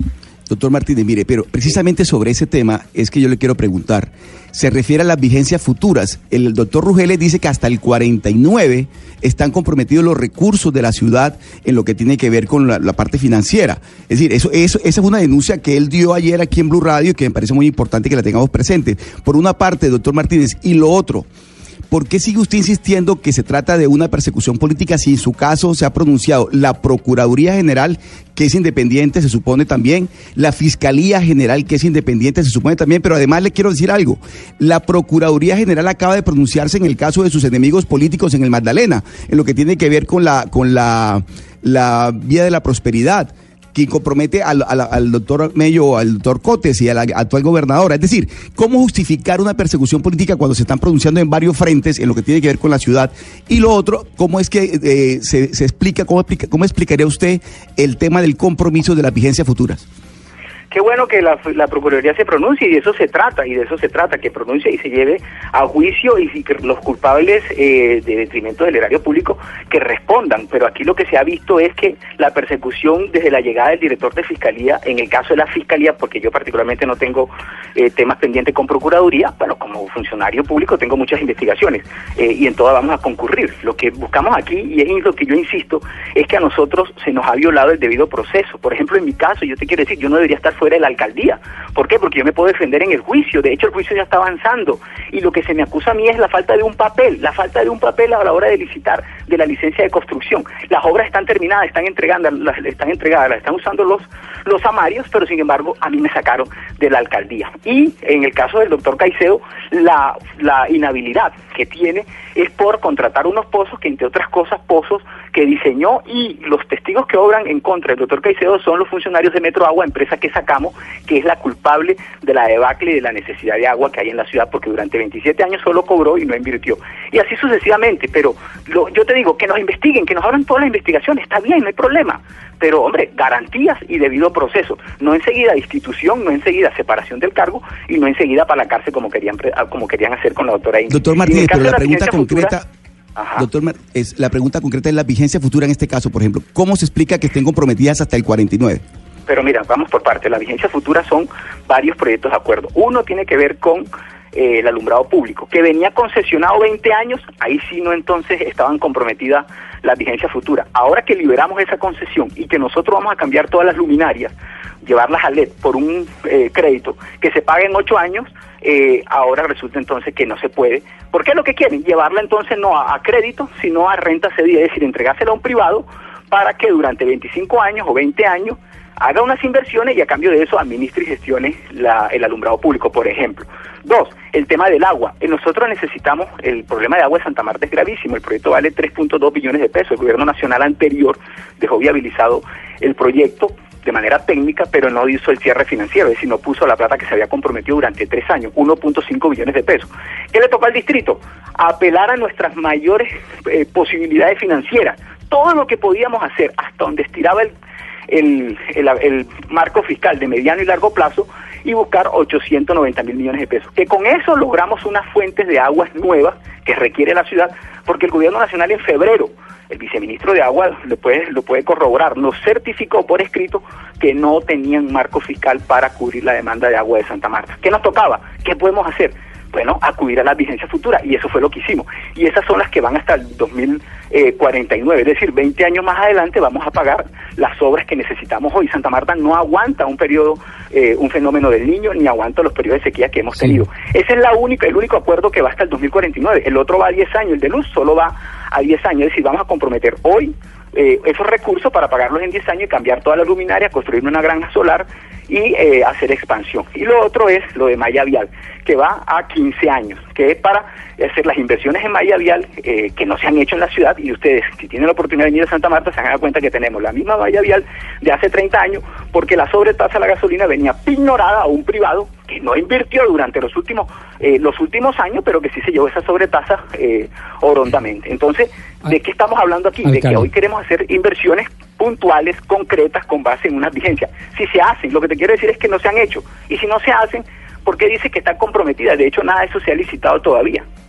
Speaker 8: Doctor Martínez, mire, pero precisamente sobre ese tema es que yo le quiero preguntar. Se refiere a las vigencias futuras. El doctor Rugeles dice que hasta el cuarenta y nueve están comprometidos los recursos de la ciudad en lo que tiene que ver con la, la parte financiera. Es decir, eso, eso, esa es una denuncia que él dio ayer aquí en Blue Radio y que me parece muy importante que la tengamos presente. Por una parte, doctor Martínez, y lo otro, ¿por qué sigue usted insistiendo que se trata de una persecución política si en su caso se ha pronunciado la Procuraduría General, que es independiente, se supone también, la Fiscalía General, que es independiente, se supone también, pero además le quiero decir algo, la Procuraduría General acaba de pronunciarse en el caso de sus enemigos políticos en el Magdalena, en lo que tiene que ver con la, con la, la vía de la prosperidad, que compromete al, al, al doctor Mello, al doctor Cotes y a la actual gobernadora. Es decir, ¿cómo justificar una persecución política cuando se están pronunciando en varios frentes en lo que tiene que ver con la ciudad? Y lo otro, ¿cómo es que eh, se, se explica, cómo, explica, cómo explicaría usted el tema del compromiso de las vigencias futuras?
Speaker 10: Qué bueno que la, la Procuraduría se pronuncie y de eso se trata, y de eso se trata, que pronuncie y se lleve a juicio y, y que los culpables eh, de detrimento del erario público que respondan. Pero aquí lo que se ha visto es que la persecución desde la llegada del director de Fiscalía, en el caso de la Fiscalía, porque yo particularmente no tengo eh, temas pendientes con Procuraduría, bueno, como funcionario público tengo muchas investigaciones eh, y en todas vamos a concurrir. Lo que buscamos aquí, y es en lo que yo insisto, es que a nosotros se nos ha violado el debido proceso. Por ejemplo, en mi caso, yo te quiero decir, yo no debería estar fuera de la alcaldía. ¿Por qué? Porque yo me puedo defender en el juicio. De hecho, el juicio ya está avanzando y lo que se me acusa a mí es la falta de un papel, la falta de un papel a la hora de licitar de la licencia de construcción. Las obras están terminadas, están entregando, las están entregadas, las están usando los los amarios, pero sin embargo a mí me sacaron de la alcaldía. Y en el caso del doctor Caicedo, la, la inhabilidad que tiene es por contratar unos pozos que, entre otras cosas, pozos que diseñó, y los testigos que obran en contra del doctor Caicedo son los funcionarios de Metro Agua, empresa que sacamos, que es la culpable de la debacle y de la necesidad de agua que hay en la ciudad, porque durante veintisiete años solo cobró y no invirtió. Y así sucesivamente, pero lo, yo te digo, que nos investiguen, que nos abran todas las investigaciones, está bien, no hay problema. Pero, hombre, garantías y debido proceso. No enseguida institución, no enseguida separación del cargo y no enseguida para la cárcel como querían como querían hacer con la doctora Ingrid.
Speaker 8: Doctor Martínez, pero la, la pregunta concreta...
Speaker 10: Futura, Ajá.
Speaker 8: Doctor, es, la pregunta concreta es la vigencia futura en este caso, por ejemplo. ¿Cómo se explica que estén comprometidas hasta el cuarenta y nueve?
Speaker 10: Pero mira, vamos por parte. La vigencia futura son varios proyectos de acuerdo. Uno tiene que ver con eh, el alumbrado público, que venía concesionado veinte años, ahí sí no entonces estaban comprometidas la vigencia futura. Ahora que liberamos esa concesión y que nosotros vamos a cambiar todas las luminarias, llevarlas a L E D por un eh, crédito que se pague en ocho años, eh, ahora resulta entonces que no se puede. ¿Por qué lo que quieren? Llevarla entonces no a, a crédito, sino a renta cedida, es decir, entregársela a un privado para que durante veinticinco años o veinte años haga unas inversiones y a cambio de eso administre y gestione la, el alumbrado público, por ejemplo. Dos, el tema del agua. Nosotros necesitamos, el problema de agua de Santa Marta es gravísimo, el proyecto vale tres punto dos billones de pesos, el gobierno nacional anterior dejó viabilizado el proyecto de manera técnica, pero no hizo el cierre financiero, es decir, no puso la plata que se había comprometido durante tres años, uno punto cinco billones de pesos. ¿Qué le tocó al distrito? Apelar a nuestras mayores eh, posibilidades financieras. Todo lo que podíamos hacer, hasta donde estiraba el El, el, el marco fiscal de mediano y largo plazo, y buscar ochocientos noventa mil millones de pesos, que con eso logramos unas fuentes de aguas nuevas que requiere la ciudad, porque el gobierno nacional en febrero, el viceministro de agua lo puede, lo puede corroborar, nos certificó por escrito que no tenían marco fiscal para cubrir la demanda de agua de Santa Marta. ¿Qué nos tocaba? ¿Qué podemos hacer? Bueno, acudir a las vigencias futuras, y eso fue lo que hicimos. Y esas son las que van hasta el dos mil cuarenta y nueve, es decir, veinte años más adelante vamos a pagar las obras que necesitamos hoy. Santa Marta no aguanta un periodo, eh, un fenómeno del Niño, ni aguanta los periodos de sequía que hemos tenido. Sí. Ese es la única, el único acuerdo que va hasta el dos mil cuarenta y nueve. El otro va a diez años, el de luz solo va a diez años, es decir, vamos a comprometer hoy eh, esos recursos para pagarlos en diez años y cambiar toda la luminaria, construir una granja solar y eh, hacer expansión. Y lo otro es lo de malla vial, que va a quince años, que es para hacer las inversiones en malla vial eh, que no se han hecho en la ciudad, y ustedes, si tienen la oportunidad de venir a Santa Marta, se van a dar cuenta que tenemos la misma malla vial de hace treinta años, porque la sobretasa de la gasolina venía pignorada a un privado que no invirtió durante los últimos eh, los últimos años, pero que sí se llevó esa sobretasa eh, horrendamente. Entonces, ¿de qué estamos hablando aquí? Alcalde. De que hoy queremos hacer inversiones puntuales, concretas, con base en unas vigencias. Si se hacen, lo que te quiero decir es que no se han hecho, y si no se hacen, ¿por qué dice que están comprometidas? De hecho, nada de eso se ha licitado todavía.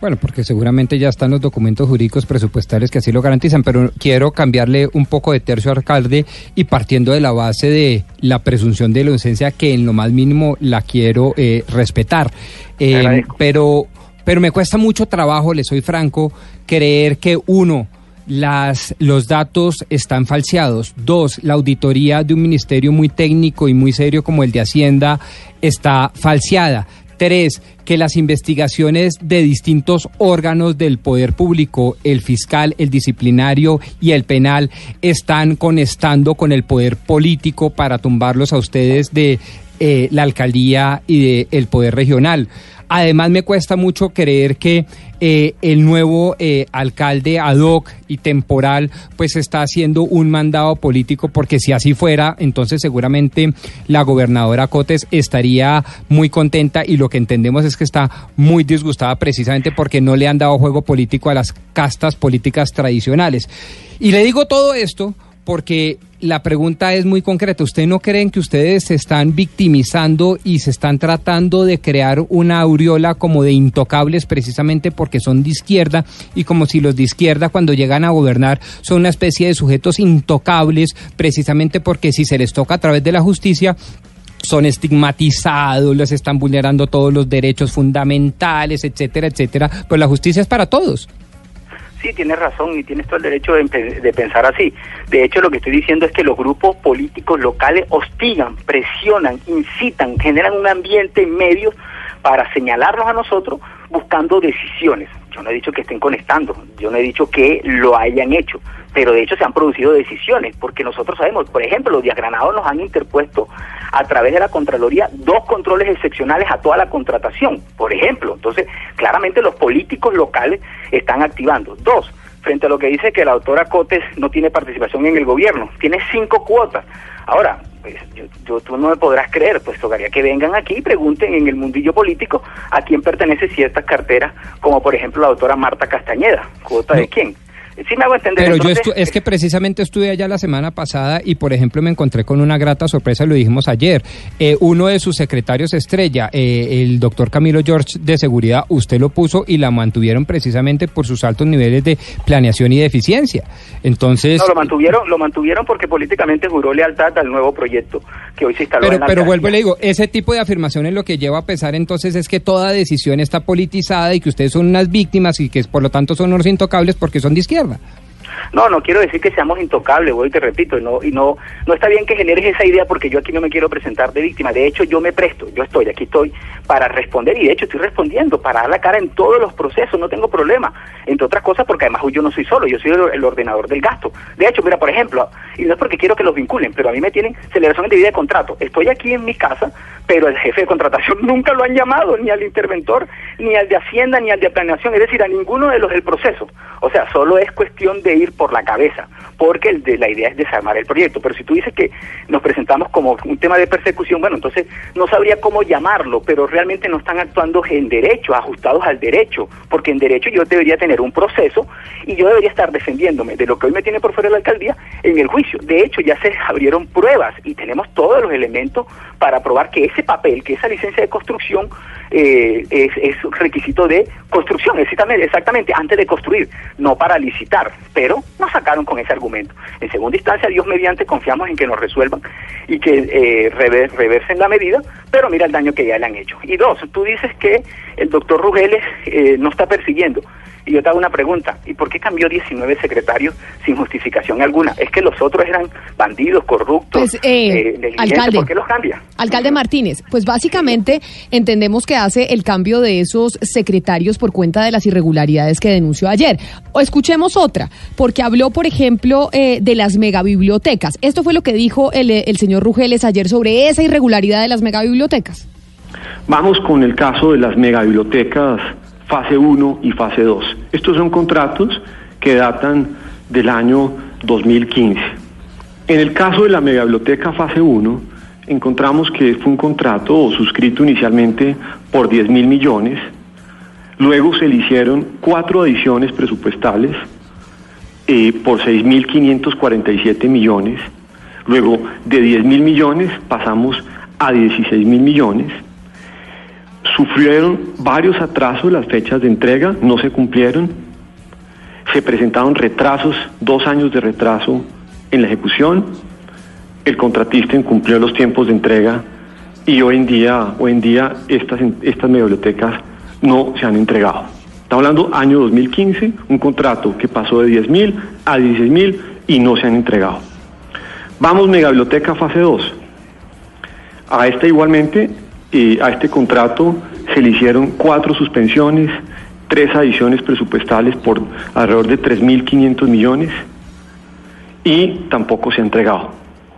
Speaker 7: Bueno, porque seguramente ya están los documentos jurídicos presupuestales que así lo garantizan, pero quiero cambiarle un poco de tercio, alcalde, y partiendo de la base de la presunción de inocencia, que en lo más mínimo la quiero eh, respetar. Eh, pero, pero me cuesta mucho trabajo, le soy franco, creer que uno, Las, los datos están falseados. Dos, la auditoría de un ministerio muy técnico y muy serio como el de Hacienda está falseada. Tres, que las investigaciones de distintos órganos del poder público, el fiscal, el disciplinario y el penal, están conectando con el poder político para tumbarlos a ustedes de eh, la alcaldía y del poder regional. Además, me cuesta mucho creer que eh, el nuevo eh, alcalde ad hoc y temporal pues está haciendo un mandado político, porque si así fuera, entonces seguramente la gobernadora Cotes estaría muy contenta, y lo que entendemos es que está muy disgustada precisamente porque no le han dado juego político a las castas políticas tradicionales. Y le digo todo esto porque la pregunta es muy concreta. ¿Usted no creen que ustedes se están victimizando y se están tratando de crear una aureola como de intocables precisamente porque son de izquierda, y como si los de izquierda cuando llegan a gobernar son una especie de sujetos intocables precisamente porque si se les toca a través de la justicia son estigmatizados, les están vulnerando todos los derechos fundamentales, etcétera, etcétera? Pues la justicia es para todos.
Speaker 10: Sí, tienes razón y tienes todo el derecho de, de pensar así. De hecho, lo que estoy diciendo es que los grupos políticos locales hostigan, presionan, incitan, generan un ambiente en medios para señalarnos a nosotros buscando decisiones. Yo no he dicho que estén conectando, yo no he dicho que lo hayan hecho, pero de hecho se han producido decisiones, porque nosotros sabemos, por ejemplo, los Díaz Granados nos han interpuesto a través de la Contraloría dos controles excepcionales a toda la contratación, por ejemplo. Entonces, claramente los políticos locales están activando. Dos, frente a lo que dice que la doctora Cotes no tiene participación en el gobierno, tiene cinco cuotas. Ahora, pues yo, yo, tú no me podrás creer, pues tocaría que vengan aquí y pregunten en el mundillo político a quién pertenece ciertas carteras, como por ejemplo la doctora Marta Castañeda. ¿Cuota no. de quién? Sí me hago entender.
Speaker 7: Pero
Speaker 10: entonces,
Speaker 7: yo estu- es que precisamente estuve allá la semana pasada y, por ejemplo, me encontré con una grata sorpresa, lo dijimos ayer. Eh, uno de sus secretarios estrella, eh, el doctor Camilo George de Seguridad, usted lo puso y la mantuvieron precisamente por sus altos niveles de planeación y de eficiencia. Entonces...
Speaker 10: No, lo mantuvieron, lo mantuvieron porque políticamente juró lealtad al nuevo proyecto que hoy se instaló
Speaker 7: Pero,
Speaker 10: en la
Speaker 7: pero
Speaker 10: alcaldía.
Speaker 7: vuelvo y le digo, ese tipo de afirmaciones lo que lleva a pensar entonces es que toda decisión está politizada y que ustedes son unas víctimas y que por lo tanto son unos intocables porque son de izquierda.
Speaker 10: No, no quiero decir que seamos intocables, voy y te repito, y no, y no, no está bien que generes esa idea porque yo aquí no me quiero presentar de víctima. De hecho, yo me presto, yo estoy, aquí estoy para responder, y de hecho estoy respondiendo, para dar la cara en todos los procesos, no tengo problema. Entre otras cosas porque además yo no soy solo, yo soy el, el ordenador del gasto. De hecho, mira, por ejemplo, y no es porque quiero que los vinculen, pero a mí me tienen celebración de vida de contrato. Estoy aquí en mi casa, pero el jefe de contratación nunca lo han llamado, ni al interventor, ni al de Hacienda, ni al de planeación, es decir, a ninguno de los del proceso. O sea, solo es cuestión de ir por la cabeza, porque el de, la idea es desarmar el proyecto. Pero si tú dices que nos presentamos como un tema de persecución, bueno, entonces no sabría cómo llamarlo, pero realmente no están actuando en derecho, ajustados al derecho, porque en derecho yo debería tener un proceso y yo debería estar defendiéndome de lo que hoy me tiene por fuera de la alcaldía en el juicio. De hecho, ya se abrieron pruebas y tenemos todos los elementos para probar que ese papel, que esa licencia de construcción eh, es, es requisito de construcción, exactamente, exactamente, antes de construir, no para licitar, pero nos sacaron con ese argumento. En segunda instancia, Dios mediante, confiamos en que nos resuelvan y que eh, rever, reversen la medida, pero mira el daño que ya le han hecho. Y dos, tú dices que el doctor Rugeles eh, no está persiguiendo. Y yo te hago una pregunta, ¿y por qué cambió diecinueve secretarios sin justificación alguna? Es que los otros eran bandidos, corruptos,
Speaker 4: pues, eh,
Speaker 10: eh,
Speaker 4: alcalde,
Speaker 10: ¿por qué los cambia?
Speaker 4: Alcalde Martínez, pues básicamente entendemos que hace el cambio de esos secretarios por cuenta de las irregularidades que denunció ayer. O escuchemos otra, porque habló, por ejemplo, eh, de las megabibliotecas. Esto fue lo que dijo el, el señor Rugeles ayer sobre esa irregularidad de las megabibliotecas.
Speaker 13: Vamos con el caso de las megabibliotecas fase uno y fase dos. Estos son contratos que datan del año dos mil quince. En el caso de la megabiblioteca fase uno, encontramos que fue un contrato suscrito inicialmente por diez mil millones, luego se le hicieron cuatro adiciones presupuestales eh, por seis mil quinientos cuarenta y siete millones, luego de diez mil millones pasamos a dieciséis mil millones. sufrieron varios atrasos en las fechas de entrega, no se cumplieron, se presentaron retrasos, dos años de retraso en la ejecución, el contratista incumplió los tiempos de entrega y hoy en día, hoy en día estas, estas bibliotecas no se han entregado. Estamos hablando año dos mil quince, un contrato que pasó de diez mil a dieciséis mil y no se han entregado. Vamos Megabiblioteca fase dos. A esta igualmente, eh, a este contrato se le hicieron cuatro suspensiones, tres adiciones presupuestales por alrededor de tres mil quinientos millones y tampoco se ha entregado.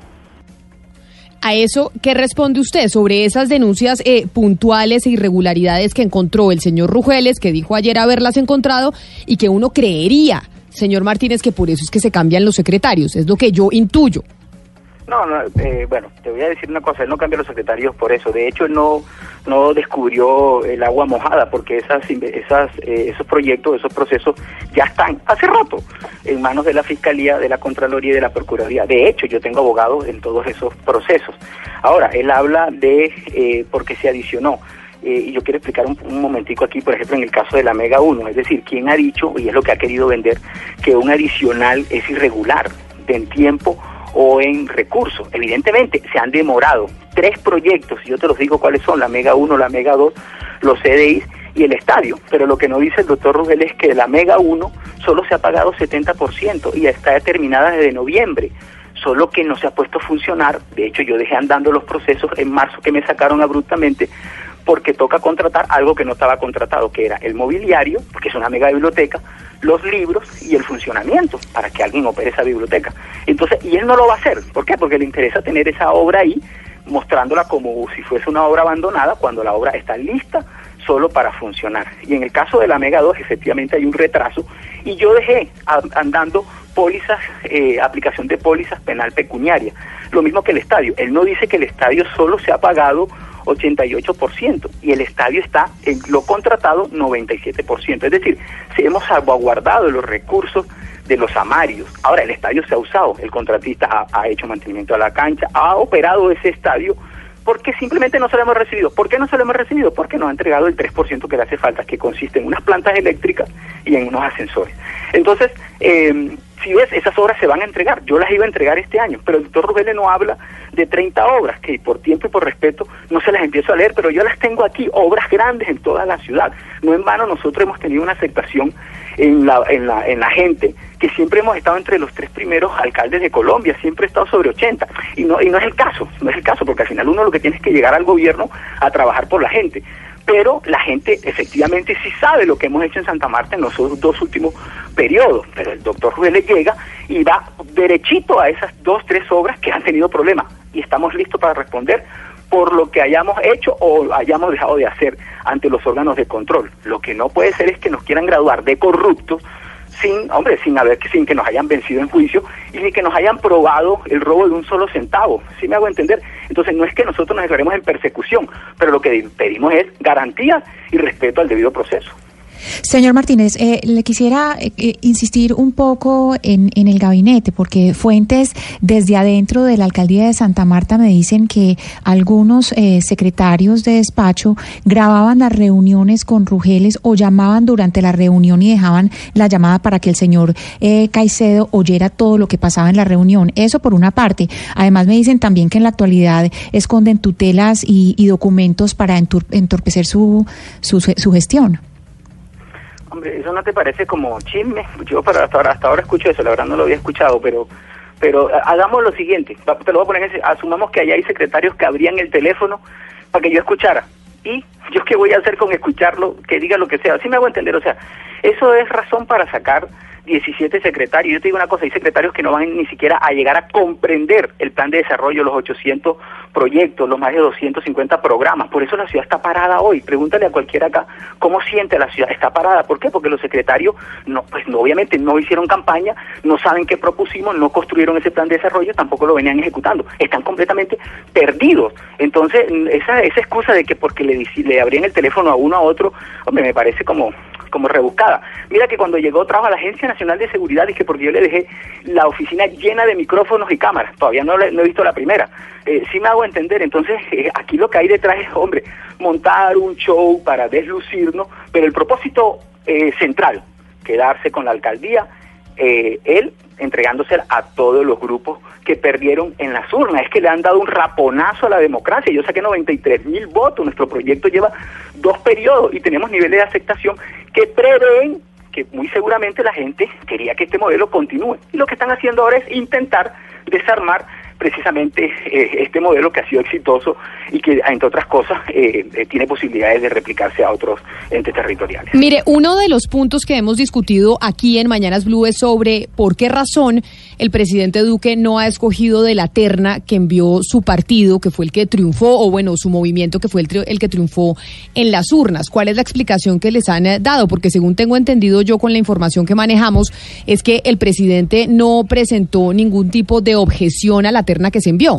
Speaker 4: A eso, ¿qué responde usted sobre esas denuncias eh, puntuales e irregularidades que encontró el señor Rugeles, que dijo ayer haberlas encontrado y que uno creería, señor Martínez, que por eso es que se cambian los secretarios? Es lo que yo intuyo.
Speaker 10: No, no eh, bueno, te voy a decir una cosa, él no cambia los secretarios por eso. De hecho, él no, no descubrió el agua mojada, porque esas, esas, eh, esos proyectos, esos procesos ya están hace rato en manos de la Fiscalía, de la Contraloría y de la Procuraduría. De hecho, yo tengo abogados en todos esos procesos. Ahora, él habla de eh, por qué se adicionó. Eh, y yo quiero explicar un, un momentico aquí, por ejemplo, en el caso de la Mega uno, es decir, ¿quién ha dicho, y es lo que ha querido vender, que un adicional es irregular en tiempo o en recursos? Evidentemente se han demorado tres proyectos, y yo te los digo cuáles son: la Mega uno, la Mega dos, los C D Is y el estadio. Pero lo que no dice el doctor Rugel es que la Mega uno solo se ha pagado setenta por ciento y está terminada desde noviembre, solo que no se ha puesto a funcionar. De hecho, yo dejé andando los procesos en marzo, que me sacaron abruptamente, porque toca contratar algo que no estaba contratado, que era el mobiliario, porque es una mega biblioteca, los libros y el funcionamiento, para que alguien opere esa biblioteca. Entonces, y él no lo va a hacer. ¿Por qué? Porque le interesa tener esa obra ahí, mostrándola como si fuese una obra abandonada, cuando la obra está lista solo para funcionar. Y en el caso de la Mega dos, efectivamente hay un retraso, y yo dejé andando pólizas, eh, aplicación de pólizas penal pecuniaria. Lo mismo que el estadio. Él no dice que el estadio solo se ha pagado ochenta y ocho por ciento y el estadio está en lo contratado noventa y siete por ciento. Es decir, si hemos salvaguardado los recursos de los amarios. Ahora, el estadio se ha usado, el contratista ha, ha hecho mantenimiento a la cancha, ha operado ese estadio, porque simplemente no se lo hemos recibido. ¿Por qué no se lo hemos recibido? Porque nos ha entregado el tres por ciento que le hace falta, que consiste en unas plantas eléctricas y en unos ascensores. Entonces, eh, si ves, esas obras se van a entregar. Yo las iba a entregar este año, pero el doctor Rugel no habla de treinta obras, que por tiempo y por respeto no se las empiezo a leer, pero yo las tengo aquí, obras grandes en toda la ciudad. No en vano nosotros hemos tenido una aceptación en la, en la, en la gente, que siempre hemos estado entre los tres primeros alcaldes de Colombia, siempre he estado sobre ochenta, y no, y no es el caso, no es el caso, porque al final uno lo que tiene es que llegar al gobierno a trabajar por la gente. Pero la gente efectivamente sí sabe lo que hemos hecho en Santa Marta en los dos últimos periodos, pero el doctor Rugel llega y va derechito a esas dos, tres obras que han tenido problemas, y estamos listos para responder por lo que hayamos hecho o hayamos dejado de hacer ante los órganos de control. Lo que no puede ser es que nos quieran graduar de corruptos sin, hombre, sin haber, sin que nos hayan vencido en juicio y ni que nos hayan probado el robo de un solo centavo. ¿Sí me hago entender? Entonces no es que nosotros nos declaremos en persecución, pero lo que pedimos es garantía y respeto al debido proceso.
Speaker 17: Señor Martínez, eh, le quisiera eh, insistir un poco en, en el gabinete, porque fuentes desde adentro de la alcaldía de Santa Marta me dicen que algunos eh, secretarios de despacho grababan las reuniones con Rugeles o llamaban durante la reunión y dejaban la llamada para que el señor eh, Caicedo oyera todo lo que pasaba en la reunión. Eso por una parte. Además me dicen también que en la actualidad esconden tutelas y, y documentos para entor- entorpecer su, su, su gestión.
Speaker 10: Hombre, ¿eso no te parece como chisme? Yo para hasta ahora, hasta ahora escucho eso, la verdad no lo había escuchado, pero pero hagamos lo siguiente, te lo voy a poner en ese, asumamos que allá hay secretarios que abrían el teléfono para que yo escuchara, y yo qué voy a hacer con escucharlo, que diga lo que sea. ¿Sí me hago entender? O sea, eso es razón para sacar diecisiete secretarios. Yo te digo una cosa, hay secretarios que no van ni siquiera a llegar a comprender el plan de desarrollo, los ochocientos proyectos, los más de doscientos cincuenta programas. Por eso la ciudad está parada hoy. Pregúntale a cualquiera acá cómo siente la ciudad. Está parada. ¿Por qué? Porque los secretarios, no, pues no, obviamente no hicieron campaña, no saben qué propusimos, no construyeron ese plan de desarrollo, tampoco lo venían ejecutando. Están completamente perdidos. Entonces, esa, esa excusa de que porque le, le abrían el teléfono a uno a otro, hombre, me parece como... como rebuscada. Mira que cuando llegó trajo a la Agencia Nacional de Seguridad, dije porque yo le dejé la oficina llena de micrófonos y cámaras, todavía no, le, no he visto la primera. Eh, sí me hago entender, entonces eh, aquí lo que hay detrás es, hombre, montar un show para deslucirnos, pero el propósito eh, central, quedarse con la alcaldía, eh, él entregándose a todos los grupos que perdieron en las urnas. Es que le han dado un raponazo a la democracia. Yo saqué noventa y tres mil votos, nuestro proyecto lleva dos periodos y tenemos niveles de aceptación que prevén que muy seguramente la gente quería que este modelo continúe. Y lo que están haciendo ahora es intentar desarmar precisamente eh, este modelo que ha sido exitoso y que, entre otras cosas, eh, eh, tiene posibilidades de replicarse a otros entes territoriales.
Speaker 4: Mire, uno de los puntos que hemos discutido aquí en Mañanas Blue es sobre por qué razón el presidente Duque no ha escogido de la terna que envió su partido, que fue el que triunfó, o bueno, su movimiento, que fue el, tri- el que triunfó en las urnas. ¿Cuál es la explicación que les han eh, dado? Porque según tengo entendido yo con la información que manejamos, es que el presidente no presentó ningún tipo de objeción a la terna que se envió.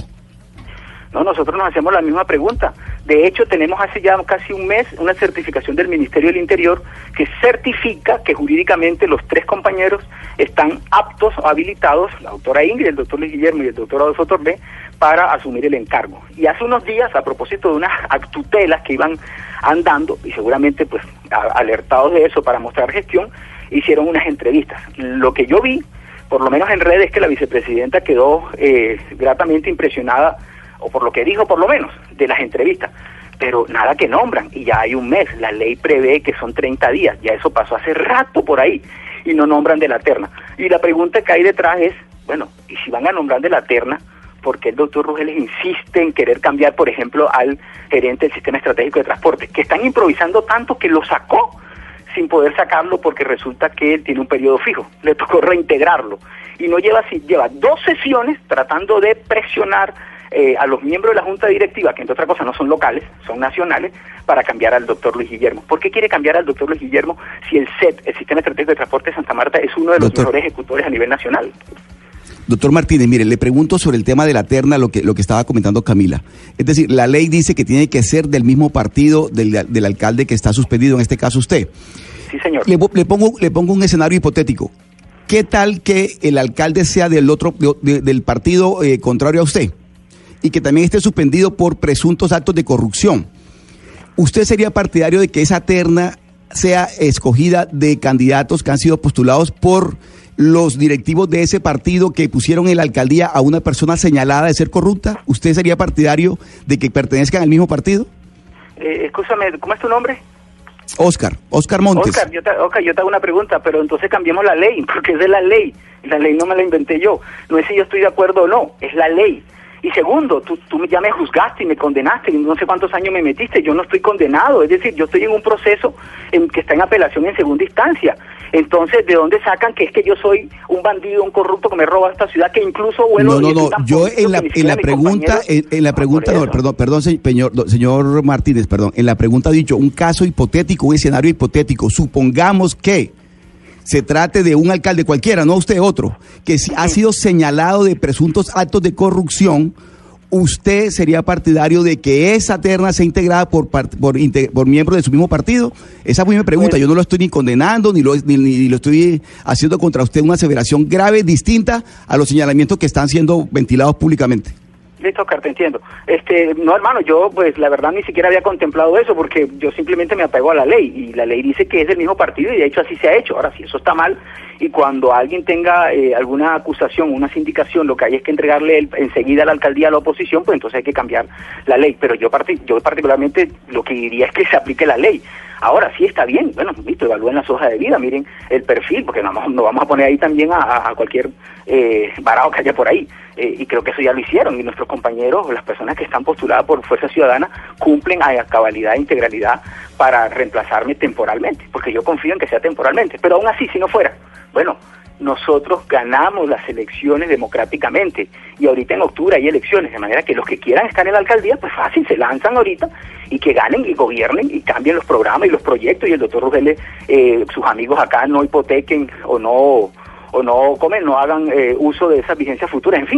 Speaker 10: No, nosotros nos hacemos la misma pregunta. De hecho, tenemos hace ya casi un mes una certificación del Ministerio del Interior que certifica que jurídicamente los tres compañeros están aptos o habilitados, la doctora Ingrid, el doctor Luis Guillermo y el doctor Adolfo Torbé, para asumir el encargo. Y hace unos días, a propósito de unas tutelas que iban andando, y seguramente pues a, alertados de eso para mostrar gestión, hicieron unas entrevistas. Lo que yo vi, por lo menos en redes, que la vicepresidenta quedó eh, gratamente impresionada, o por lo que dijo por lo menos, de las entrevistas, pero nada que nombran, y ya hay un mes, la ley prevé que son treinta días, ya eso pasó hace rato por ahí, y no nombran de la terna. Y la pregunta que hay detrás es, bueno, y si van a nombrar de la terna, ¿por qué el doctor Rugeles insiste en querer cambiar, por ejemplo, al gerente del Sistema Estratégico de Transporte, que están improvisando tanto que lo sacó sin poder sacarlo porque resulta que él tiene un periodo fijo, le tocó reintegrarlo, y no lleva, lleva dos sesiones tratando de presionar eh, a los miembros de la Junta Directiva, que entre otras cosas no son locales, son nacionales, para cambiar al doctor Luis Guillermo. ¿Por qué quiere cambiar al doctor Luis Guillermo si el S E T, el Sistema Estratégico de Transporte de Santa Marta, es uno de los doctor, mejores ejecutores a nivel nacional?
Speaker 8: Doctor Martínez, mire, le pregunto sobre el tema de la terna, lo que lo que estaba comentando Camila. Es decir, la ley dice que tiene que ser del mismo partido del, del alcalde que está suspendido, en este caso usted.
Speaker 10: Sí, señor.
Speaker 8: Le, le pongo le pongo un escenario hipotético. ¿Qué tal que el alcalde sea del otro de, de, del partido eh, contrario a usted y que también esté suspendido por presuntos actos de corrupción? ¿Usted sería partidario de que esa terna sea escogida de candidatos que han sido postulados por los directivos de ese partido que pusieron en la alcaldía a una persona señalada de ser corrupta? ¿Usted sería partidario de que pertenezcan al mismo partido?
Speaker 10: Eh, escúchame, ¿cómo es tu nombre?
Speaker 8: Oscar, Oscar Montes.
Speaker 10: Oscar yo, te, Oscar, yo te hago una pregunta, pero entonces cambiemos la ley, porque es de la ley. La ley no me la inventé yo. No es si yo estoy de acuerdo o no, es la ley. Y segundo, tú, tú ya me juzgaste y me condenaste, y no sé cuántos años me metiste, yo no estoy condenado, es decir, yo estoy en un proceso en que está en apelación en segunda instancia. Entonces, ¿de dónde sacan que es que yo soy un bandido, un corrupto que me roba esta ciudad, que incluso vuelo?
Speaker 8: No, no, no, yo en la, en la pregunta, en, en la pregunta, no, perdón, perdón, señor, señor Martínez, perdón, en la pregunta ha dicho un caso hipotético, un escenario hipotético, supongamos que se trate de un alcalde cualquiera, no usted otro, que si ha sido señalado de presuntos actos de corrupción, ¿usted sería partidario de que esa terna sea integrada por por, por miembros de su mismo partido? Esa fue mi pregunta. Yo no lo estoy ni condenando, ni lo, ni, ni lo estoy haciendo contra usted una aseveración grave, distinta a los señalamientos que están siendo ventilados públicamente.
Speaker 10: Listo, Oscar, te entiendo. Este, no, hermano, yo pues la verdad ni siquiera había contemplado eso porque yo simplemente me apego a la ley y la ley dice que es del mismo partido y de hecho así se ha hecho. Ahora, si eso está mal y cuando alguien tenga eh, alguna acusación, una sindicación, lo que hay es que entregarle el, enseguida a la alcaldía a la oposición, pues entonces hay que cambiar la ley. Pero yo, partic- yo particularmente lo que diría es que se aplique la ley. Ahora sí está bien, bueno, listo, evalúen las hojas de vida, miren el perfil, porque no vamos, no vamos a poner ahí también a, a cualquier eh, varado que haya por ahí. Eh, y creo que eso ya lo hicieron, y nuestros compañeros, las personas que están postuladas por Fuerza Ciudadana, cumplen a cabalidad e integralidad para reemplazarme temporalmente, porque yo confío en que sea temporalmente, pero aún así, si no fuera, bueno, nosotros ganamos las elecciones democráticamente, y ahorita en octubre hay elecciones, de manera que los que quieran estar en la alcaldía, pues fácil, se lanzan ahorita, y que ganen y gobiernen, y cambien los programas y los proyectos, y el doctor Rugeles, eh, sus amigos acá no hipotequen, o no... o no comen, no hagan eh, uso de esas vigencias futuras, en fin,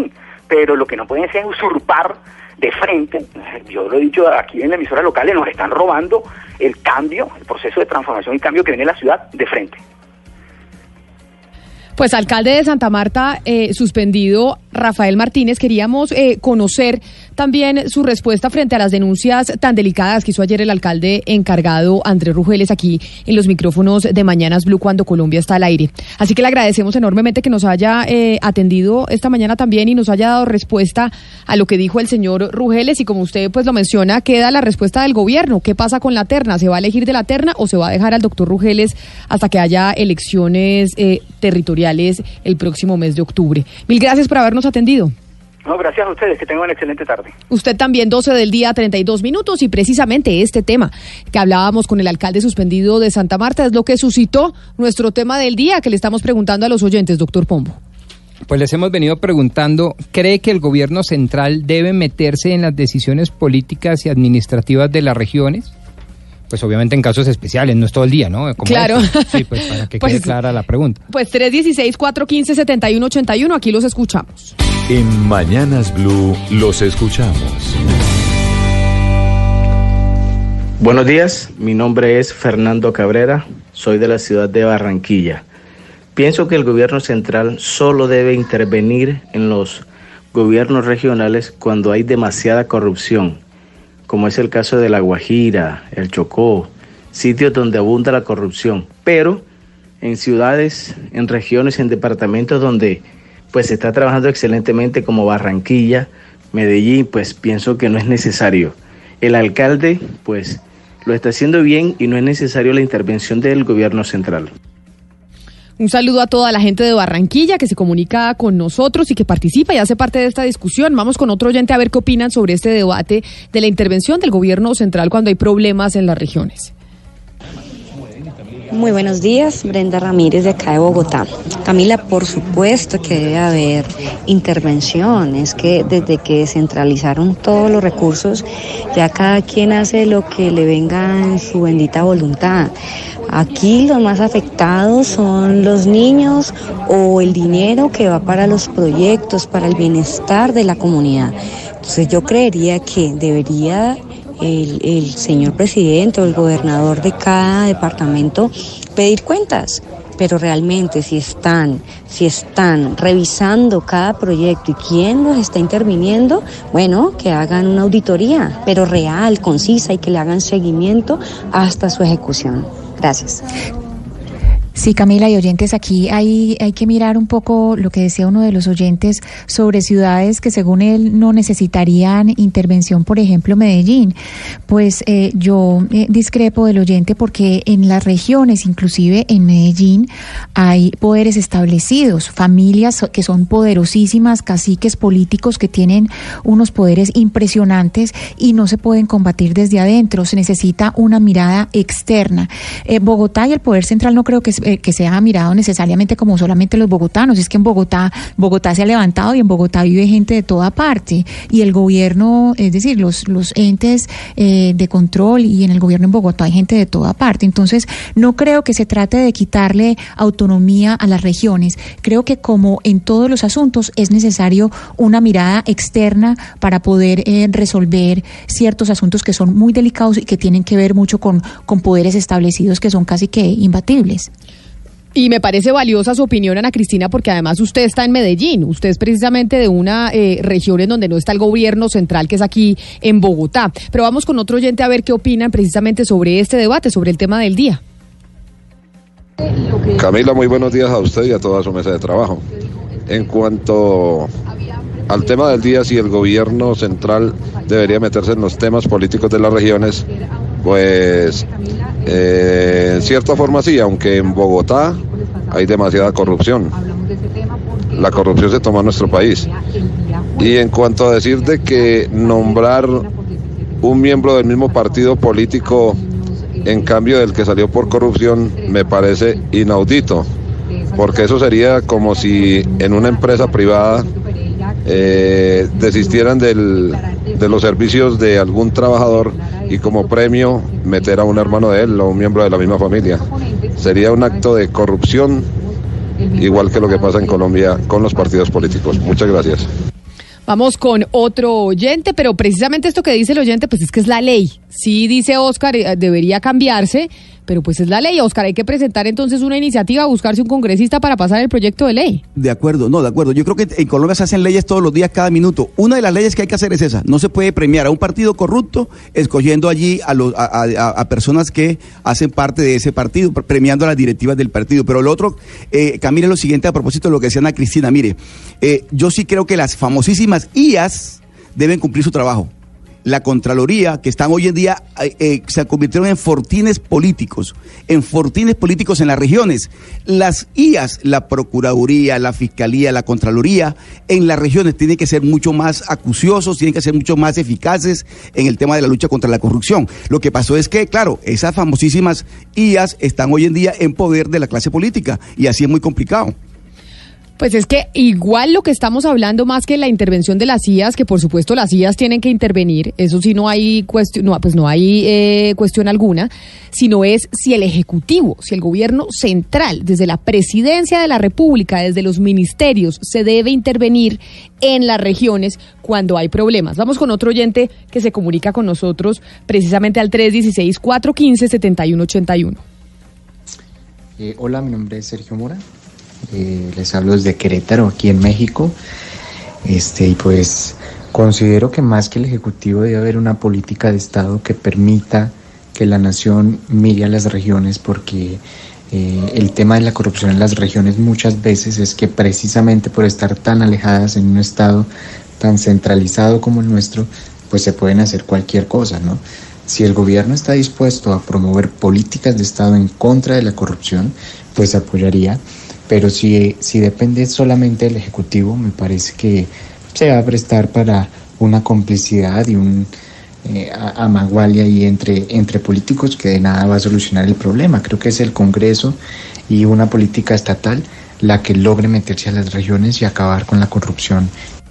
Speaker 10: pero lo que no pueden hacer es usurpar de frente. Yo lo he dicho aquí en las emisoras locales, nos están robando el cambio, el proceso de transformación y cambio que viene en la ciudad de frente.
Speaker 4: Pues alcalde de Santa Marta, eh, suspendido Rafael Martínez, queríamos eh, conocer también su respuesta frente a las denuncias tan delicadas que hizo ayer el alcalde encargado Andrés Rugeles aquí en los micrófonos de Mañanas Blue cuando Colombia está al aire. Así que le agradecemos enormemente que nos haya eh, atendido esta mañana también y nos haya dado respuesta a lo que dijo el señor Rugeles, y como usted pues lo menciona, queda la respuesta del gobierno. ¿Qué pasa con la terna? ¿Se va a elegir de la terna o se va a dejar al doctor Rugeles hasta que haya elecciones eh, territoriales el próximo mes de octubre? Mil gracias por habernos atendido.
Speaker 10: No, gracias a ustedes, que tengan una excelente tarde.
Speaker 4: Usted también, doce del día, treinta y dos minutos, y precisamente este tema que hablábamos con el alcalde suspendido de Santa Marta es lo que suscitó nuestro tema del día, que le estamos preguntando a los oyentes, doctor Pombo.
Speaker 7: Pues les hemos venido preguntando, ¿cree que el gobierno central debe meterse en las decisiones políticas y administrativas de las regiones? Pues obviamente en casos especiales, no es todo el día, ¿no? Como
Speaker 4: claro.
Speaker 7: Esto. Sí, pues para que pues, quede clara la pregunta.
Speaker 4: Pues tres uno seis, cuatro uno cinco, siete uno ocho uno, aquí los escuchamos.
Speaker 3: En Mañanas Blue los escuchamos.
Speaker 14: Buenos días, mi nombre es Fernando Cabrera, soy de la ciudad de Barranquilla. Pienso que el gobierno central solo debe intervenir en los gobiernos regionales cuando hay demasiada corrupción, como es el caso de La Guajira, el Chocó, sitios donde abunda la corrupción, pero en ciudades, en regiones, en departamentos donde pues se está trabajando excelentemente como Barranquilla, Medellín, pues pienso que no es necesario. El alcalde pues lo está haciendo bien y no es necesario la intervención del gobierno central.
Speaker 4: Un saludo a toda la gente de Barranquilla que se comunica con nosotros y que participa y hace parte de esta discusión. Vamos con otro oyente a ver qué opinan sobre este debate de la intervención del gobierno central cuando hay problemas en las regiones.
Speaker 15: Muy buenos días, Brenda Ramírez de acá de Bogotá. Camila, por supuesto que debe haber intervención. Es que desde que descentralizaron todos los recursos, ya cada quien hace lo que le venga en su bendita voluntad. Aquí los más afectados son los niños o el dinero que va para los proyectos, para el bienestar de la comunidad. Entonces yo creería que debería el, el señor presidente o el gobernador de cada departamento pedir cuentas. Pero realmente si están, si están revisando cada proyecto y quién los está interviniendo, bueno, que hagan una auditoría, pero real, concisa, y que le hagan seguimiento hasta su ejecución. Gracias.
Speaker 17: Sí, Camila y oyentes, aquí hay, hay que mirar un poco lo que decía uno de los oyentes sobre ciudades que según él no necesitarían intervención, por ejemplo Medellín. Pues eh, yo eh, discrepo del oyente porque en las regiones, inclusive en Medellín, hay poderes establecidos, familias que son poderosísimas, caciques políticos que tienen unos poderes impresionantes y no se pueden combatir desde adentro, se necesita una mirada externa. Eh, Bogotá y el poder central no creo que que se ha mirado necesariamente como solamente los bogotanos, es que en Bogotá, Bogotá se ha levantado y en Bogotá vive gente de toda parte y el gobierno, es decir, los, los entes eh, de control y en el gobierno en Bogotá hay gente de toda parte, entonces no creo que se trate de quitarle autonomía a las regiones, creo que como en todos los asuntos es necesario una mirada externa para poder eh, resolver ciertos asuntos que son muy delicados y que tienen que ver mucho con, con poderes establecidos que son casi que imbatibles.
Speaker 4: Y me parece valiosa su opinión, Ana Cristina, porque además usted está en Medellín, usted es precisamente de una eh, región en donde no está el gobierno central, que es aquí en Bogotá. Pero vamos con otro oyente a ver qué opinan precisamente sobre este debate, sobre el tema del día.
Speaker 16: Camila, muy buenos días a usted y a toda su mesa de trabajo. En cuanto al tema del día, si el gobierno central debería meterse en los temas políticos de las regiones, pues eh, en cierta forma sí, aunque en Bogotá hay demasiada corrupción. La corrupción se toma en nuestro país. Y en cuanto a decir de que nombrar un miembro del mismo partido político en cambio del que salió por corrupción me parece inaudito, porque eso sería como si en una empresa privada eh, desistieran del, de los servicios de algún trabajador y como premio meter a un hermano de él o un miembro de la misma familia. Sería un acto de corrupción, igual que lo que pasa en Colombia con los partidos políticos. Muchas gracias.
Speaker 4: Vamos con otro oyente, pero precisamente esto que dice el oyente, pues es que es la ley. Sí, dice Oscar, debería cambiarse, pero pues es la ley. Oscar, hay que presentar entonces una iniciativa, buscarse un congresista para pasar el proyecto de ley.
Speaker 8: De acuerdo, no, de acuerdo. Yo creo que en Colombia se hacen leyes todos los días, cada minuto. Una de las leyes que hay que hacer es esa. No se puede premiar a un partido corrupto escogiendo allí a, los, a, a, a personas que hacen parte de ese partido, premiando a las directivas del partido. Pero lo otro, eh, Camila, lo siguiente a propósito de lo que decía Ana Cristina. Mire, eh, yo sí creo que las famosísimas I A S deben cumplir su trabajo. La Contraloría, que están hoy en día, eh, eh, se convirtieron en fortines políticos, en fortines políticos en las regiones. Las I A S, la Procuraduría, la Fiscalía, la Contraloría, en las regiones tienen que ser mucho más acuciosos, tienen que ser mucho más eficaces en el tema de la lucha contra la corrupción. Lo que pasó es que, claro, esas famosísimas I A S están hoy en día en poder de la clase política, y así es muy complicado.
Speaker 4: Pues es que igual lo que estamos hablando más que la intervención de las I A S, que por supuesto las I A S tienen que intervenir, eso sí no hay cuestión, no, pues no hay eh, cuestión alguna, sino es si el Ejecutivo, si el gobierno central, desde la Presidencia de la República, desde los ministerios, se debe intervenir en las regiones cuando hay problemas. Vamos con otro oyente que se comunica con nosotros precisamente al tres uno seis, cuatro uno cinco, siete uno ocho uno.
Speaker 18: Eh, hola, mi nombre es Sergio Mora. Eh, les hablo desde Querétaro, aquí en México. Este, y pues considero que más que el Ejecutivo debe haber una política de Estado que permita que la nación mire a las regiones, porque eh, el tema de la corrupción en las regiones muchas veces es que precisamente por estar tan alejadas en un Estado tan centralizado como el nuestro, pues se pueden hacer cualquier cosa, ¿no? Si el gobierno está dispuesto a promover políticas de Estado en contra de la corrupción, pues apoyaría. Pero si, si depende solamente del Ejecutivo, me parece que se va a prestar para una complicidad y un eh, amaguale ahí entre, entre políticos que de nada va a solucionar el problema. Creo que es el Congreso y una política estatal la que logre meterse a las regiones y acabar con la corrupción.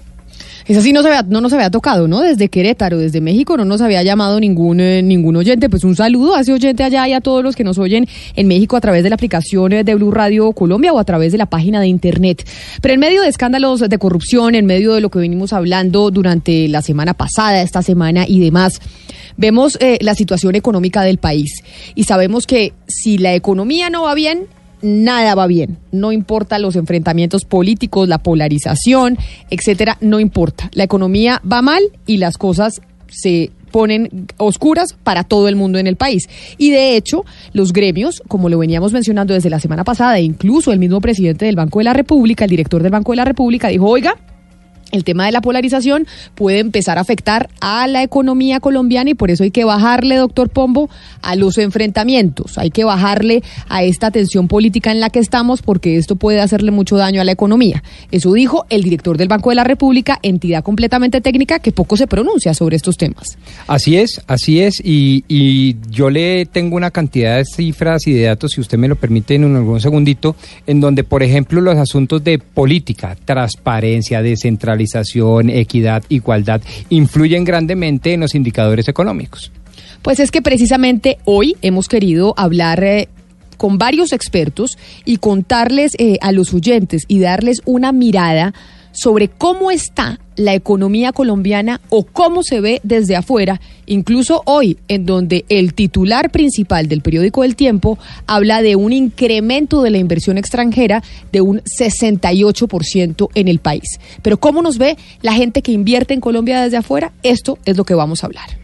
Speaker 4: Esa sí no, se había, no nos había tocado, ¿no? Desde Querétaro, desde México, no nos había llamado ningún eh, ningún oyente. Pues un saludo a ese oyente allá y a todos los que nos oyen en México a través de la aplicación de Blue Radio Colombia o a través de la página de internet. Pero en medio de escándalos de corrupción, en medio de lo que venimos hablando durante la semana pasada, esta semana y demás, vemos eh, la situación económica del país y sabemos que si la economía no va bien, nada va bien, no importa los enfrentamientos políticos, la polarización, etcétera, no importa. La economía va mal y las cosas se ponen oscuras para todo el mundo en el país. Y de hecho, los gremios, como lo veníamos mencionando desde la semana pasada, e incluso el mismo presidente del Banco de la República, el director del Banco de la República, dijo, oiga, el tema de la polarización puede empezar a afectar a la economía colombiana y por eso hay que bajarle, doctor Pombo, a los enfrentamientos. Hay que bajarle a esta tensión política en la que estamos porque esto puede hacerle mucho daño a la economía. Eso dijo el director del Banco de la República, entidad completamente técnica que poco se pronuncia sobre estos temas.
Speaker 7: Así es, así es. Y, y yo le tengo una cantidad de cifras y de datos, si usted me lo permite en algún segundito, en donde, por ejemplo, los asuntos de política, transparencia, descentralización, equidad, igualdad, influyen grandemente en los indicadores económicos.
Speaker 4: Pues es que precisamente hoy hemos querido hablar eh, con varios expertos y contarles eh, a los oyentes y darles una mirada sobre cómo está la economía colombiana o cómo se ve desde afuera, incluso hoy, en donde el titular principal del periódico El Tiempo habla de un incremento de la inversión extranjera de un sesenta y ocho por ciento en el país. Pero ¿cómo nos ve la gente que invierte en Colombia desde afuera? Esto es lo que vamos a hablar.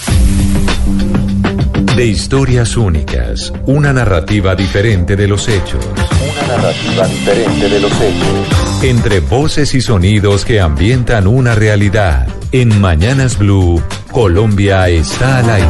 Speaker 3: De historias únicas, una narrativa diferente de los hechos. Una narrativa diferente de los hechos. Entre voces y sonidos que ambientan una realidad. En Mañanas Blue, Colombia está al aire.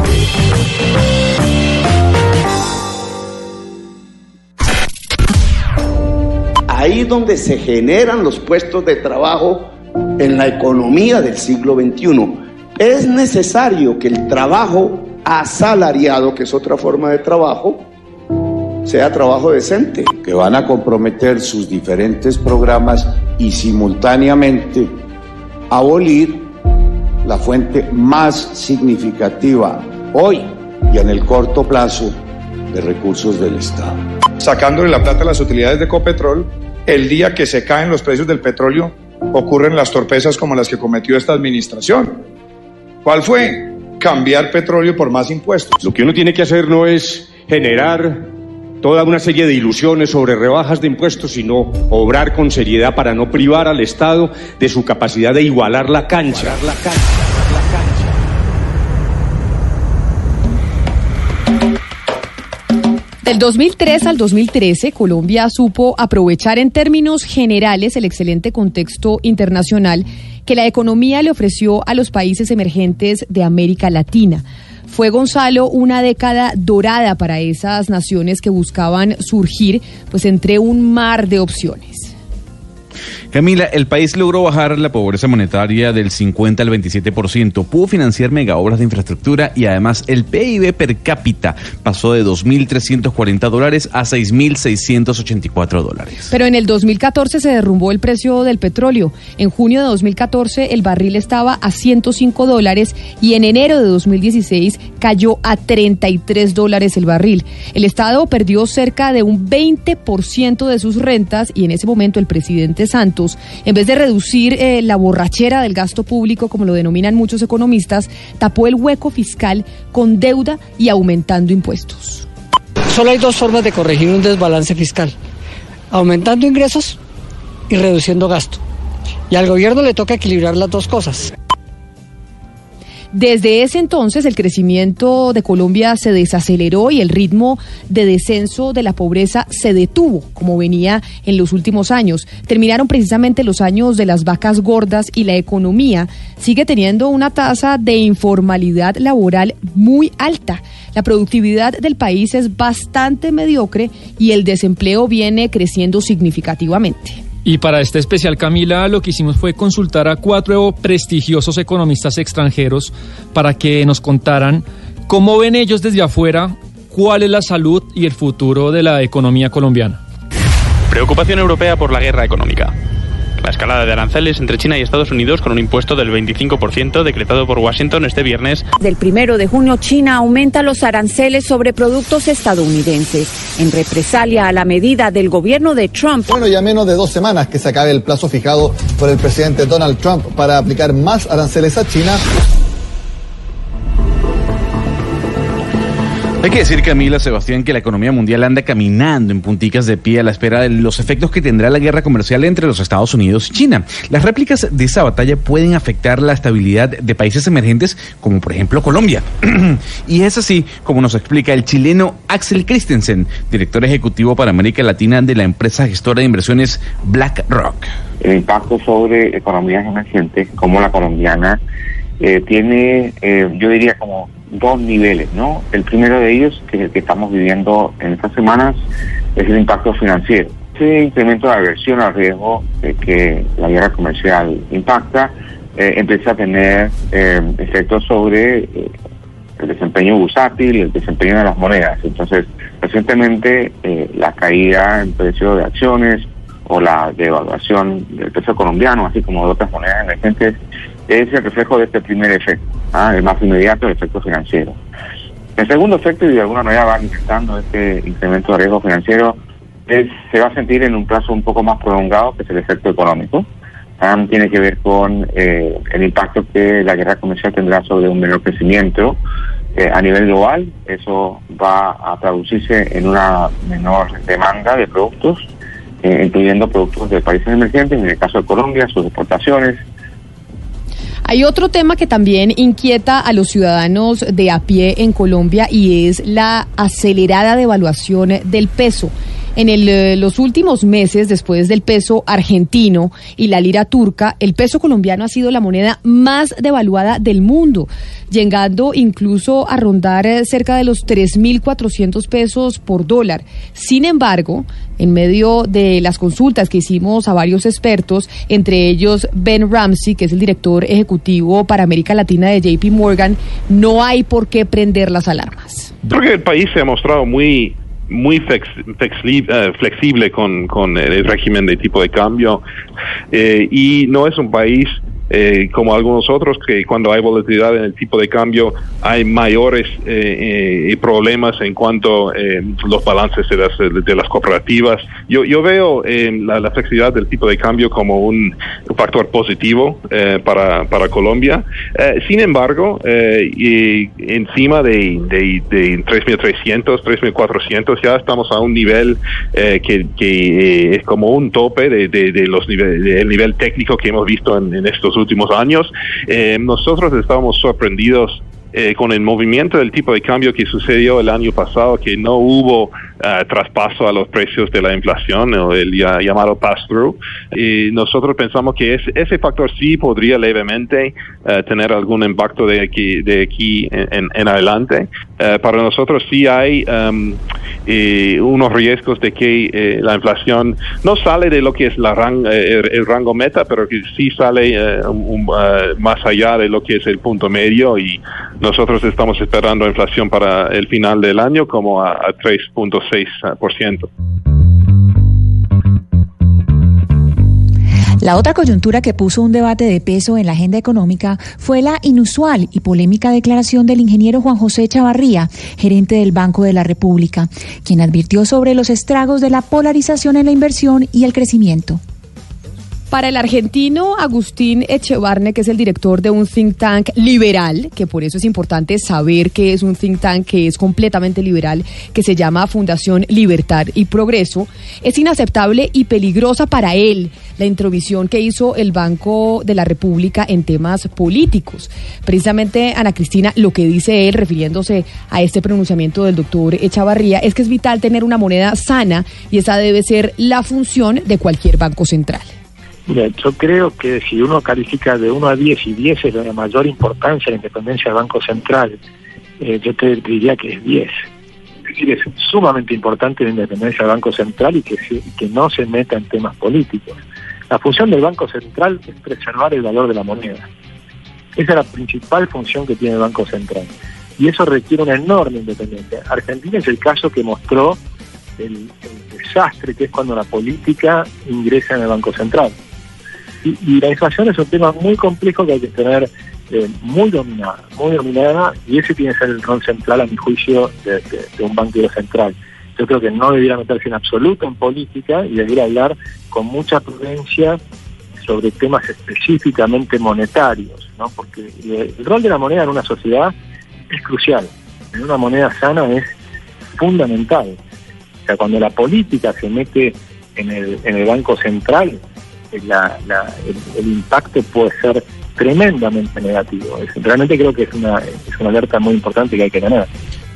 Speaker 19: Ahí donde se generan los puestos de trabajo en la economía del siglo veintiuno. Es necesario que el trabajo asalariado, que es otra forma de trabajo, sea trabajo decente.
Speaker 20: Que van a comprometer sus diferentes programas y simultáneamente abolir la fuente más significativa hoy y en el corto plazo de recursos del Estado.
Speaker 24: Sacándole la plata a las utilidades de Ecopetrol, el día que se caen los precios del petróleo,
Speaker 2: ocurren las torpezas como las que cometió esta administración. ¿Cuál fue? Cambiar petróleo por más impuestos.
Speaker 21: Lo que uno tiene que hacer no es generar toda una serie de ilusiones sobre rebajas de impuestos, sino obrar con seriedad para no privar al Estado de su capacidad de igualar la cancha. Igualar la cancha.
Speaker 4: Del dos mil tres al dos mil trece, Colombia supo aprovechar en términos generales el excelente contexto internacional que la economía le ofreció a los países emergentes de América Latina. Fue, Gonzalo, una década dorada para esas naciones que buscaban surgir, pues, entre un mar de opciones.
Speaker 5: Camila, el país logró bajar la pobreza monetaria del cincuenta al veintisiete por ciento, pudo financiar megaobras de infraestructura y además el P I B per cápita pasó de dos mil trescientos cuarenta dólares a seis mil seiscientos ochenta y cuatro dólares.
Speaker 4: Pero en el dos mil catorce se derrumbó el precio del petróleo. En junio de dos mil catorce el barril estaba a ciento cinco dólares y en enero de dos mil dieciséis cayó a treinta y tres dólares el barril. El Estado perdió cerca de un veinte por ciento de sus rentas y en ese momento el presidente Santos, en vez de reducir eh, la borrachera del gasto público, como lo denominan muchos economistas, tapó el hueco fiscal con deuda y aumentando impuestos.
Speaker 22: Solo hay dos formas de corregir un desbalance fiscal: aumentando ingresos y reduciendo gasto. Y al gobierno le toca equilibrar las dos cosas.
Speaker 4: Desde ese entonces el crecimiento de Colombia se desaceleró y el ritmo de descenso de la pobreza se detuvo, como venía en los últimos años. Terminaron precisamente los años de las vacas gordas y la economía sigue teniendo una tasa de informalidad laboral muy alta. La productividad del país es bastante mediocre y el desempleo viene creciendo significativamente.
Speaker 24: Y para este especial, Camila, lo que hicimos fue consultar a cuatro prestigiosos economistas extranjeros para que nos contaran cómo ven ellos desde afuera cuál es la salud y el futuro de la economía colombiana.
Speaker 25: Preocupación europea por la guerra económica. La escalada de aranceles entre China y Estados Unidos con un impuesto del veinticinco por ciento decretado por Washington este viernes.
Speaker 26: Del primero de junio, China aumenta los aranceles sobre productos estadounidenses en represalia a la medida del gobierno de Trump.
Speaker 27: Bueno, ya menos de dos semanas que se acabe el plazo fijado por el presidente Donald Trump para aplicar más aranceles a China.
Speaker 5: Hay que decir, Camila, Sebastián, que la economía mundial anda caminando en punticas de pie a la espera de los efectos que tendrá la guerra comercial entre los Estados Unidos y China. Las réplicas de esa batalla pueden afectar la estabilidad de países emergentes como por ejemplo Colombia. Y es así como nos explica el chileno Axel Christensen, director ejecutivo para América Latina de la empresa gestora de inversiones BlackRock.
Speaker 28: El impacto sobre economías emergentes como la colombiana eh, tiene, eh, yo diría, como dos niveles, ¿no? El primero de ellos, que es el que estamos viviendo en estas semanas, es el impacto financiero. Ese incremento de aversión al riesgo eh, que la guerra comercial impacta, eh, empieza a tener eh, efectos sobre eh, el desempeño bursátil y el desempeño de las monedas. Entonces, recientemente eh, la caída en precio de acciones o la devaluación del peso colombiano, así como de otras monedas emergentes, es el reflejo de este primer efecto, ¿ah? El más inmediato, el efecto financiero. El segundo efecto, y de alguna manera va alimentando este incremento de riesgo financiero, es, se va a sentir en un plazo un poco más prolongado, que es el efecto económico. ¿Ah? Tiene que ver con eh, el impacto que la guerra comercial tendrá sobre un menor crecimiento eh, a nivel global. Eso va a traducirse en una menor demanda de productos, eh, incluyendo productos de países emergentes, en el caso de Colombia, sus exportaciones.
Speaker 4: Hay otro tema que también inquieta a los ciudadanos de a pie en Colombia y es la acelerada devaluación del peso. En el, los últimos meses, después del peso argentino y la lira turca, el peso colombiano ha sido la moneda más devaluada del mundo, llegando incluso a rondar cerca de los tres mil cuatrocientos pesos por dólar. Sin embargo, en medio de las consultas que hicimos a varios expertos, entre ellos Ben Ramsey, que es el director ejecutivo para América Latina de J P Morgan, no hay por qué prender las alarmas.
Speaker 29: Creo que el país se ha mostrado muy muy flex, flexi, uh, flexible con, con el régimen de tipo de cambio eh, y no es un país eh, como algunos otros, que cuando hay volatilidad en el tipo de cambio hay mayores eh, eh, problemas en cuanto a eh, los balances de las, de las cooperativas. Yo, yo veo eh, la, la flexibilidad del tipo de cambio como un, un factor positivo eh, para, para Colombia. Eh, sin embargo, eh, y encima de, de, de tres mil trescientos, tres mil cuatrocientos ya estamos a un nivel eh, que, que eh, es como un tope de, de, de los niveles, del nivel técnico que hemos visto en, en estos últimos años. Eh, nosotros estábamos sorprendidos Eh, con el movimiento del tipo de cambio que sucedió el año pasado, que no hubo uh, traspaso a los precios de la inflación, o el ya, llamado pass-through. Y nosotros pensamos que ese, ese factor sí podría levemente uh, tener algún impacto de aquí, de aquí en, en adelante. Uh, para nosotros sí hay um, eh, unos riesgos de que eh, la inflación no sale de lo que es la ran, eh, el, el rango meta, pero que sí sale uh, un, uh, más allá de lo que es el punto medio, y nosotros estamos esperando inflación para el final del año como a, a tres punto seis por ciento.
Speaker 17: La otra coyuntura que puso un debate de peso en la agenda económica fue la inusual y polémica declaración del ingeniero Juan José Echavarría, gerente del Banco de la República, quien advirtió sobre los estragos de la polarización en la inversión y el crecimiento.
Speaker 4: Para el argentino Agustín Echevarne, que es el director de un think tank liberal, que por eso es importante saber que es un think tank que es completamente liberal, que se llama Fundación Libertad y Progreso, es inaceptable y peligrosa para él la intromisión que hizo el Banco de la República en temas políticos. Precisamente, Ana Cristina, lo que dice él, refiriéndose a este pronunciamiento del doctor Echavarría, es que es vital tener una moneda sana y esa debe ser la función de cualquier banco central.
Speaker 1: Mira, yo creo que si uno califica de uno a diez y diez es de mayor importancia la independencia del Banco Central, eh, yo te diría que es diez. Es decir, es sumamente importante la independencia del Banco Central y que, se, que no se meta en temas políticos. La función del Banco Central es preservar el valor de la moneda. Esa es la principal función que tiene el Banco Central. Y eso requiere una enorme independencia. Argentina es el caso que mostró el, el desastre que es cuando la política ingresa en el Banco Central. Y, y la inflación es un tema muy complejo que hay que tener eh, muy dominada, muy dominada, y ese tiene que ser el rol central, a mi juicio, de, de, de un banquero central. Yo creo que no debiera meterse en absoluto en política y debiera hablar con mucha prudencia sobre temas específicamente monetarios, ¿no? Porque el rol de la moneda en una sociedad es crucial. En una moneda sana es fundamental. O sea, cuando la política se mete en el, en el Banco Central, La, la, el, el impacto puede ser tremendamente negativo. Es, realmente creo que es una, es una alerta muy importante que hay que tener.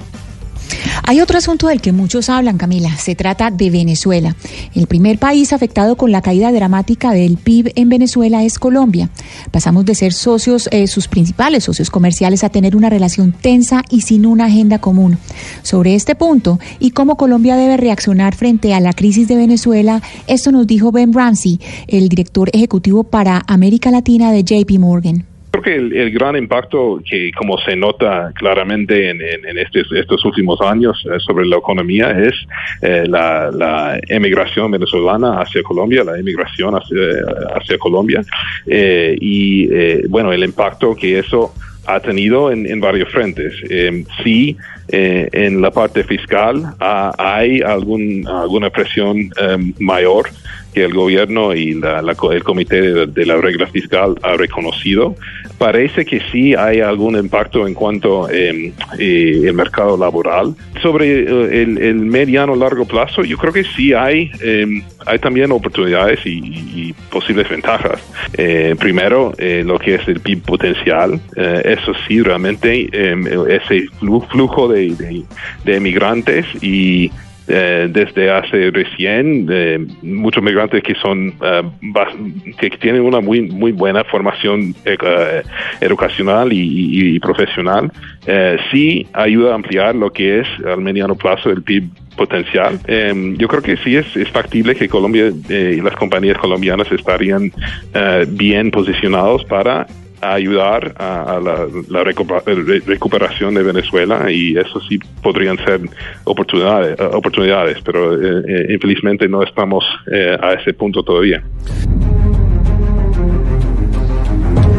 Speaker 17: Hay otro asunto del que muchos hablan, Camila. Se trata de Venezuela. El primer país afectado con la caída dramática del P I B en Venezuela es Colombia. Pasamos de ser socios, eh, sus principales socios comerciales, a tener una relación tensa y sin una agenda común. Sobre este punto y cómo Colombia debe reaccionar frente a la crisis de Venezuela, esto nos dijo Ben Ramsey, el director ejecutivo para América Latina de J P Morgan.
Speaker 29: Creo que el, el gran impacto que, como se nota claramente en, en, en estos, estos últimos años eh, sobre la economía es eh, la, la emigración venezolana hacia Colombia, la emigración hacia, hacia Colombia eh, y eh, bueno, el impacto que eso ha tenido en, en varios frentes. Eh, sí, eh, en la parte fiscal ah, hay algún, alguna presión eh, mayor que el gobierno y la, la, el comité de, de la regla fiscal ha reconocido. Parece que sí hay algún impacto en cuanto eh, eh, el mercado laboral. Sobre eh, el, el mediano largo plazo, yo creo que sí hay eh, hay también oportunidades y, y posibles ventajas. Eh, primero, eh, lo que es el P I B potencial. Eh, eso sí, realmente eh, ese flujo de, de, de emigrantes y Eh, desde hace recién eh, muchos migrantes que son uh, que tienen una muy muy buena formación eh, educacional y, y, y profesional, eh, sí ayuda a ampliar lo que es al mediano plazo el P I B potencial. Eh, yo creo que sí es, es factible que Colombia eh, y las compañías colombianas estarían uh, bien posicionados para ayudar a, a la, la recuperación de Venezuela, y eso sí podrían ser oportunidades, oportunidades pero eh, infelizmente no estamos eh, a ese punto todavía.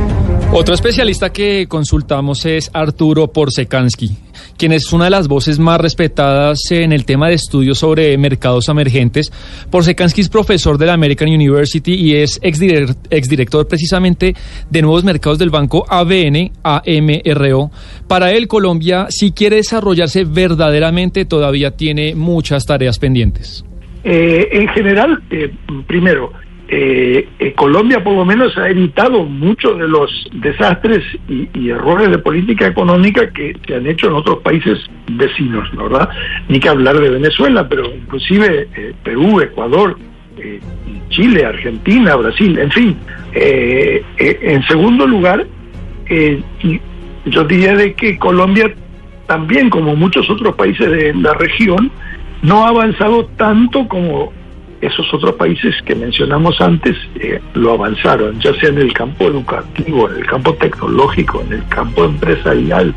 Speaker 24: Otro especialista que consultamos es Arturo Porsekansky, quien es una de las voces más respetadas en el tema de estudios sobre mercados emergentes. Porsekansky es profesor de la American University y es exdirect- exdirector precisamente de nuevos mercados del banco A B N, A M R O. Para él, Colombia, si quiere desarrollarse verdaderamente, todavía tiene muchas tareas pendientes.
Speaker 6: Eh, en general, eh, primero, Eh, eh, Colombia por lo menos ha evitado muchos de los desastres y, y errores de política económica que se han hecho en otros países vecinos, ¿no? ¿Verdad? Ni que hablar de Venezuela, pero inclusive eh, Perú, Ecuador, eh, Chile, Argentina, Brasil, en fin. Eh, eh, en segundo lugar, eh, yo diría de que Colombia también, como muchos otros países de la región, no ha avanzado tanto como esos otros países que mencionamos antes eh, lo avanzaron, ya sea en el campo educativo, en el campo tecnológico, en el campo empresarial,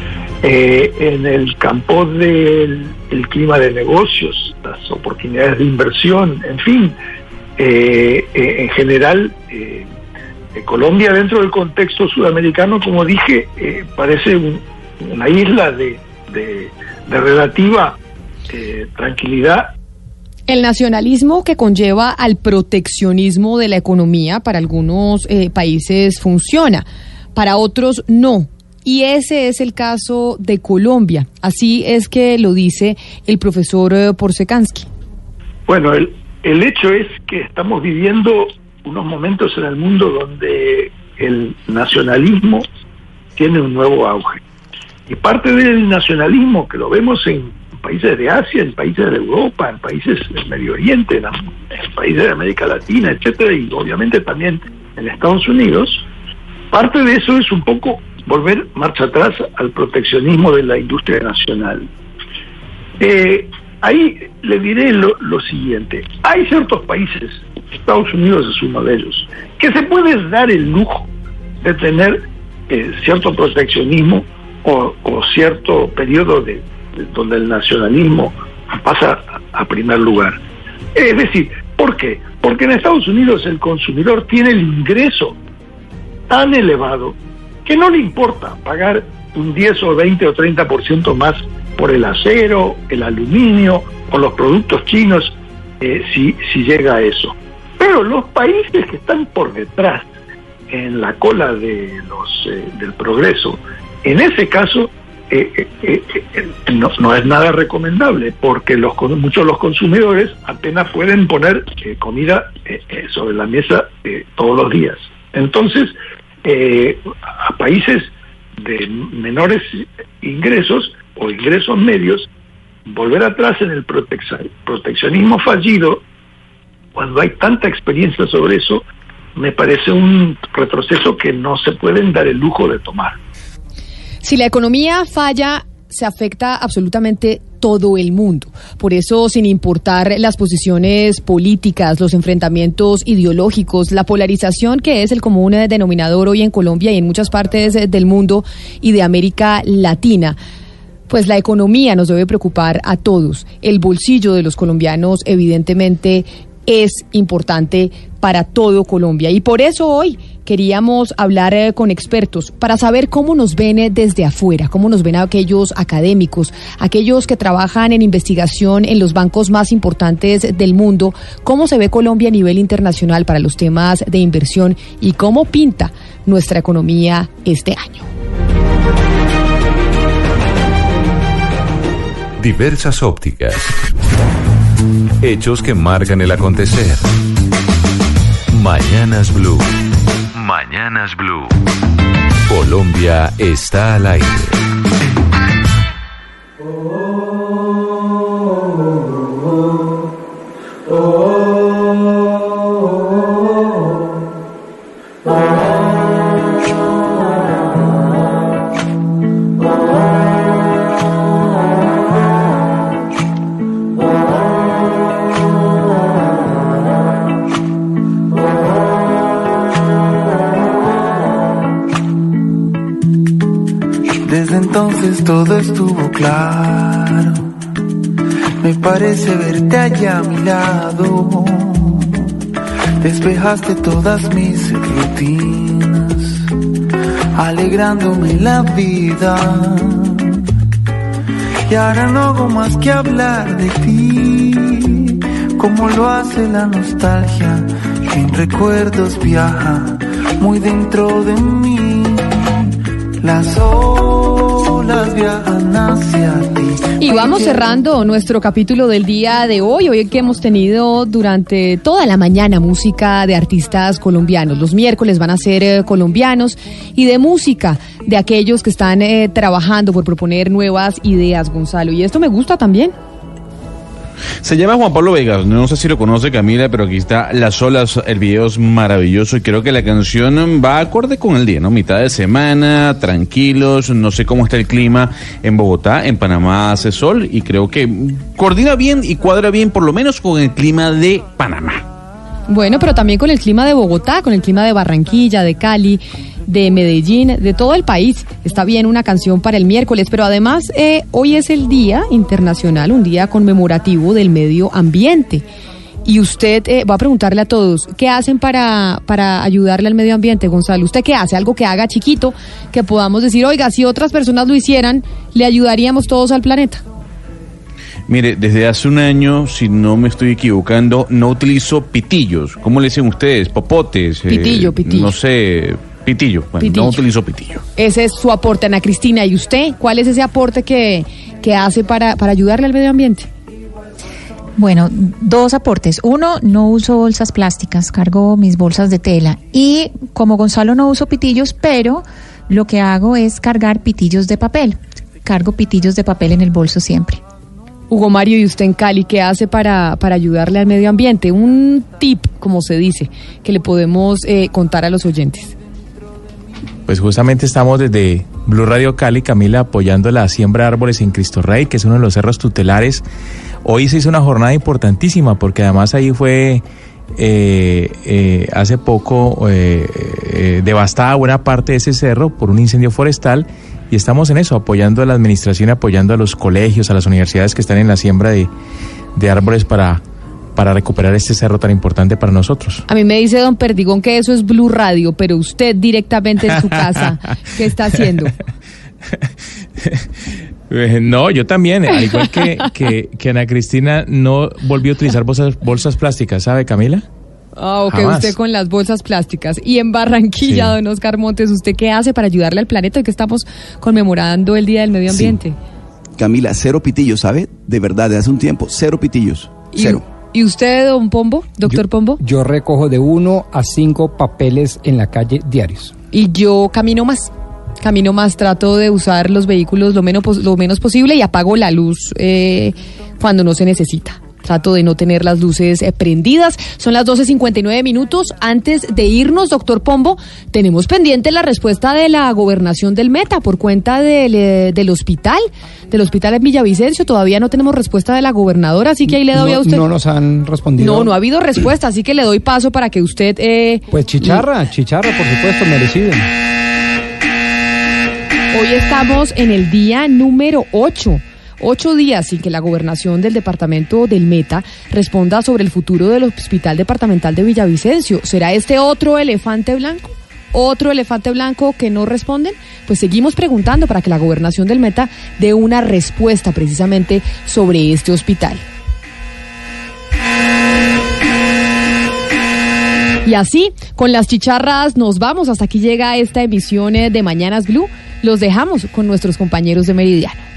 Speaker 6: eh, en el campo del el clima de negocios, las oportunidades de inversión, en fin. Eh, eh, en general, eh, eh, Colombia dentro del contexto sudamericano, como dije, eh, parece un, una isla de, de, de relativa eh, tranquilidad.
Speaker 4: El nacionalismo que conlleva al proteccionismo de la economía para algunos eh, países funciona, para otros no. Y ese es el caso de Colombia. Así es que lo dice el profesor eh, Porsekansky.
Speaker 6: Bueno, el, el hecho es que estamos viviendo unos momentos en el mundo donde el nacionalismo tiene un nuevo auge. Y parte del nacionalismo que lo vemos en países de Asia, en países de Europa, en países del Medio Oriente, en, en países de América Latina, etcétera, y obviamente también en Estados Unidos, parte de eso es un poco volver marcha atrás al proteccionismo de la industria nacional. Eh, ahí le diré lo, lo siguiente: hay ciertos países, Estados Unidos es uno de ellos, que se puede dar el lujo de tener eh, cierto proteccionismo o, o cierto periodo de donde el nacionalismo pasa a primer lugar. Es decir, ¿por qué? Porque en Estados Unidos el consumidor tiene el ingreso tan elevado que no le importa pagar un diez o veinte o treinta por ciento más por el acero, el aluminio o los productos chinos, eh, si, si llega a eso. Pero los países que están por detrás, en la cola de los eh, del progreso, en ese caso Eh, eh, eh, no, no es nada recomendable, porque los muchos de los consumidores apenas pueden poner eh, comida eh, eh, sobre la mesa eh, todos los días. Entonces, eh, a países de menores ingresos o ingresos medios, volver atrás en el protec- proteccionismo fallido, cuando hay tanta experiencia sobre eso, me parece un retroceso que no se pueden dar el lujo de tomar.
Speaker 4: Si la economía falla, se afecta absolutamente todo el mundo. Por eso, sin importar las posiciones políticas, los enfrentamientos ideológicos, la polarización que es el común denominador hoy en Colombia y en muchas partes del mundo y de América Latina, pues la economía nos debe preocupar a todos. El bolsillo de los colombianos, evidentemente, es importante para todo Colombia. Y por eso hoy queríamos hablar eh, con expertos para saber cómo nos ven eh, desde afuera, cómo nos ven aquellos académicos, aquellos que trabajan en investigación en los bancos más importantes del mundo, cómo se ve Colombia a nivel internacional para los temas de inversión y cómo pinta nuestra economía este año.
Speaker 3: Diversas ópticas. Hechos que marcan el acontecer. Mañanas Blue. Mañanas Blue. Colombia está al aire.
Speaker 9: Desde entonces todo estuvo claro. Me parece verte allá a mi lado. Despejaste todas mis rutinas. alegrándome la vida. Y ahora no hago más que hablar de ti, como lo hace la nostalgia, que en recuerdos viaja muy dentro de mí. Las olas viajan hacia ti.
Speaker 4: Y vamos cerrando nuestro capítulo del día de hoy, hoy que hemos tenido durante toda la mañana música de artistas colombianos. Los miércoles van a ser eh, colombianos y de música de aquellos que están eh, trabajando por proponer nuevas ideas, Gonzalo. Y esto me gusta también.
Speaker 5: Se llama Juan Pablo Vegas, no sé si lo conoce Camila, pero aquí está Las Olas, el video es maravilloso y creo que la canción va acorde con el día, ¿no? Mitad de semana, tranquilos, no sé cómo está el clima en Bogotá, en Panamá hace sol y creo que coordina bien y cuadra bien por lo menos con el clima de Panamá.
Speaker 4: Bueno, pero también con el clima de Bogotá, con el clima de Barranquilla, de Cali, de Medellín, de todo el país. Está bien una canción para el miércoles, pero además eh, hoy es el Día Internacional, un día conmemorativo del medio ambiente. Y usted, eh, va a preguntarle a todos, ¿qué hacen para, para ayudarle al medio ambiente, Gonzalo? ¿Usted qué hace? Algo que haga chiquito, que podamos decir, oiga, si otras personas lo hicieran, le ayudaríamos todos al planeta.
Speaker 5: Mire, desde hace un año, si no me estoy equivocando, no utilizo pitillos. ¿Cómo le dicen ustedes? Popotes.
Speaker 4: Pitillo,
Speaker 5: eh,
Speaker 4: pitillo.
Speaker 5: No sé, pitillo. Bueno,
Speaker 4: pitillo.
Speaker 5: No utilizo pitillo.
Speaker 4: Ese es su aporte, Ana Cristina. ¿Y usted? ¿Cuál es ese aporte que, que hace para, para ayudarle al medio ambiente?
Speaker 17: Bueno, dos aportes. Uno, no uso bolsas plásticas, cargo mis bolsas de tela. Y como Gonzalo no uso pitillos, pero lo que hago es cargar pitillos de papel. Cargo pitillos de papel en el bolso siempre.
Speaker 4: Hugo Mario, ¿y usted en Cali qué hace para, para ayudarle al medio ambiente? Un tip, como se dice, que le podemos eh, contar a los oyentes.
Speaker 8: Pues justamente estamos desde Blue Radio Cali, Camila, apoyando la siembra de árboles en Cristo Rey, que es uno de los cerros tutelares. Hoy se hizo una jornada importantísima porque además ahí fue eh, eh, hace poco eh, eh, devastada buena parte de ese cerro por un incendio forestal. Y estamos en eso, apoyando a la administración, apoyando a los colegios, a las universidades que están en la siembra de, de árboles para, para recuperar este cerro tan importante para nosotros.
Speaker 4: A mí me dice don Perdigón que eso es Blue Radio, pero usted directamente en su casa, ¿qué está haciendo?
Speaker 8: No, yo también, al igual que, que, que Ana Cristina no volvió a utilizar bolsas, bolsas plásticas, ¿sabe, Camila?
Speaker 4: Ah, ok,
Speaker 8: Jamás.
Speaker 4: Usted con las bolsas plásticas. Y en Barranquilla,
Speaker 8: Sí.
Speaker 4: don Oscar Montes, ¿usted qué hace para ayudarle al planeta hoy que estamos conmemorando el Día del Medio Ambiente?
Speaker 10: Sí. Camila, cero pitillos, ¿sabe? De verdad, de hace un tiempo, cero pitillos,
Speaker 4: ¿Y,
Speaker 10: cero.
Speaker 4: ¿Y usted, don Pombo, doctor
Speaker 7: yo,
Speaker 4: Pombo?
Speaker 7: Yo recojo de uno a cinco papeles en la calle diarios.
Speaker 4: Y yo camino más. Camino más, trato de usar los vehículos lo menos, pos- lo menos posible y apago la luz eh, cuando no se necesita. Trato de no tener las luces eh, prendidas. Son las doce cincuenta y nueve minutos. Antes de irnos, doctor Pombo, tenemos pendiente la respuesta de la gobernación del Meta por cuenta del, eh, del hospital, del hospital en Villavicencio. Todavía no tenemos respuesta de la gobernadora, así que ahí le doy
Speaker 7: no,
Speaker 4: a usted.
Speaker 7: No nos han respondido.
Speaker 4: No, no ha habido respuesta, así que le doy paso para que usted... Eh,
Speaker 7: Pues chicharra, chicharra, por supuesto, merecido.
Speaker 4: Hoy estamos en el día número ocho. Ocho días sin que la gobernación del departamento del Meta responda sobre el futuro del Hospital Departamental de Villavicencio. ¿Será este otro elefante blanco? ¿Otro elefante blanco que no responden? Pues seguimos preguntando para que la gobernación del Meta dé una respuesta precisamente sobre este hospital. Y así, con las chicharras nos vamos. Hasta aquí llega esta emisión de Mañanas Blue. Los dejamos con nuestros compañeros de Meridiano.